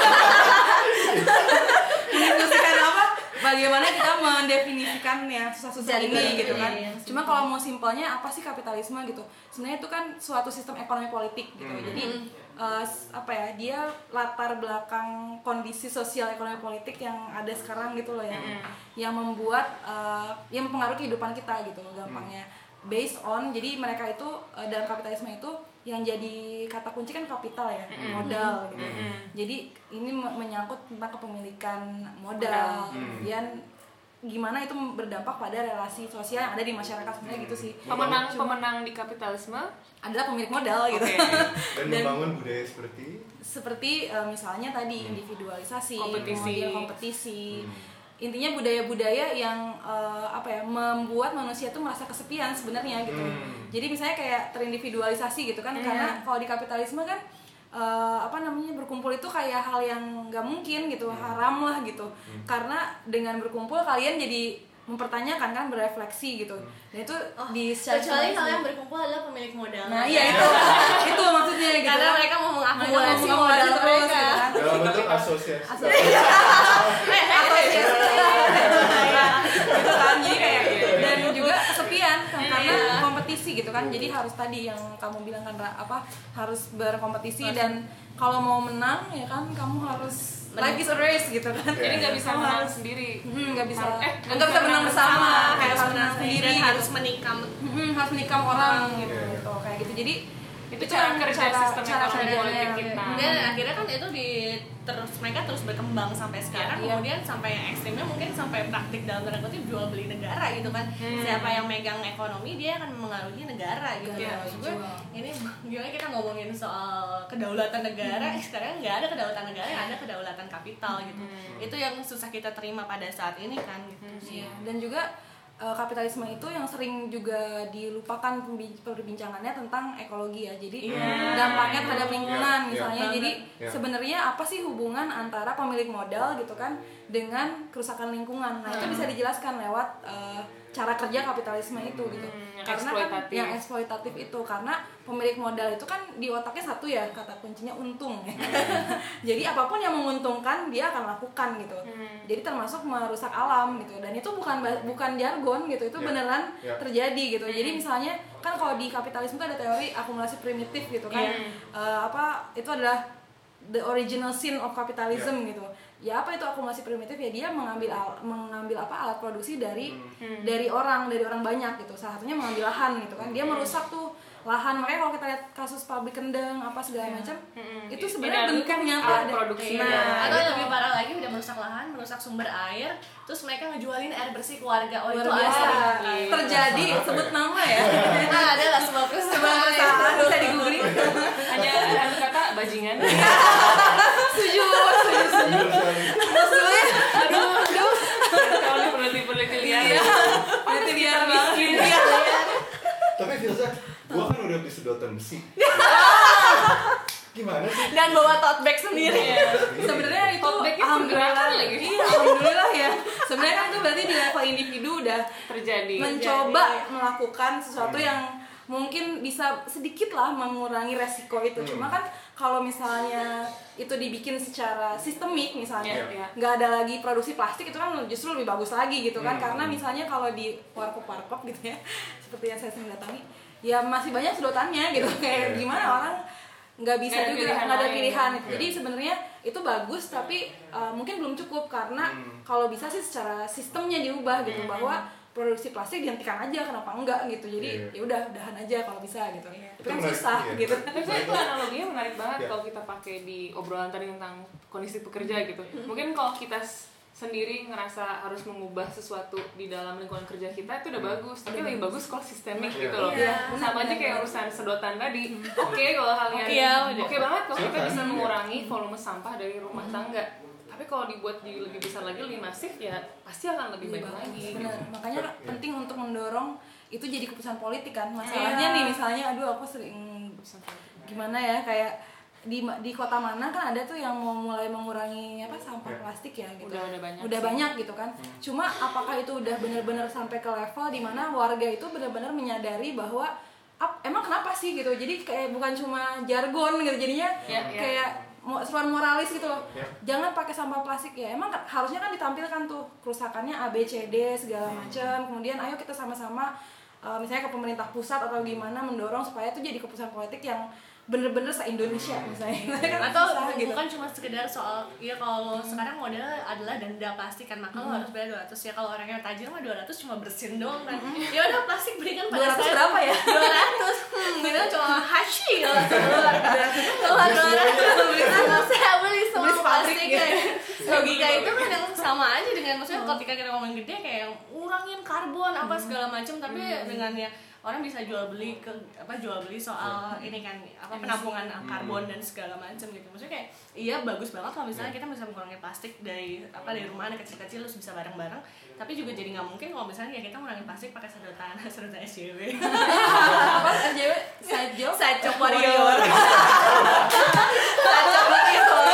mendiskusikan apa bagaimana kita mendefinisikan yang susah-susah Jadi, ini gitu kan. iya, iya, Cuma kalau mau simpelnya apa sih kapitalisme gitu, sebenarnya itu kan suatu sistem ekonomi politik gitu. Hmm. Jadi eh, s- apa ya, dia latar belakang kondisi sosial ekonomi politik yang ada sekarang gitu loh, yang yang membuat eh, yang mempengaruhi kehidupan kita gitu gampangnya. Based on, jadi mereka itu eh, dalam kapitalisme itu yang jadi kata kunci kan kapital ya, modal gitu. Jadi ini me- menyangkut tentang kepemilikan modal, Modal. kemudian gimana itu berdampak pada relasi sosial yang ada di masyarakat, sebenarnya gitu sih. Pemenang Cuma pemenang di kapitalisme adalah pemilik modal gitu. Oke. Dan Dan- membangun budaya seperti Seperti eh, misalnya tadi individualisasi, Kompetisi. kemudian kompetisi. Hmm. Intinya budaya-budaya yang eh, apa ya, membuat manusia tuh merasa kesepian sebenarnya gitu. Hmm. Jadi misalnya kayak terindividualisasi gitu kan, Iya. karena kalau di kapitalisme kan eh, apa namanya, berkumpul itu kayak hal yang nggak mungkin gitu, haram lah gitu. Karena dengan berkumpul kalian jadi mempertanyakan kan, berefleksi gitu. Dan itu di secara Kecuali kalau yang berkumpul adalah pemilik modal. Nah iya itu itu maksudnya gitu. Karena kan. mereka mau Mereka mengakumulasi mau modal terus mereka. gitu kan. dalam bentuk asosiasi. Asosiasi ya, gitu kan, jadi kayak dan juga kesepian kan, karena kompetisi gitu kan. Jadi harus tadi yang kamu bilang kan, Ra, apa harus berkompetisi, dan kalau mau menang ya kan kamu harus life is a race gitu kan. jadi nggak bisa Kamu menang harus- sendiri. Hmm, nggak bisa Eh, nggak bisa menang bersama, kayak harus menang sendiri, dan gitu. harus menikam. Hmm, harus menikam orang gitu, Iya. gitu kayak gitu. Jadi Itu cara kan kerja sistem ekonomi kerjanya, politik gitu. kita. Dan akhirnya kan itu di terus mereka terus berkembang sampai sekarang, Iya. kemudian sampai ekstrimnya mungkin sampai praktik dalam tanda kutip jual beli negara gitu kan. Siapa yang megang ekonomi dia akan mengaruhi negara gitu. Iya, Maksud gue, jual. ini gimana kita ngomongin soal kedaulatan negara, sekarang nggak ada kedaulatan negara, yang ada kedaulatan kapital gitu. Itu yang susah kita terima pada saat ini kan gitu. Iya, dan juga eh, kapitalisme itu yang sering juga dilupakan pembi- perbincangannya tentang ekologi ya. Jadi dampaknya terhadap lingkungan Iya, misalnya. iya. Jadi Iya. sebenarnya apa sih hubungan antara pemilik modal gitu kan dengan kerusakan lingkungan? Nah, itu bisa dijelaskan lewat eh, cara kerja kapitalisme itu gitu. yang Karena kan eksploitatif. yang eksploitatif itu, karena pemilik modal itu kan di otaknya satu ya, kata kuncinya untung. Jadi apapun yang menguntungkan dia akan lakukan gitu. Jadi termasuk merusak alam gitu. Dan itu bukan ba- bukan jargon gitu, itu Ya. beneran Ya. terjadi gitu. Jadi misalnya kan kalau di kapitalisme itu ada teori akumulasi primitif gitu kan. Iya. Eh, apa itu adalah the original sin of capitalism gitu. ya apa itu akumulasi primitif ya dia mengambil al- mengambil apa alat produksi dari hmm. dari orang dari orang banyak gitu, salah satunya mengambil lahan gitu kan, dia merusak tuh lahan. Makanya kalau kita lihat kasus pabrik kendang apa segala yeah. macam hmm. itu sebenarnya kan bentuk nyata alat ada produksi nah, Nah, atau gitu. lebih parah lagi udah merusak lahan, merusak sumber air, terus mereka ngejualin air bersih ke warga. Oh luar itu biasa asli. terjadi, sebut nama ya. Nah, ada lah sebuah perusahaan. Perusahaan bisa di googling. hanya ada satu kata bajingan. Setuju, setuju, setuju. Terus dulu ya, aduh, aduh. Kalau di peneliti-peneliti liar Nanti biar banget. Iya. Tapi Filza, gua kan udah beli sedotan besi. Gimana sih? Dan bawa tote bag sendiri. Iya. Sebenarnya itu Tote bag-nya alhamdulillah pergerakan lagi. Iya, alhamdulillah ya. Sebenarnya kan itu berarti di level individu udah terjadi. mencoba melakukan sesuatu yang mungkin bisa sedikit lah mengurangi resiko itu. Hmm. Cuma kan kalau misalnya itu dibikin secara sistemik misalnya, Iya, iya. nggak ada lagi produksi plastik, itu kan justru lebih bagus lagi gitu kan. Hmm. Karena misalnya kalau di warkop-warkop gitu ya, seperti yang saya sering datangi, ya masih banyak sedotannya gitu. Kayak Iya. gimana orang nggak bisa Nggak ada juga pilihan nggak ada lain. pilihan itu. Iya. Jadi sebenarnya itu bagus tapi uh, mungkin belum cukup karena Hmm. kalau bisa sih secara sistemnya diubah gitu, Hmm. bahwa produksi plastik dihentikan aja, kenapa enggak gitu. Jadi Iya. ya udah udahan aja kalau bisa gitu. Iya. Tapi kan Itu menarik, susah iya. gitu. Tapi saya itu analoginya menarik banget Ya. kalau kita pakai di obrolan tadi tentang kondisi pekerja gitu. Mungkin kalau kita s- sendiri ngerasa harus mengubah sesuatu di dalam lingkungan kerja kita itu udah bagus, tapi lebih bagus kalau sistemik Iya. gitu loh. Iya, Sama aja benar, kayak benar. urusan sedotan tadi. Oke kalau kalian Oke ya, oke udah. banget kalau kita Silakan. bisa mengurangi volume sampah dari rumah tangga. Tapi kalau dibuat jadi lebih besar lagi, lebih masif ya pasti akan lebih baik lagi. Benar. Makanya Iya. penting untuk mendorong itu jadi keputusan politik kan. Masalahnya Iya. nih misalnya aduh aku sering gimana ya kayak di di kota mana kan ada tuh yang mau mulai mengurangi apa sampah Ya. plastik ya gitu. Udah- udah banyak Udah sih. banyak gitu kan. Cuma apakah itu udah benar-benar sampai ke level di mana warga itu benar-benar menyadari bahwa ap, emang kenapa sih gitu. Jadi kayak bukan cuma jargon gitu jadinya Ya, ya. kayak mo- sesuatu moralis gitu loh. Ya. Jangan pakai sampah plastik ya. Emang kan- harusnya kan ditampilkan tuh kerusakannya A B C D segala macam. Kemudian ayo kita sama-sama uh, misalnya ke pemerintah pusat atau gimana mendorong supaya itu jadi keputusan politik yang bener-bener se-Indonesia misalnya. Kan Atau susah gitu. bukan cuma sekedar soal ya kalau sekarang modelnya adalah denda plastik kan, maka lo harus bayar dua ratus ya. Kalau orang yang tajir mah dua ratus cuma bersin doang kan. Ya udah plastik berikan dua pada ratus saya. berapa ya? dua ratus. Hmm, itu cuma hashi kalau keluar. Keluar dua ratus beli semua, saya beli semua Beli sepabrik plastik gitu. kayak. Logika itu kan yang sama aja dengan maksudnya ketika kita ngomong gede kayak yang ngurangin karbon apa segala macam, tapi dengan ya orang bisa jual beli ke apa jual beli soal ini kan apa penampungan karbon dan segala macam gitu. Maksudnya kayak iya bagus banget kalau misalnya kita bisa mengurangi plastik dari apa dari rumah anak kecil-kecil terus bisa bareng-bareng, tapi juga jadi nggak mungkin kalau misalnya ya kita ngurangin plastik pakai sedotan sedotan S J W. Apa S J W? Side job? Side job warrior. Side job warrior.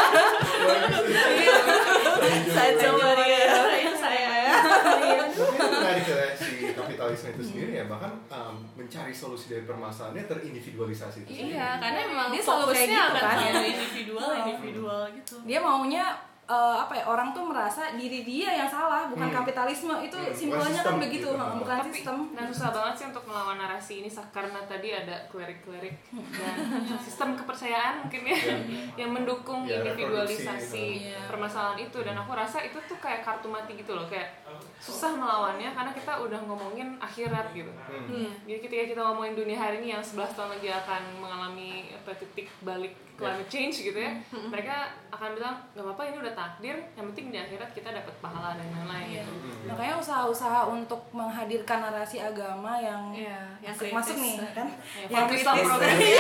Side job warrior. Itu saya. Tapi itu menarik ya si kapitalisme itu sendiri ya, bahkan um, mencari solusi dari permasalahannya terindividualisasi itu sendiri. Iya, karena memang Dia selalu kayak fokusnya gitu akan kan. ke individual, individual gitu. Dia maunya uh, apa ya, orang tuh merasa diri dia yang salah, bukan Hmm. kapitalisme. Itu Hmm, simpelnya bukan kan sistem begitu, gitu. ha, bukan Tapi sistem. dan susah banget sih untuk melawan narasi ini sa- karena tadi ada klerik-klerik dan sistem kepercayaan mungkin ya yang mendukung Ya, individualisasi reproduksi, iya. permasalahan itu, dan aku rasa itu tuh kayak kartu mati gitu loh, kayak susah melawannya karena kita udah ngomongin akhirat gitu. Hmm. Jadi ketika kita ngomongin dunia hari ini yang sebelas tahun lagi akan mengalami apa titik balik climate change gitu ya, mereka akan bilang nggak apa-apa ini udah takdir, yang penting di akhirat kita dapat pahala dan lain-lain Iya. gitu. Makanya usaha-usaha untuk menghadirkan narasi agama yang Iya, yang masuk, kritis. masuk nih kan, Ya, yang for Islam kritis. progresif.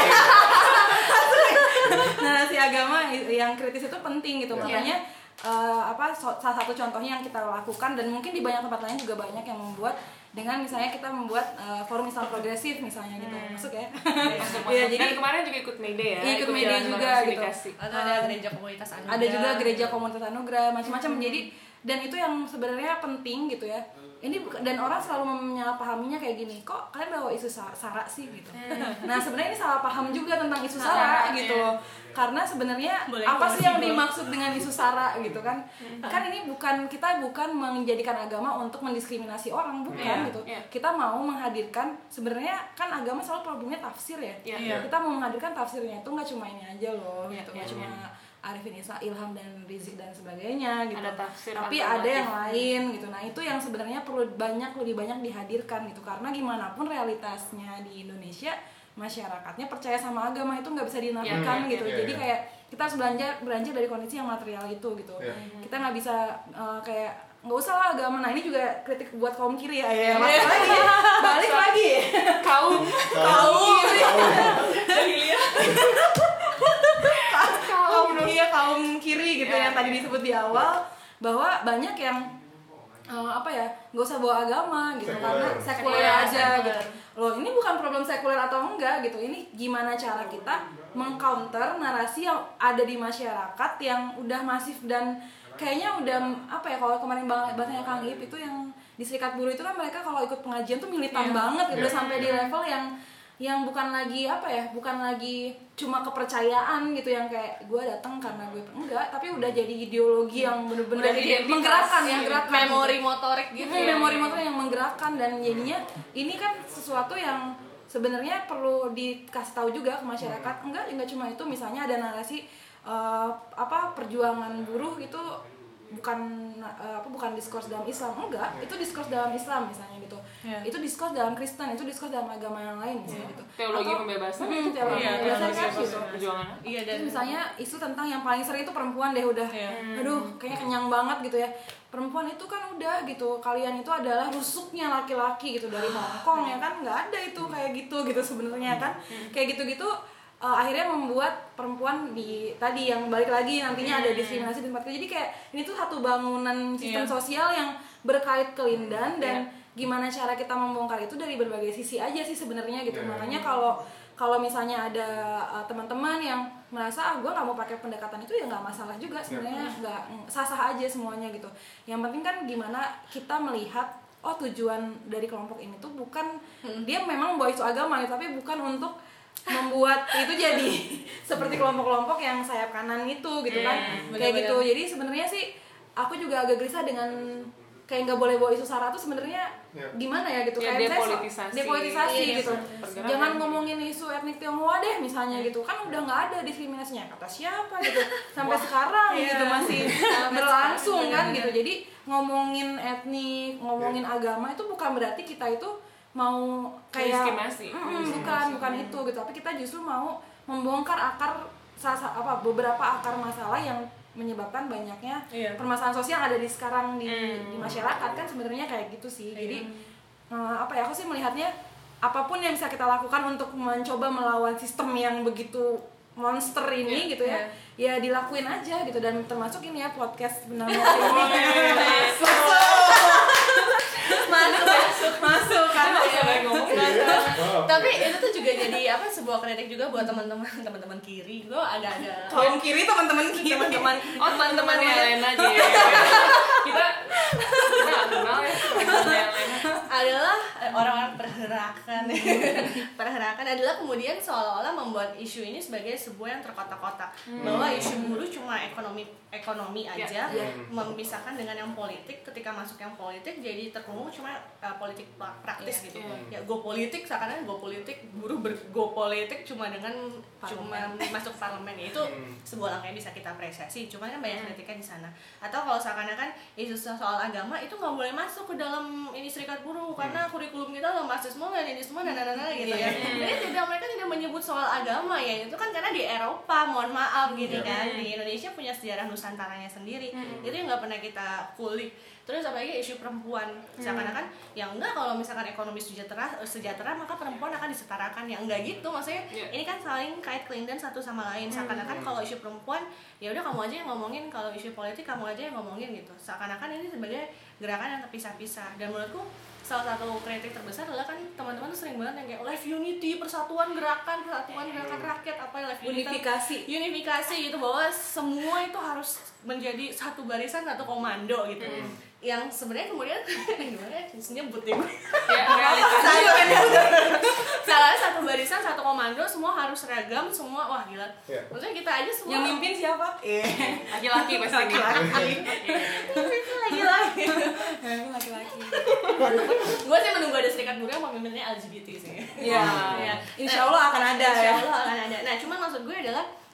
Narasi agama yang kritis itu penting gitu. Iya. Makanya eh, apa so- salah satu contohnya yang kita lakukan dan mungkin di banyak tempat lain juga banyak yang membuat dengan misalnya kita membuat eh, forum Islam progresif misalnya gitu. Masuk ya. Iya, jadi Dan kemarin juga ikut Mayday ya, Ikut Mayday jalan juga, bareng gitu. sindikasi. Atau ada gereja komunitas anugerah. ada juga gereja komunitas anugerah macam-macam. Jadi dan itu yang sebenarnya penting gitu ya. Ini bukan- dan orang selalu menyalahpahaminya kayak gini, kok kalian bawa isu sa- sara sih gitu. Nah sebenarnya ini salah paham juga tentang isu sara Sara, gitu iya. loh. Karena sebenarnya Boleh apa sih yang informasi dimaksud dengan isu sara gitu kan? Kan ini bukan, kita bukan menjadikan agama untuk mendiskriminasi orang, bukan Iya, gitu. iya. Kita mau menghadirkan, sebenarnya kan agama selalu problemnya tafsir ya. Iya. Kita mau menghadirkan tafsirnya itu nggak cuma ini aja loh, Iya, gitu. iya, Nggak cuma iya. Arifin Islam, Ilham dan Rizik dan sebagainya gitu. Ada tafsir Tapi alternatif. ada yang lain gitu. Nah, itu yang sebenarnya perlu banyak lebih banyak dihadirkan gitu. Karena gimana pun realitasnya di Indonesia, masyarakatnya percaya sama agama itu nggak bisa dinafikan Ya, gitu. ya, ya, Jadi ya. kayak kita harus belanja belanja dari kondisi yang material itu gitu. Ya. Kita nggak bisa uh, kayak nggak usah lah agama. Nah, ini juga kritik buat kaum kiri ya. Ya, balik lagi. Balik lagi. Kaum Kaum kiri. kaum kaum iya kaum kiri gitu Ya. yang tadi disebut di awal bahwa banyak yang uh, apa ya nggak usah bawa agama gitu Sekuler. karena sekuler Sekuler, aja sekuler. gitu loh. Ini bukan problem sekuler atau enggak gitu, ini gimana cara kita mengcounter narasi yang ada di masyarakat yang udah masif dan kayaknya udah apa ya, kalau kemarin bang- bahasanya Kang Ip itu yang di Serikat Buruh itu kan mereka kalau ikut pengajian tuh militan Iya. banget gitu, udah Iya. sampai di level yang yang bukan lagi apa ya, bukan lagi cuma kepercayaan gitu yang kayak gue datang karena gue enggak, tapi udah jadi ideologi yang bener-bener Udah identitas, menggerakkan, ya, menggerakkan memori gitu. motorik gitu Hmm, ya. memori motor yang menggerakkan dan jadinya ini kan sesuatu yang sebenarnya perlu dikasih tahu juga ke masyarakat. Enggak, enggak cuma itu, misalnya ada narasi eh, apa perjuangan buruh itu bukan eh, apa bukan diskurs dalam Islam. Enggak, itu diskurs dalam Islam misalnya gitu. Ya. Itu diskurs dalam Kristen, itu diskurs dalam agama yang lain misalnya gitu. teologi Atau- pembebasan Hmm, itu teologi Iya, pembebasan teologi kan gitu. pembebasan. perjuangan. Iya, dan Terus misalnya isu tentang yang paling sering itu perempuan deh udah. Iya. Aduh, kayaknya kenyang banget gitu ya. Perempuan itu kan udah gitu. Kalian itu adalah rusuknya laki-laki gitu dari Hong Kong ya kan, nggak ada itu kayak gitu gitu sebenarnya kan. Kayak gitu-gitu uh, akhirnya membuat perempuan di tadi yang balik lagi nantinya ada diskriminasi di tempat kerja. Jadi kayak ini tuh satu bangunan sistem Iya. sosial yang berkait kelindan dan gimana cara kita membongkar itu dari berbagai sisi aja sih sebenarnya gitu. Iya. Makanya kalau kalau misalnya ada uh, teman-teman yang merasa ah gue nggak mau pakai pendekatan itu ya nggak masalah juga sebenarnya, nggak sah-sah aja semuanya gitu. Yang penting kan gimana kita melihat oh tujuan dari kelompok ini tuh bukan dia memang bawa isu agama ya, tapi bukan untuk membuat itu jadi seperti kelompok-kelompok yang sayap kanan itu gitu kan. Hmm, Kayak benar-benar. gitu. Jadi sebenarnya sih aku juga agak gelisah dengan kayak nggak boleh bawa isu sara tuh sebenarnya Ya. gimana ya gitu, Ya, kayak saya so- depolitisasi. depolitisasi Iya, gitu. pergerakan. Jangan ngomongin isu etnik Tionghoa deh misalnya gitu, kan udah nggak ada diskriminasinya kata siapa gitu sampai sekarang Iya. gitu masih berlangsung kan gitu. Jadi ngomongin etnik, ngomongin agama itu bukan berarti kita itu mau kayak Diskriminasi. Mm-mm, bukan bukan itu gitu, tapi kita justru mau membongkar akar sa- apa beberapa akar masalah yang menyebabkan banyaknya Iya. permasalahan sosial yang ada di sekarang di, Hmm. di masyarakat kan sebenarnya kayak gitu sih. Jadi eh, apa ya, aku sih melihatnya apapun yang bisa kita lakukan untuk mencoba melawan sistem yang begitu monster ini Iya, gitu ya, iya. ya dilakuin aja gitu. Dan termasuk ini ya podcast benar ini masuk masuk masuk kan Saya ngomong Wow. tapi itu tuh juga jadi apa sebuah kritik juga buat teman-teman teman-teman kiri. Gue agak-agak kaum kiri teman-teman kiri teman-teman oh teman-teman yang lain aja ya. kita kita nggak kenal ya teman-teman yang lain. adalah eh, orang-orang pergerakan. Pergerakan adalah kemudian seolah-olah membuat isu ini sebagai sebuah yang terkotak-kotak, bahwa isu buruh cuma ekonomi ekonomi aja, Ya. memisahkan dengan yang politik. Ketika masuk yang politik jadi terkungkung cuma uh, politik pra- praktis Iya, gitu. iya. Ya go politik seakan-akan go politik, buruh bergo politik cuma dengan cuma masuk parlemen. Ya, itu Hmm. sebuah langkah yang bisa kita apresiasi. Cuma kan banyak kritiknya di sana. Atau kalau seakan-akan isu soal agama itu nggak boleh masuk ke dalam ini serikat buruh karena kurikulum kita lo marxisme dan ini semua dan dan dan gitu ya. Jadi tidak, mereka tidak menyebut soal agama ya, itu kan karena di Eropa, mohon maaf gitu kan, di Indonesia punya sejarah nusantaranya sendiri. Itu yang nggak pernah kita kulik. Terus apalagi isu perempuan, seakan-akan yang enggak kalau misalkan ekonomi sejahtera sejahtera maka perempuan akan disetarakan, ya enggak gitu. Maksudnya Yeah. ini kan saling kait kelindan satu sama lain. Seakan-akan kalau isu perempuan ya udah kamu aja yang ngomongin, kalau isu politik kamu aja yang ngomongin gitu. Seakan-akan ini sebagai gerakan yang terpisah-pisah. Dan menurutku salah satu kritik terbesar adalah kan teman-teman tuh sering banget yang kayak live unity, persatuan gerakan, persatuan gerakan rakyat, apa ya live unity, unifikasi. unifikasi gitu, bahwa semua itu harus menjadi satu barisan, satu komando gitu. Yang sebenarnya kemudian gimana ya nyebut ya gue. Ya, realitas. Salah satu barisan, satu komando, semua harus seragam, semua wah gila. Ya. Maksudnya kita aja semua Yang mimpin siapa? Eh, Laki-laki pasti nih. laki-laki. yang laki-laki. Gue sih menunggu ada serikat buruh yang pemimpinnya L G B T sih. Iya. Iya. Insya Allah akan ada Insya ya. Allah akan ada. Nah, cuman maksud gue adalah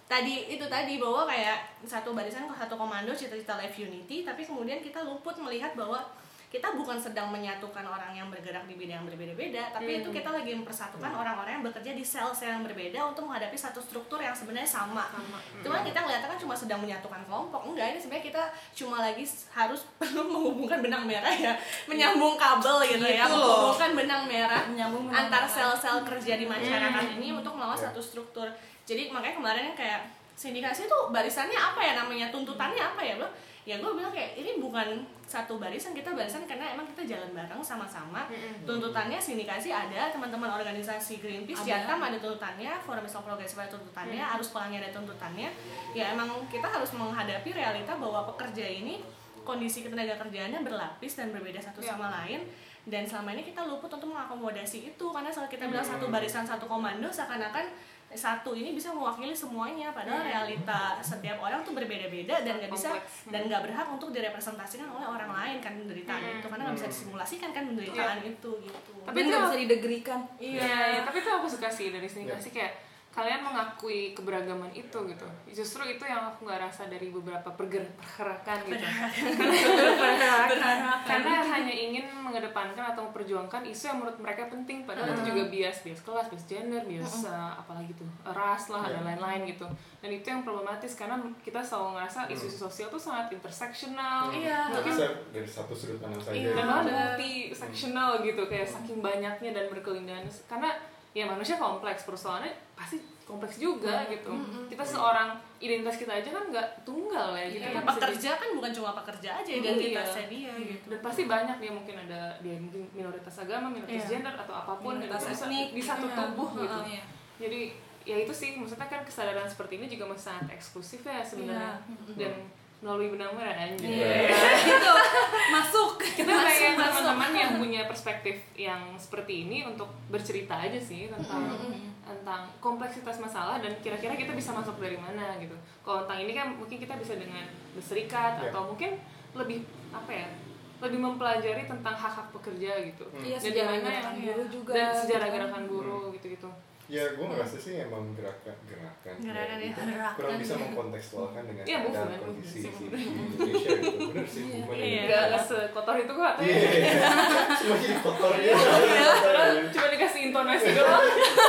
tadi itu tadi bahwa kayak satu barisan satu komando cita-cita Life Unity, tapi kemudian kita luput melihat bahwa kita bukan sedang menyatukan orang yang bergerak di bidang yang berbeda-beda, tapi hmm. itu kita lagi mempersatukan hmm. orang-orang yang bekerja di sel-sel yang berbeda untuk menghadapi satu struktur yang sebenarnya sama. sama. Itu kan kita ngeliatnya kan cuma sedang menyatukan kelompok, enggak, ini sebenarnya kita cuma lagi harus perlu menghubungkan benang merah ya, menyambung kabel gitu, gitu ya, menghubungkan benang merah menyambung antar sel-sel kerja di masyarakat hmm. ini untuk melawan satu struktur. Jadi makanya kemarin kayak sindikasi itu barisannya apa ya namanya, tuntutannya apa ya bro? Ya gue bilang kayak ini bukan satu barisan, kita barisan karena emang kita jalan bareng sama-sama. Mm-hmm. Tuntutannya sindikasi ada, teman-teman organisasi Greenpeace, Jatam ada tuntutannya, Forum Islam Progresif ada tuntutannya, mm-hmm. Arus Pelangi ada tuntutannya. Ya emang kita harus menghadapi realita bahwa pekerja ini kondisi ketenaga kerjaannya berlapis dan berbeda satu yeah. sama lain. Dan selama ini kita luput untuk mengakomodasi itu, karena saat kita bilang mm-hmm. satu barisan satu komando, seakan-akan satu ini bisa mewakili semuanya, padahal realita setiap orang tuh berbeda-beda dan nggak bisa dan nggak berhak untuk direpresentasikan oleh orang lain kan penderitaan hmm. itu, karena nggak bisa disimulasikan kan penderitaan yeah. itu gitu. Tapi nggak bisa didegrikan. Iya, yeah. yeah, tapi itu aku suka sih dari sini yeah. sih kayak kalian mengakui keberagaman itu gitu. Justru itu yang aku nggak rasa dari beberapa pergerakan gitu. Karena hanya ingin mengedepankan atau memperjuangkan isu yang menurut mereka penting, padahal hmm. itu juga bias, bias kelas, bias gender, bias hmm. uh, apalagi tuh ras lah yeah. dan lain-lain gitu. Dan itu yang problematis karena kita selalu ngerasa isu-isu sosial tuh sangat interseksional. Iya. Mungkin dari satu sudut pandang saja. Iya, dan multi seksional gitu, kayak saking banyaknya dan berkelindahan. Karena ya manusia kompleks, persoalannya pasti kompleks juga hmm. gitu. Hmm. Kita seorang identitas kita aja kan nggak tunggal ya gitu. Ya, pekerja kan bukan cuma pekerja aja, identitasnya dia gitu. Dan pasti banyak dia mungkin ada dia mungkin minoritas agama, minoritas yeah. gender atau apapun minoritas gitu, etnik di satu yeah. tubuh uh, gitu. Uh, yeah. Jadi ya itu sih maksudnya kan kesadaran seperti ini juga masih sangat eksklusif ya sebenarnya. Yeah. Dan melalui benang merah aja. Yeah. Gitu. Masuk. Kita kayak teman-teman yang punya perspektif yang seperti ini untuk bercerita aja sih tentang mm-hmm. tentang kompleksitas masalah dan kira-kira kita bisa masuk dari mana gitu. Kalau tentang ini kan mungkin kita bisa dengan berserikat yeah. atau mungkin lebih apa ya? Lebih mempelajari tentang hak-hak pekerja gitu. Iya, dan sejarah gerakan buruh juga. Dan sejarah gerakan buruh hmm. gitu-gitu. Ya, gue ngerasa sih emang gerakan gerakan, gerakan ya, ya, kurang bisa mengkontekstualkan dengan ya, keadaan bukan, kondisi bukan. di Indonesia gitu. Bener sih, iya. bukan iya. Gak sekotor itu kok katanya. Iya, iya. Semua jadi kotor ya. Cuma dikasih intonasi doang.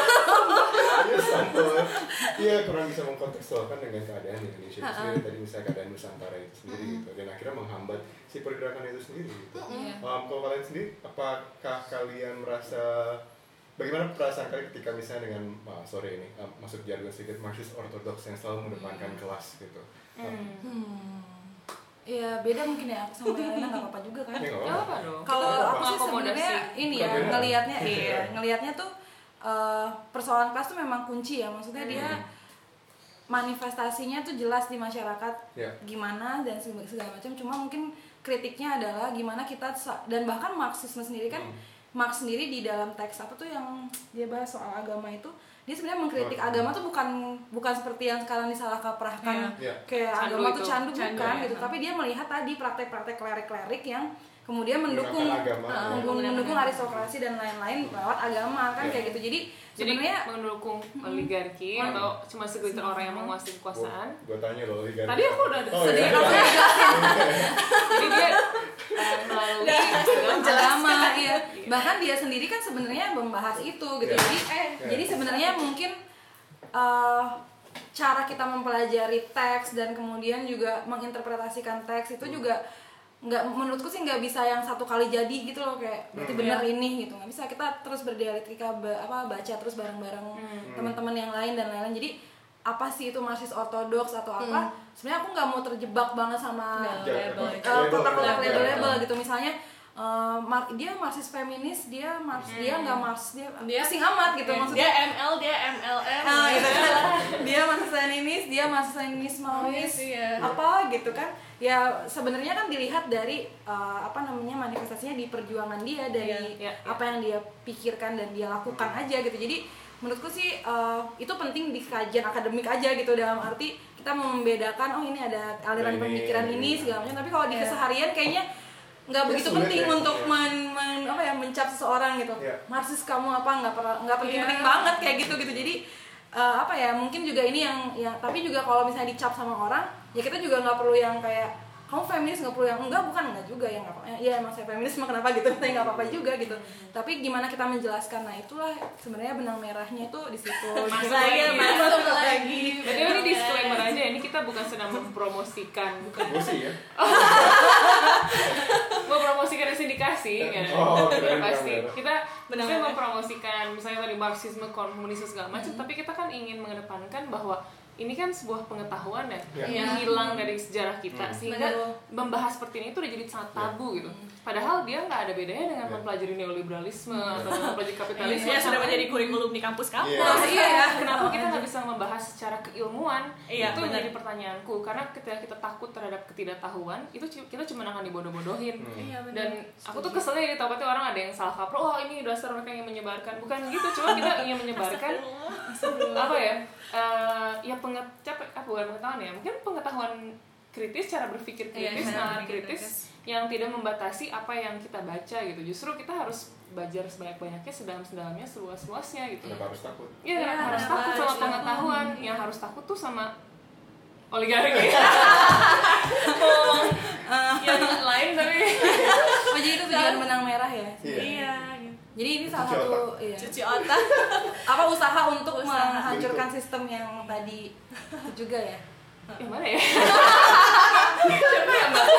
Iya, sampel. Iya, kurang bisa mengkontekstualkan dengan keadaan di Indonesia itu sendiri. Tadi misalnya keadaan Nusantara itu sendiri gitu. Dan akhirnya menghambat si pergerakan itu sendiri gitu. Um, kalau kalian sendiri, apakah kalian merasa bagaimana perasaan kalian ketika misalnya dengan uh, sorry ini uh, masuk jargon sedikit Marxist ortodoks yang selalu mengedepankan hmm. kelas gitu. Hmm. Hmm. Ya beda mungkin ya aku sama Elena nggak apa-apa juga kan. Ya, nggak apa-apa dong. Kalau aku sih sebenarnya ini ya ngelihatnya iya ngelihatnya tuh uh, persoalan kelas tuh memang kunci ya, maksudnya hmm. dia manifestasinya tuh jelas di masyarakat yeah. gimana dan segala macam. Cuma mungkin kritiknya adalah gimana kita dan bahkan Marxisme sendiri kan. Hmm. Marx sendiri di dalam teks apa tuh yang dia bahas soal agama itu, dia sebenarnya mengkritik oh. agama tuh bukan bukan seperti yang sekarang disalah kaprahkan yeah. kayak candu agama itu. tuh candu, candu bukan ya. gitu, tapi dia melihat tadi praktek-praktek klerik-klerik yang kemudian mendukung uh, mendukung aristokrasi dan lain-lain lewat agama kan yeah. kayak gitu. Jadi sebenarnya mendukung oligarki hmm. atau cuma segelintir orang yang menguasai kekuasaan. Gue tanya loh oligarki. Tadi aku udah oh, sedikit ya. Jadi dia uh, melalui agama ya. Bahkan dia sendiri kan sebenarnya membahas itu gitu. Yeah. Jadi eh yeah. jadi sebenarnya mungkin uh, cara kita mempelajari teks dan kemudian juga menginterpretasikan teks itu juga nggak, menurutku sih nggak bisa yang satu kali jadi gitu loh, kayak berarti hmm. benar yeah. ini gitu, nggak bisa. Kita terus berdialektika apa baca terus bareng-bareng hmm. teman-teman yang lain dan lain-lain. Jadi apa sih itu Marxis ortodoks atau apa, hmm. sebenarnya aku nggak mau terjebak banget sama kotak-kotak label-label gitu. Misalnya uh, dia Marxis feminis, dia Marx, hmm. dia nggak Marx, dia, dia pusing amat gitu, maksudnya dia M L, dia M L M nah, gitu. Dia Marxis Leninis, dia Marxis Leninis Maois iya. apa gitu kan. Ya sebenarnya kan dilihat dari uh, apa namanya manifestasinya di perjuangan dia, dari yeah, yeah, apa yeah. yang dia pikirkan dan dia lakukan aja gitu. Jadi menurutku sih uh, itu penting di kajian akademik aja gitu, dalam arti kita membedakan oh ini ada aliran nah, pemikiran ini, ini segala macam, tapi kalau di yeah. keseharian kayaknya nggak ya, begitu penting ya, untuk ya. men, men apa ya mencap seseorang gitu. Yeah. Marxis kamu apa nggak pernah nggak penting-penting yeah. banget kayak gitu gitu. Jadi uh, apa ya mungkin juga ini yang yang tapi juga kalau misalnya dicap sama orang ya kita juga nggak perlu yang kayak kamu feminis nggak perlu yang enggak bukan enggak juga ya nggak apa ya emang saya feminis mah kenapa gitu tapi nggak apa-apa juga gitu tapi gimana kita menjelaskan nah itulah sebenarnya benang merahnya itu di situ masuk lagi masuk lagi berarti ini disclaimer aja ini kita bukan sedang mempromosikan bukan Emosi ya. mempromosikan sindikasi ya Oh, ya keren, pasti keren. kita Benar. misalnya mempromosikan misalnya tadi marxisme komunisme segala macam tapi kita kan ingin mengedepankan bahwa ini kan sebuah pengetahuan ya, Ya. yang Ya. hilang dari sejarah kita Hmm. sehingga Betul. membahas seperti ini itu udah jadi sangat tabu gitu. Padahal dia nggak ada bedanya dengan Ya. mempelajari neoliberalisme atau mempelajari kapitalisme. ya sudah menjadi kurikulum di kampus-kampus. Iya. Nah, iya ya. Oh, Kenapa iya. kita nggak bisa membahas secara keilmuan? Iya, itu benar. menjadi pertanyaanku. Karena ketika kita takut terhadap ketidaktahuan, itu c- kita cuma akan dibodoh-bodohin. Hmm. Iya, benar. Dan aku tuh keselnya jadi takutnya orang ada yang salah kaprah. Oh ini dasar mereka yang menyebarkan. Bukan gitu. Cuma kita ingin menyebarkan apa ya? eh, ya penget capek apa bukan pengetahuan ya? Mungkin pengetahuan kritis, cara berpikir Iya, kritis, cara nalar berpikir kritis yang tidak membatasi apa yang kita baca gitu. Justru kita harus belajar sebanyak-banyaknya, sedalam-sedalamnya, seluas-luasnya gitu. Kenapa harus takut? Iya, Iya, kenapa harus kenapa takut harus sama takut? pengetahuan? Yang harus takut tuh sama oligarki. Yang lain tapi oh jadi itu tujuan benang merah ya Iya. Iya, gitu. jadi ini salah Cuci satu otak. iya. Cuci otak. apa usaha untuk Usaha. menghancurkan sistem yang tadi itu juga ya yang mana ya? Siapa ya mbak?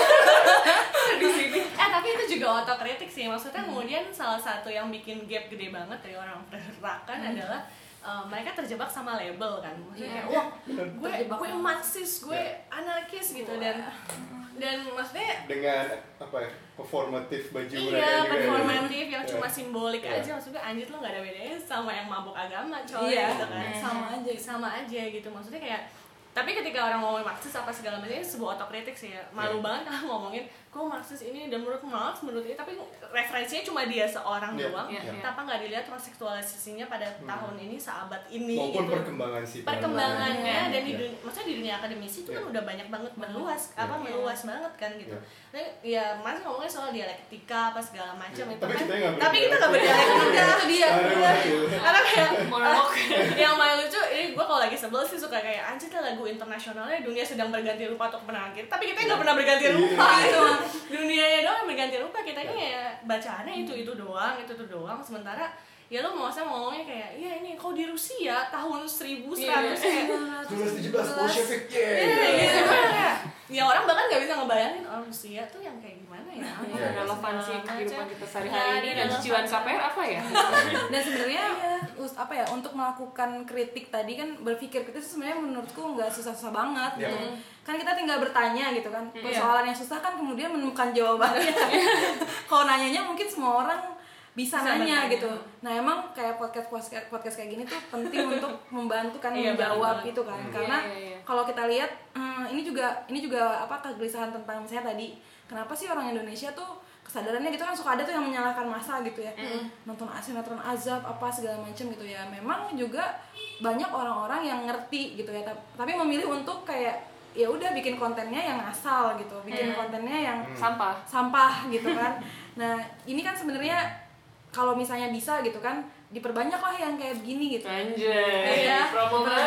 Di sini. Eh tapi itu juga otokritik sih. Maksudnya kemudian salah satu yang bikin gap gede banget dari orang pergerakan adalah uh, mereka terjebak sama label kan. Maksudnya kayak wah gue Terjebak gue banget. marxis, gue anarkis gitu dan dan maksudnya Dengan apa ya? Performatif baju mereka iya juga. performatif ya. yang cuma Iya. simbolik Iya. aja maksudnya anjir lo gak ada bedanya sama yang mabuk agama coy Iya, gitu kan sama aja. sama aja gitu maksudnya kayak tapi ketika orang ngomongin Marxis apa segala macam ini sebuah otokritik sih ya malu Iya. banget kalau ngomongin kok Marxis ini dan menurut Marx menurut ini tapi referensinya cuma dia seorang Iya. doang Iya, iya. tanpa nggak dilihat kontekstualisasinya pada Hmm. tahun ini seabad ini Maupun gitu perkembangan si perkembangannya Iya. dan di Iya. dunia, maksudnya di dunia akademisi itu kan Iya. udah banyak banget meluas apa Iya. meluas banget kan gitu. Nah, ya Mas ngomongnya soal dialektika apa segala macam Iya. itu Tapi kan. kita nggak Tapi kita nggak berdialektika. berdialektika itu dia. Aduh, Iya. aduh. Karena kayak Monolog. yang paling lucu ini gue kalau lagi sebel sih suka kayak anjir kan lagu internasionalnya dunia sedang berganti rupa untuk kemenangan kita tapi kita nggak pernah berganti rupa Iya. gitu dunianya doang yang berganti rupa kita ini ya bacaannya itu itu doang itu itu doang sementara ya lo mau masa ngomongnya kayak iya ini kok di Rusia tahun seribu seratus kayak seribu sembilan ratus tujuh belas Bolshevik. Iya, Yeay. gitu kan kayak ya orang bahkan nggak bisa ngebayangin orang Rusia tuh yang kayak gimana ya Iya. Relevansi kehidupan kita Nah, sehari-hari ini dan cicilan K P R apa ya? dan sebenarnya us apa ya untuk melakukan kritik tadi kan berpikir kritis sebenarnya menurutku nggak susah-susah banget gitu Iya. kan kita tinggal bertanya gitu kan Iya. persoalan yang susah kan kemudian menemukan jawabannya kalau nanyanya mungkin semua orang bisa, Bisa nanya bertanya. gitu nah emang kayak podcast podcast podcast kayak gini tuh penting untuk membantu kan Iya, menjawab banget. itu kan Hmm. karena Iya, iya, iya. kalau kita lihat hmm, ini juga ini juga apa kegelisahan tentang misalnya tadi kenapa sih orang Indonesia tuh kesadarannya gitu kan suka ada tuh yang menyalahkan masa gitu ya nonton sinetron azab apa segala macam gitu ya memang juga banyak orang-orang yang ngerti gitu ya tap- tapi memilih untuk kayak ya udah bikin kontennya yang asal gitu bikin Hmm. kontennya yang Sampah. sampah gitu kan nah ini kan sebenarnya kalau misalnya bisa gitu kan diperbanyak lah yang kayak begini gitu Anjay. Iya. Promo banget.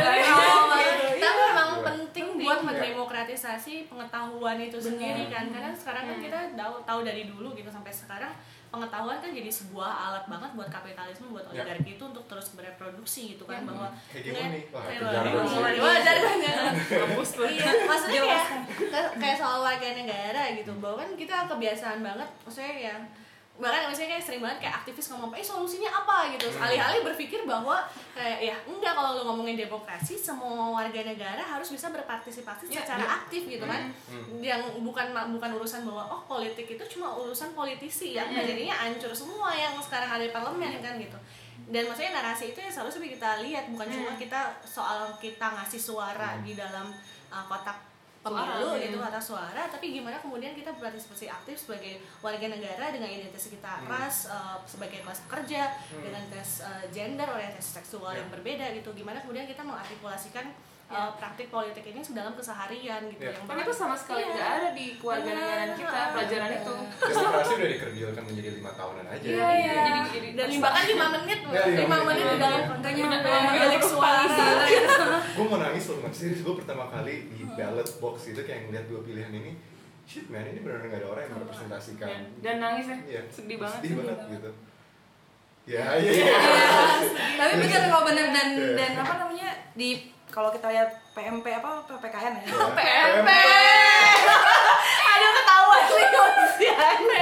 Tapi memang Iya. penting buat mendemokratisasi pengetahuan itu sendiri kan karena sekarang kan kita tahu tahu dari dulu gitu sampai sekarang pengetahuan kan jadi sebuah alat banget buat kapitalisme buat Ya. oligarki itu untuk terus bereproduksi gitu kan Ya. bahwa Hegemoni. Wah, Kayak itu luar jarang biasa. banget. Wajar kan ya. Kampus tuh. Iya, maksudnya kayak kayak- kayak soal warga negara gitu bahwa kan kita kebiasaan banget maksudnya ya bahkan misalnya kayak sering banget kayak aktivis ngomong eh solusinya apa gitu alih-alih berpikir bahwa kayak ya enggak kalau lu ngomongin demokrasi semua warga negara harus bisa berpartisipasi Ya, secara ya. aktif gitu kan yang bukan bukan urusan bahwa oh politik itu cuma urusan politisi ya nah, jadinya hancur semua yang sekarang ada di parlemen kan gitu dan maksudnya narasi itu ya seharusnya kita lihat bukan cuma kita soal kita ngasih suara di dalam uh, kotak pemilu Suara, gitu hmm. atas suara tapi gimana kemudian kita berpartisipasi aktif sebagai warga negara dengan identitas kita ras uh, sebagai kelas pekerja dengan tes uh, gender orientasi seksual Ya. yang berbeda gitu gimana kemudian kita mengartikulasikan uh, praktik politik ini dalam keseharian gitu. Yeah. Yang Tapi itu sama sekali nggak Iya. ada di kewarganegaraan kita pelajaran itu. Demokrasi udah dikerdilkan menjadi lima tahunan aja. Iya, iya. Jadi jadi dan bahkan lima menit Nggak, lima lima menit, menit di iya. dalam Nggak udah nyampe kayak milik milik suara. suara. Gue mau nangis loh, man. Serius gue pertama kali di ballot box itu kayak ngeliat dua pilihan ini, shit man, ini benar-benar gak ada orang yang merepresentasikan. Ya, dan nangis ya, Iya. sedih banget. Sedih banget banget. gitu. Ya, iya, iya. Tapi bener kalau bener dan Iya. dan apa namanya di kalau kita lihat P M P apa P P K N ya. Iya. P M P. Ada ketahuan nih usianya.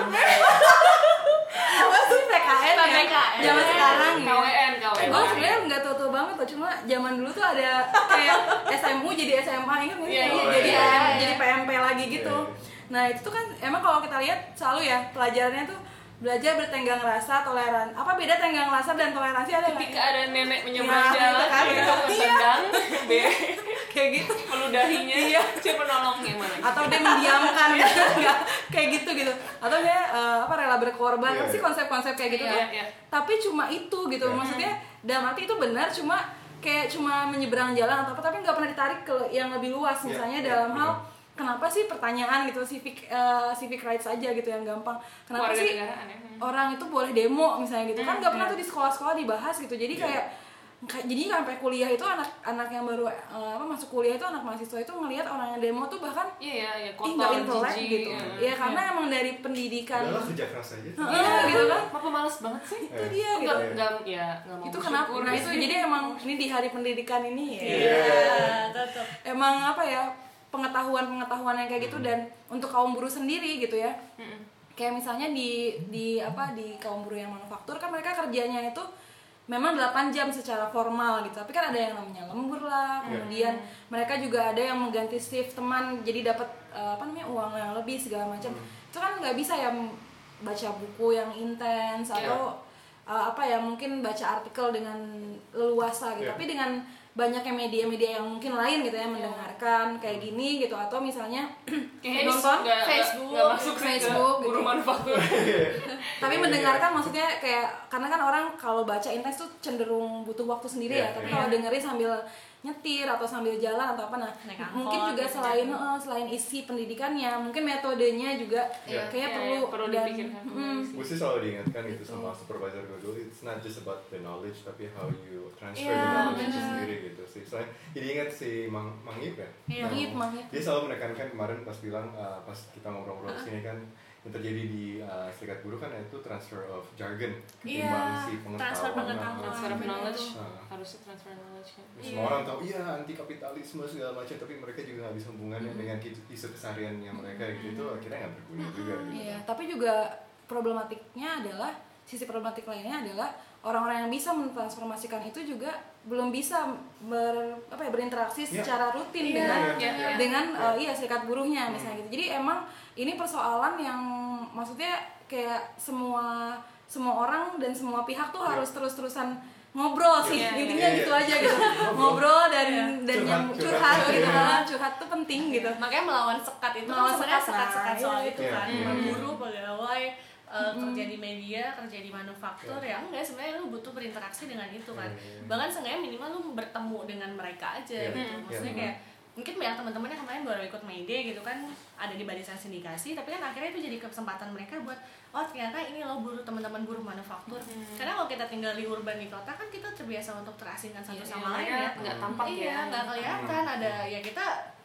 Apa sih P K N P P K ya? N. Zaman sekarang K ya. W N, K W N. Gue sebenarnya nggak tahu-tahu banget loh, cuma zaman dulu tuh ada kayak S M U jadi S M A, ingat nggak sih? Iya, iya, jadi iya, P M, iya. jadi P M P lagi gitu. Iya, iya. Nah itu tuh kan emang kalau kita lihat selalu ya pelajarannya tuh belajar bertenggang rasa, toleran. Apa beda tenggang rasa dan toleransi ada nggak? Ketika ada nenek menyeberang Iya, jalan, gitu kan. kita mentendang, B, Kayak gitu. meludahinya, Iya. siapa nolongnya mana? Atau dia mendiamkan gitu, nggak kayak gitu gitu. Atau dia eh, apa rela berkorban, Iya, apa sih iya. konsep-konsep kayak gitu Iya, kan? iya. Tapi cuma itu gitu, Iya. maksudnya dalam arti itu benar, cuma kayak cuma menyeberang jalan atau apa, tapi nggak pernah ditarik ke yang lebih luas, Iya, misalnya iya, dalam hal benar. kenapa sih pertanyaan gitu civic eh, civic rights aja gitu yang gampang. Kenapa sih Kewarganegaraan ya. orang itu boleh demo misalnya gitu kan Hmm, nggak pernah iya. tuh di sekolah-sekolah dibahas gitu, jadi Iya. kayak kayak- jadi sampai kuliah itu anak-anak yang baru eh, apa masuk kuliah itu anak mahasiswa itu ngelihat orang yang demo tuh bahkan Iya ya, ya ih kotor, nggak intelek jijik, gitu ya. ya karena emang dari pendidikan Udahlah kerja keras aja. Heeh, gitu kan Apa males banget sih? itu Eh. dia gitu Enggak, enggak, ya nggak mau itu kenapa bersyukur nah sih. itu jadi emang ini di hari pendidikan ini ya Iya, tetap. emang apa ya pengetahuan-pengetahuan yang kayak gitu dan untuk kaum buruh sendiri gitu ya Mm-mm. kayak misalnya di di apa di kaum buruh yang manufaktur kan mereka kerjanya itu memang delapan jam secara formal gitu, tapi kan ada yang namanya lembur lah, kemudian mereka juga ada yang mengganti shift teman jadi dapat eh, apa namanya uang yang lebih segala macam. Itu kan nggak bisa ya m- baca buku yang intens atau eh, apa ya mungkin baca artikel dengan leluasa gitu, Iya. tapi dengan banyaknya media-media yang mungkin lain gitu ya mendengarkan kayak gini gitu, atau misalnya Kayaknya nonton nggak- nggak- Facebook, nggak masuk sih ke Facebook, gitu. buruh manufaktur. tapi mendengarkan maksudnya kayak karena kan orang kalau baca intens tuh cenderung butuh waktu sendiri Iya, ya, tapi iya. kalau dengerin sambil nyetir atau sambil jalan atau apa nah Naik angkot, mungkin juga gitu. selain eh, selain isi pendidikannya mungkin metodenya juga Iya. kayaknya Iya, perlu iya, perlu dan dipikirkan mm, kembali sih. Gue sih selalu diingatkan gitu sama supervisor gue dulu, it's not just about the knowledge tapi how you transfer Iya, the knowledge itu benar. sendiri gitu sih. Soalnya jadi ingat si Mang Mang Ip ya. Iya. Mang- Ip, Mang Ip. Dia selalu menekankan kemarin pas bilang uh, pas kita ngobrol-ngobrol sini kan yang terjadi di uh, serikat buruh kan itu transfer of jargon Iya, ketimbang si transfer pengetahuan. pengetahuan. Transfer of benar knowledge, Nah. harusnya transfer knowledge kan. Semua orang tahu iya anti kapitalisme segala macam, tapi mereka juga nggak bisa hubungannya dengan isu isu kesehariannya mereka gitu, akhirnya nggak berguna juga. Gitu. iya tapi juga problematiknya adalah sisi problematik lainnya adalah orang-orang yang bisa mentransformasikan itu juga belum bisa ber apa ya berinteraksi Iya. secara rutin Iya, dengan iya, iya. dengan eh, iya serikat buruhnya misalnya gitu. Jadi emang ini persoalan yang maksudnya kayak semua semua orang dan semua pihak tuh Iya. harus terus-terusan ngobrol sih Iya, iya, intinya iya. gitu aja gitu ngobrol dan dan Curhat, yang curhat. curhat gitu Iya. kan curhat tuh penting gitu. Makanya melawan sekat itu Melawan kan sebenarnya sekat, nah, sekat-sekat soal iya, itu iya. kan Hmm. buruh, pegawai, uh, kerja di media, kerja di manufaktur ya enggak sebenarnya lu butuh berinteraksi dengan itu kan. Iya. Bahkan seenggaknya minimal lu bertemu dengan mereka aja Iya, gitu. iya. Maksudnya Iya. kayak mungkin banyak teman-teman yang kemarin baru ikut Mayday gitu kan ada di barisan sindikasi, tapi kan akhirnya itu jadi kesempatan mereka buat oh ternyata ini loh buruh teman-teman buruh manufaktur. Karena kalau kita tinggal di urban di kota kan kita terbiasa untuk terasingkan satu Iya, sama lain mereka ya. nggak tampak Iya, ya. nggak kelihatan ada ya kita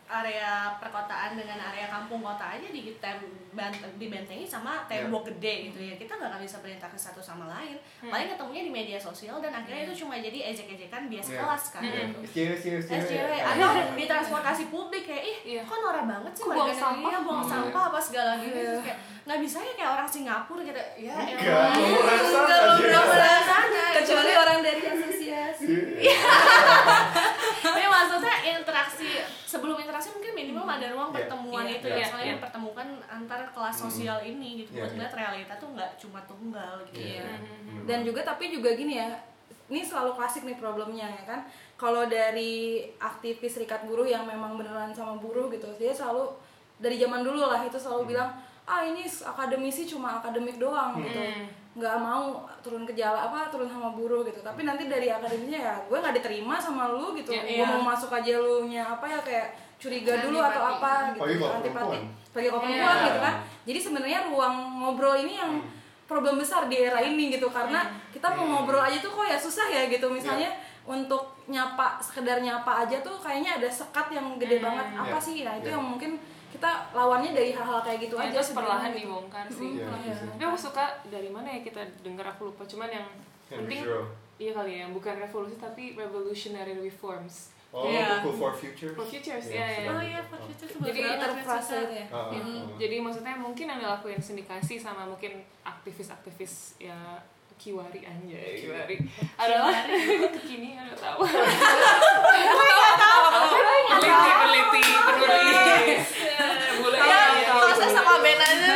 area perkotaan dengan area kampung kota aja di tem bant- dibentengi sama tembok gede gitu ya, kita nggak akan bisa berinteraksi satu sama lain. Paling ketemunya di media sosial dan akhirnya itu cuma jadi ejek-ejekan bias Iya. kelas kan Hmm. gitu. S C W, S C W, S C W. S C W atau di transportasi publik kayak ih Iya. kok norak banget sih Kok warga buang negeri sampah? ya, buang Hmm. sampah apa segala gitu. Iya. Terus kayak nggak bisa ya kayak orang Singapura gitu ya Enggak, elah. belum pernah kesana, Nggak, belum Jess. pernah kesana, gitu. Kecuali orang dari asosiasi. Tapi maksudnya interaksi sebelum interaksi mungkin minimal ada ruang Iya. pertemuan Iya, itu iya, ya, soalnya iya. mempertemukan antar kelas sosial ini gitu Iya, buat iya. ngeliat realita tuh nggak cuma tunggal gitu. Iya. Ya. Bener Dan banget. juga tapi juga gini ya, ini selalu klasik nih problemnya ya kan. Kalau dari aktivis serikat buruh yang memang beneran sama buruh gitu, dia selalu dari zaman dulu lah itu selalu bilang ah ini akademisi cuma akademik doang hmm. gitu, nggak mau turun ke jalan apa turun sama buruh gitu, tapi nanti dari akademisinya ya gue nggak diterima sama lu gitu, ya, gue iya. mau masuk aja lu nya apa ya kayak curiga dulu Antipati. atau apa gitu, Apalagi kalau antipati perempuan. bagi kalau perempuan Iya. gitu kan. Jadi sebenarnya ruang ngobrol ini yang problem besar di era ini gitu, karena kita mau ngobrol aja tuh kok ya susah ya gitu, misalnya untuk nyapa sekedar nyapa aja tuh kayaknya ada sekat yang gede Hmm. banget apa Iya. sih, nah itu Iya. yang mungkin kita lawannya dari hal-hal kayak gitu Ya, aja terus perlahan gitu. dibongkar sih. Iya, Iya. bisa. Tapi aku suka dari mana ya kita dengar, aku lupa, cuman yang Henry penting Thoreau. iya kali ya, yang bukan revolusi tapi revolutionary reforms Oh, Iya. Cool for Future. for futures Iya, ya, ya. Oh iya, for future tuh Jadi bagus banget, Terfrase suka. itu ya. Ah, ah, Ya, ah. jadi maksudnya mungkin yang dilakuin sindikasi sama mungkin aktivis-aktivis ya Kiwari anjay Kiwari adalah kekini nggak tahu peneliti peneliti penulis boleh Ya, ya kalau saya sama Ben aja.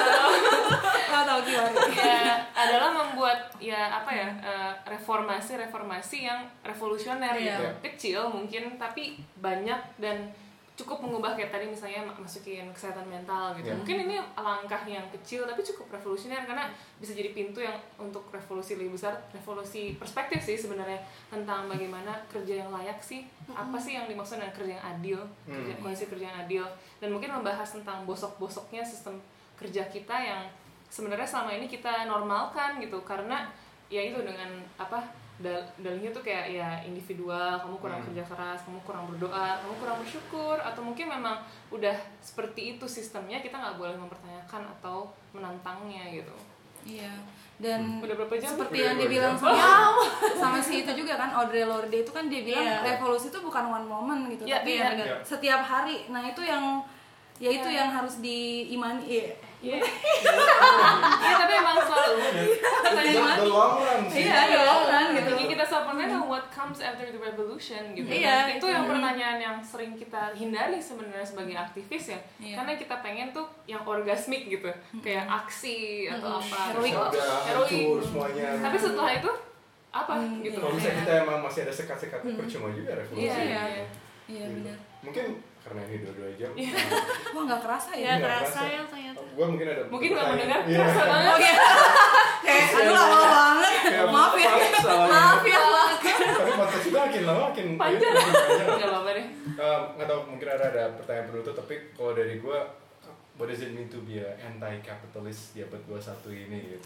Nggak tahu Kiwari. ya adalah membuat ya apa ya eh, reformasi reformasi yang revolusioner Iya. gitu, kecil mungkin tapi banyak dan cukup mengubah, kayak tadi misalnya masukin kesehatan mental gitu. Iya. Mungkin ini langkah yang kecil tapi cukup revolusioner karena bisa jadi pintu yang untuk revolusi lebih besar, revolusi perspektif sih sebenarnya tentang bagaimana kerja yang layak sih, apa sih yang dimaksud dengan kerja yang adil, kerja, kondisi kerja yang adil, dan mungkin membahas tentang bosok-bosoknya sistem kerja kita yang sebenarnya selama ini kita normalkan gitu, karena ya itu dengan apa dal dalihnya tuh kayak ya individual, kamu kurang Hmm. kerja keras, kamu kurang berdoa, kamu kurang bersyukur, atau mungkin memang udah seperti itu sistemnya, kita nggak boleh mempertanyakan atau menantangnya gitu. Iya. Dan Udah berapa jam? seperti Udah yang berapa dibilang jam? sama sama si itu juga kan, Audre Lorde itu kan dia bilang Iya. revolusi itu bukan one moment gitu, Iya, tapi iya, ya benar. setiap hari. Nah itu yang ya itu Iya. yang harus diimani. Iya. Iya. Iya, tapi emang selalu The, the long run sih. Iya, iya kan gitu. Jadi kita selalu pertanyaan what comes after the revolution gitu. Iya. Dan itu yang pertanyaan yang sering kita hindari sebenarnya sebagai aktivis ya. Iya. Karena kita pengen tuh yang orgasmik gitu, kayak aksi atau apa. Heroik. Oh, Udah heroik. hancur semuanya. Tapi setelah itu apa Hmm, gitu. Kalau misalnya kita emang masih ada sekat-sekat, percuma juga revolusi. Iya, iya. Iya benar. Mungkin karena ini dua-dua jam. Wah nggak kerasa Ya, ya. Nggak kerasa kerasa. ya ternyata. Gue mungkin ada. Mungkin nggak pertanyaan. mendengar, Iya. kerasa banget. Oh iya. Kayak aduh lama banget. Kayak Maaf ya. pas soalnya. Maaf ya. Maaf. Tapi podcast kita makin lama makin Panjang. iya, makin panjang. Nggak apa-apa deh. Um, nggak tahu, mungkin ada ada pertanyaan penutup, tapi kalau dari gue, what does it mean to be a anti-capitalist di abad dua puluh satu ini gitu?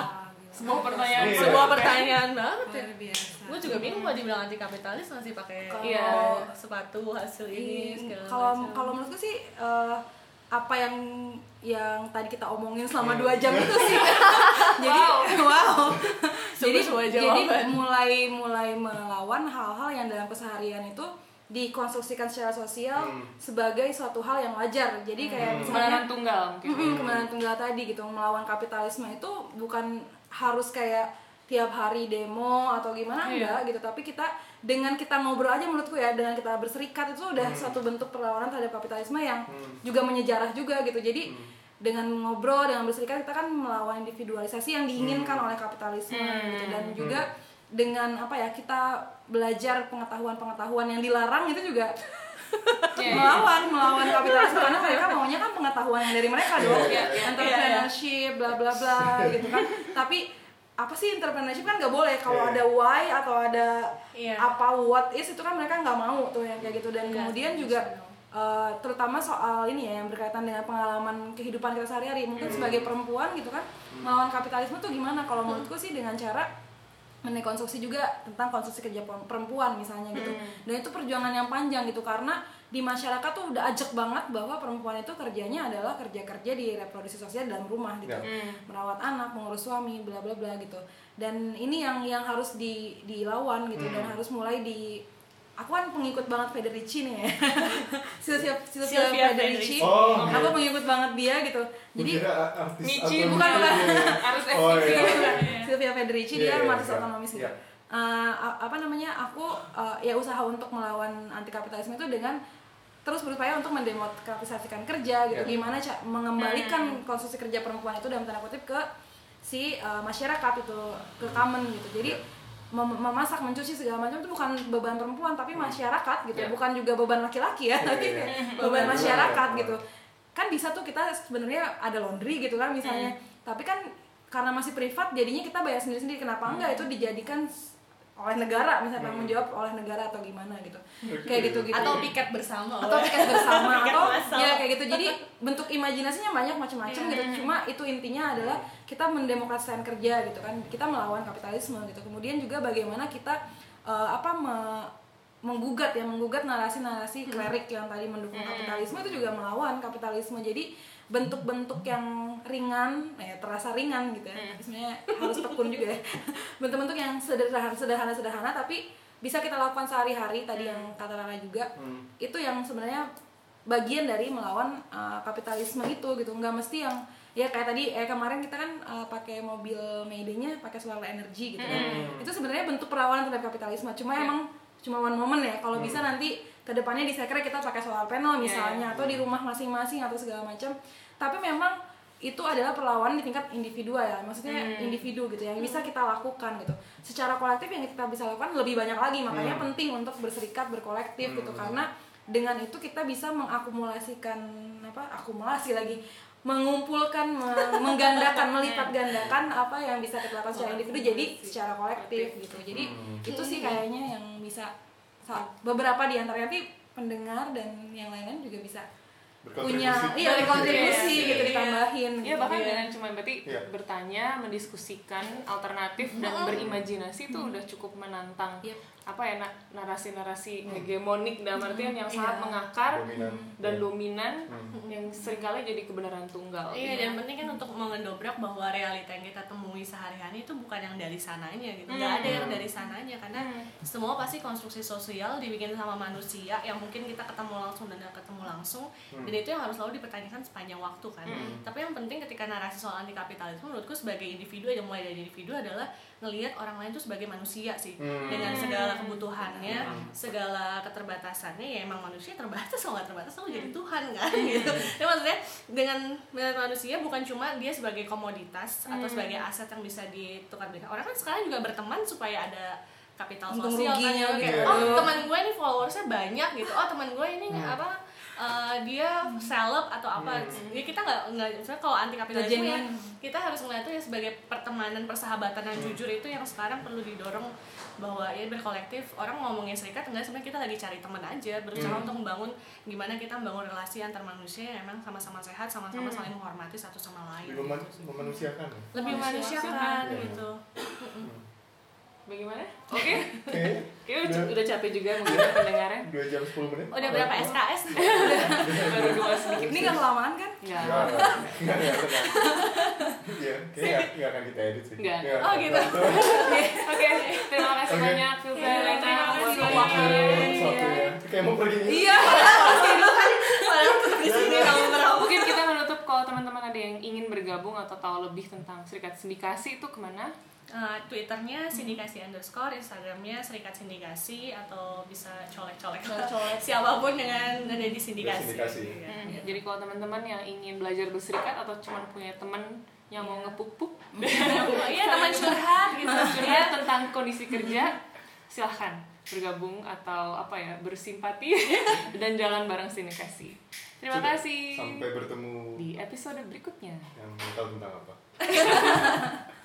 Semua pertanyaan. Iya. Sebuah pertanyaan banget ya. Luar biasa. Gue juga bingung kalau dibilang anti kapitalis masih pakai Iya. sepatu hasil ini segala Kalau macam. kalau menurutku sih eh, apa yang yang tadi kita omongin selama Hmm. dua jam itu sih. Jadi wow. jadi Semua jadi jawaban. mulai mulai melawan hal-hal yang dalam keseharian itu dikonstruksikan secara sosial Hmm. sebagai suatu hal yang wajar. Jadi kayak misalnya Kemenangan tunggal mungkin. Mm-mm, kemenangan tunggal tadi gitu, melawan kapitalisme itu bukan harus kayak tiap hari demo atau gimana, Iya. enggak gitu, tapi kita dengan kita ngobrol aja menurutku ya, dengan kita berserikat itu udah satu bentuk perlawanan terhadap kapitalisme yang juga menyejarah juga gitu. Jadi dengan ngobrol, dengan berserikat kita kan melawan individualisasi yang diinginkan oleh kapitalisme gitu, dan juga dengan apa ya, kita belajar pengetahuan-pengetahuan yang dilarang itu juga Iya, iya. melawan melawan kapitalisme, karena mereka maunya kan pengetahuan yang dari mereka dong, Iya, iya. entrepreneurship bla bla bla gitu kan. Tapi apa sih entrepreneurship kan nggak boleh kalau Iya. ada why atau ada Iya. apa what is, itu kan mereka nggak mau tuh yang kayak gitu. Dan Iya, kemudian setuju, juga setuju. eh, terutama soal ini ya yang berkaitan dengan pengalaman kehidupan kita sehari-hari, mungkin sebagai perempuan gitu kan, melawan kapitalisme tuh gimana? Kalau menurutku sih dengan cara menekonstruksi juga tentang konstruksi kerja perempuan misalnya gitu. Dan itu perjuangan yang panjang gitu, karena di masyarakat tuh udah ajak banget bahwa perempuan itu kerjanya adalah kerja-kerja di reproduksi sosial dalam rumah gitu, Ya. merawat anak, mengurus suami, bla bla bla gitu. Dan ini yang yang harus di dilawan gitu, dan harus mulai di, aku kan pengikut banget Federici nih ya. Sylvia, Sylvia Sylvia Federici. Federici. Oh, Aku pengikut banget dia gitu. Jadi Jadi artis Michi, atau- bukan, bukan. Harus Oh, S C V. iya. Sylvia Federici Iya, dia iya, marxis iya. otonomis gitu. Iya. Eh, a- apa namanya? Aku eh, ya usaha untuk melawan anti kapitalisme itu dengan terus berupaya untuk mendemokratisasikan kerja gitu. Iya. Gimana ca- mengembalikan konstruksi kerja perempuan itu dalam tanda kutip ke si eh, masyarakat itu, ke common gitu. Jadi mem- memasak, mencuci segala macam itu bukan beban perempuan tapi masyarakat gitu. Iya. Bukan juga beban laki-laki ya, Iya, tapi iya. kayak beban masyarakat gitu. kan bisa tuh kita sebenarnya ada laundry gitu kan misalnya, hmm. tapi kan karena masih privat jadinya kita bayar sendiri-sendiri. Kenapa enggak itu dijadikan oleh negara, misalnya tanggung jawab oleh negara atau gimana gitu, kayak gitu gitu atau piket bersama atau piket bersama piket atau masal. Ya kayak gitu. Jadi bentuk imajinasinya banyak macam-macam gitu, cuma itu intinya adalah kita mendemokratisasi kerja gitu kan, kita melawan kapitalisme gitu. Kemudian juga bagaimana kita uh, apa me- menggugat ya menggugat narasi-narasi klerik yang tadi mendukung kapitalisme, itu juga melawan kapitalisme. Jadi bentuk-bentuk yang ringan, eh terasa ringan gitu ya, tapi sebenarnya harus tekun juga ya. Bentuk-bentuk yang sederhana, sederhana, sederhana, tapi bisa kita lakukan sehari-hari. Tadi yang kata Rara juga, hmm. itu yang sebenarnya bagian dari melawan uh, kapitalisme itu gitu. Nggak mesti yang ya kayak tadi, eh kemarin kita kan uh, pakai mobil Mayday-nya pakai solar energy gitu kan. Hmm. Itu sebenarnya bentuk perlawanan terhadap kapitalisme. Cuma yeah. emang cuma one moment ya. Kalau hmm. bisa nanti kedepannya di sekre kita pakai solar panel misalnya, yeah, yeah. atau di rumah masing-masing atau segala macam. Tapi memang itu adalah perlawanan di tingkat individu ya, maksudnya hmm. individu gitu yang bisa kita lakukan gitu. Secara kolektif yang kita bisa lakukan lebih banyak lagi, makanya hmm. penting untuk berserikat, berkolektif hmm. gitu, karena dengan itu kita bisa mengakumulasikan apa akumulasi lagi mengumpulkan, menggandakan, melipat gandakan apa yang bisa kita lakukan secara individu jadi secara kolektif gitu. Jadi hmm. itu sih kayaknya yang bisa beberapa di antaranya, nanti pendengar dan yang lain-lain juga bisa punya iya kontribusi iya, gitu iya. ditambahin. Iya gitu bahkan ya. dengan cuma berarti iya. bertanya, mendiskusikan alternatif dan hmm. berimajinasi itu hmm. udah cukup menantang. Yep. Apa ya narasi-narasi hmm. hegemonik dalam artian yang yeah. sangat mengakar dominan. dan yeah. dominan hmm. yang seringkali jadi kebenaran tunggal. Iya, dan penting kan untuk mengedobrak bahwa realita yang kita temui sehari-hari itu bukan yang dari sananya gitu. Hmm. Nggak ada yang dari sananya, karena hmm. semua pasti konstruksi sosial dibikin sama manusia yang mungkin kita ketemu langsung dan gak ketemu langsung. Hmm. Dan itu yang harus selalu dipertanyakan sepanjang waktu kan. Hmm. Tapi yang penting ketika narasi soal anti kapitalisme menurutku sebagai individu, yang mulai dari individu adalah ngelihat orang lain itu sebagai manusia sih, hmm. dengan segala kebutuhannya, hmm. segala keterbatasannya. Ya emang manusia terbatas, kalau nggak terbatas lo jadi Tuhan kan gitu. Jadi maksudnya dengan melihat manusia bukan cuma dia sebagai komoditas hmm. atau sebagai aset yang bisa ditukar belikan. Orang kan sekarang juga berteman supaya ada kapital sosial kan, ya kayak oh teman gue ini followersnya banyak gitu, oh teman gue ini hmm. apa Uh, dia seleb atau apa. hmm. Ya kita nggak nggak misalnya kalau anti kapitalisme ya kita harus melihat itu ya sebagai pertemanan, persahabatan yang jujur. Itu yang sekarang perlu didorong, bahwa ya berkolektif. Orang ngomongin serikat enggak, sebenarnya kita lagi cari teman aja, berusaha hmm. untuk membangun gimana kita membangun relasi antar manusia yang emang sama-sama sehat, sama-sama hmm. saling menghormati satu sama lain. Lebih memanusiakan. Lebih memanusiakan gitu. Bagaimana? Oke. Oke. Oke, udah, udah capek juga mungkin pendengarnya. dua jam sepuluh menit. Udah berapa S K S? Baru dua sedikit. Ini enggak kelamaan kan? Enggak. Enggak, enggak. Iya, kayaknya enggak akan kita edit sih. Enggak. Oh, gitu. Oke, terima kasih banyak Filza. Terima kasih waktunya. Kayak mau pergi. Iya, itu kan padahal tetap di sini kamu berapa. Mungkin kita menutup, kalau teman-teman ada yang ingin bergabung atau tahu lebih tentang Serikat Sindikasi itu kemana? Uh, Twitternya sindikasi underscore, Instagramnya serikat sindikasi, atau bisa colek-colek colek siapapun dengan ada di sindikasi. sindikasi. Ya. Hmm. Ya. Jadi kalau teman-teman yang ingin belajar berserikat atau cuma punya teman yang yeah. mau ngepuk-puk, iya teman curhat gitu, curhat tentang kondisi kerja, silahkan bergabung atau apa ya bersimpati dan jalan bareng sindikasi. Terima Sudah. kasih. Sampai bertemu di episode berikutnya. Yang tahu tentang apa?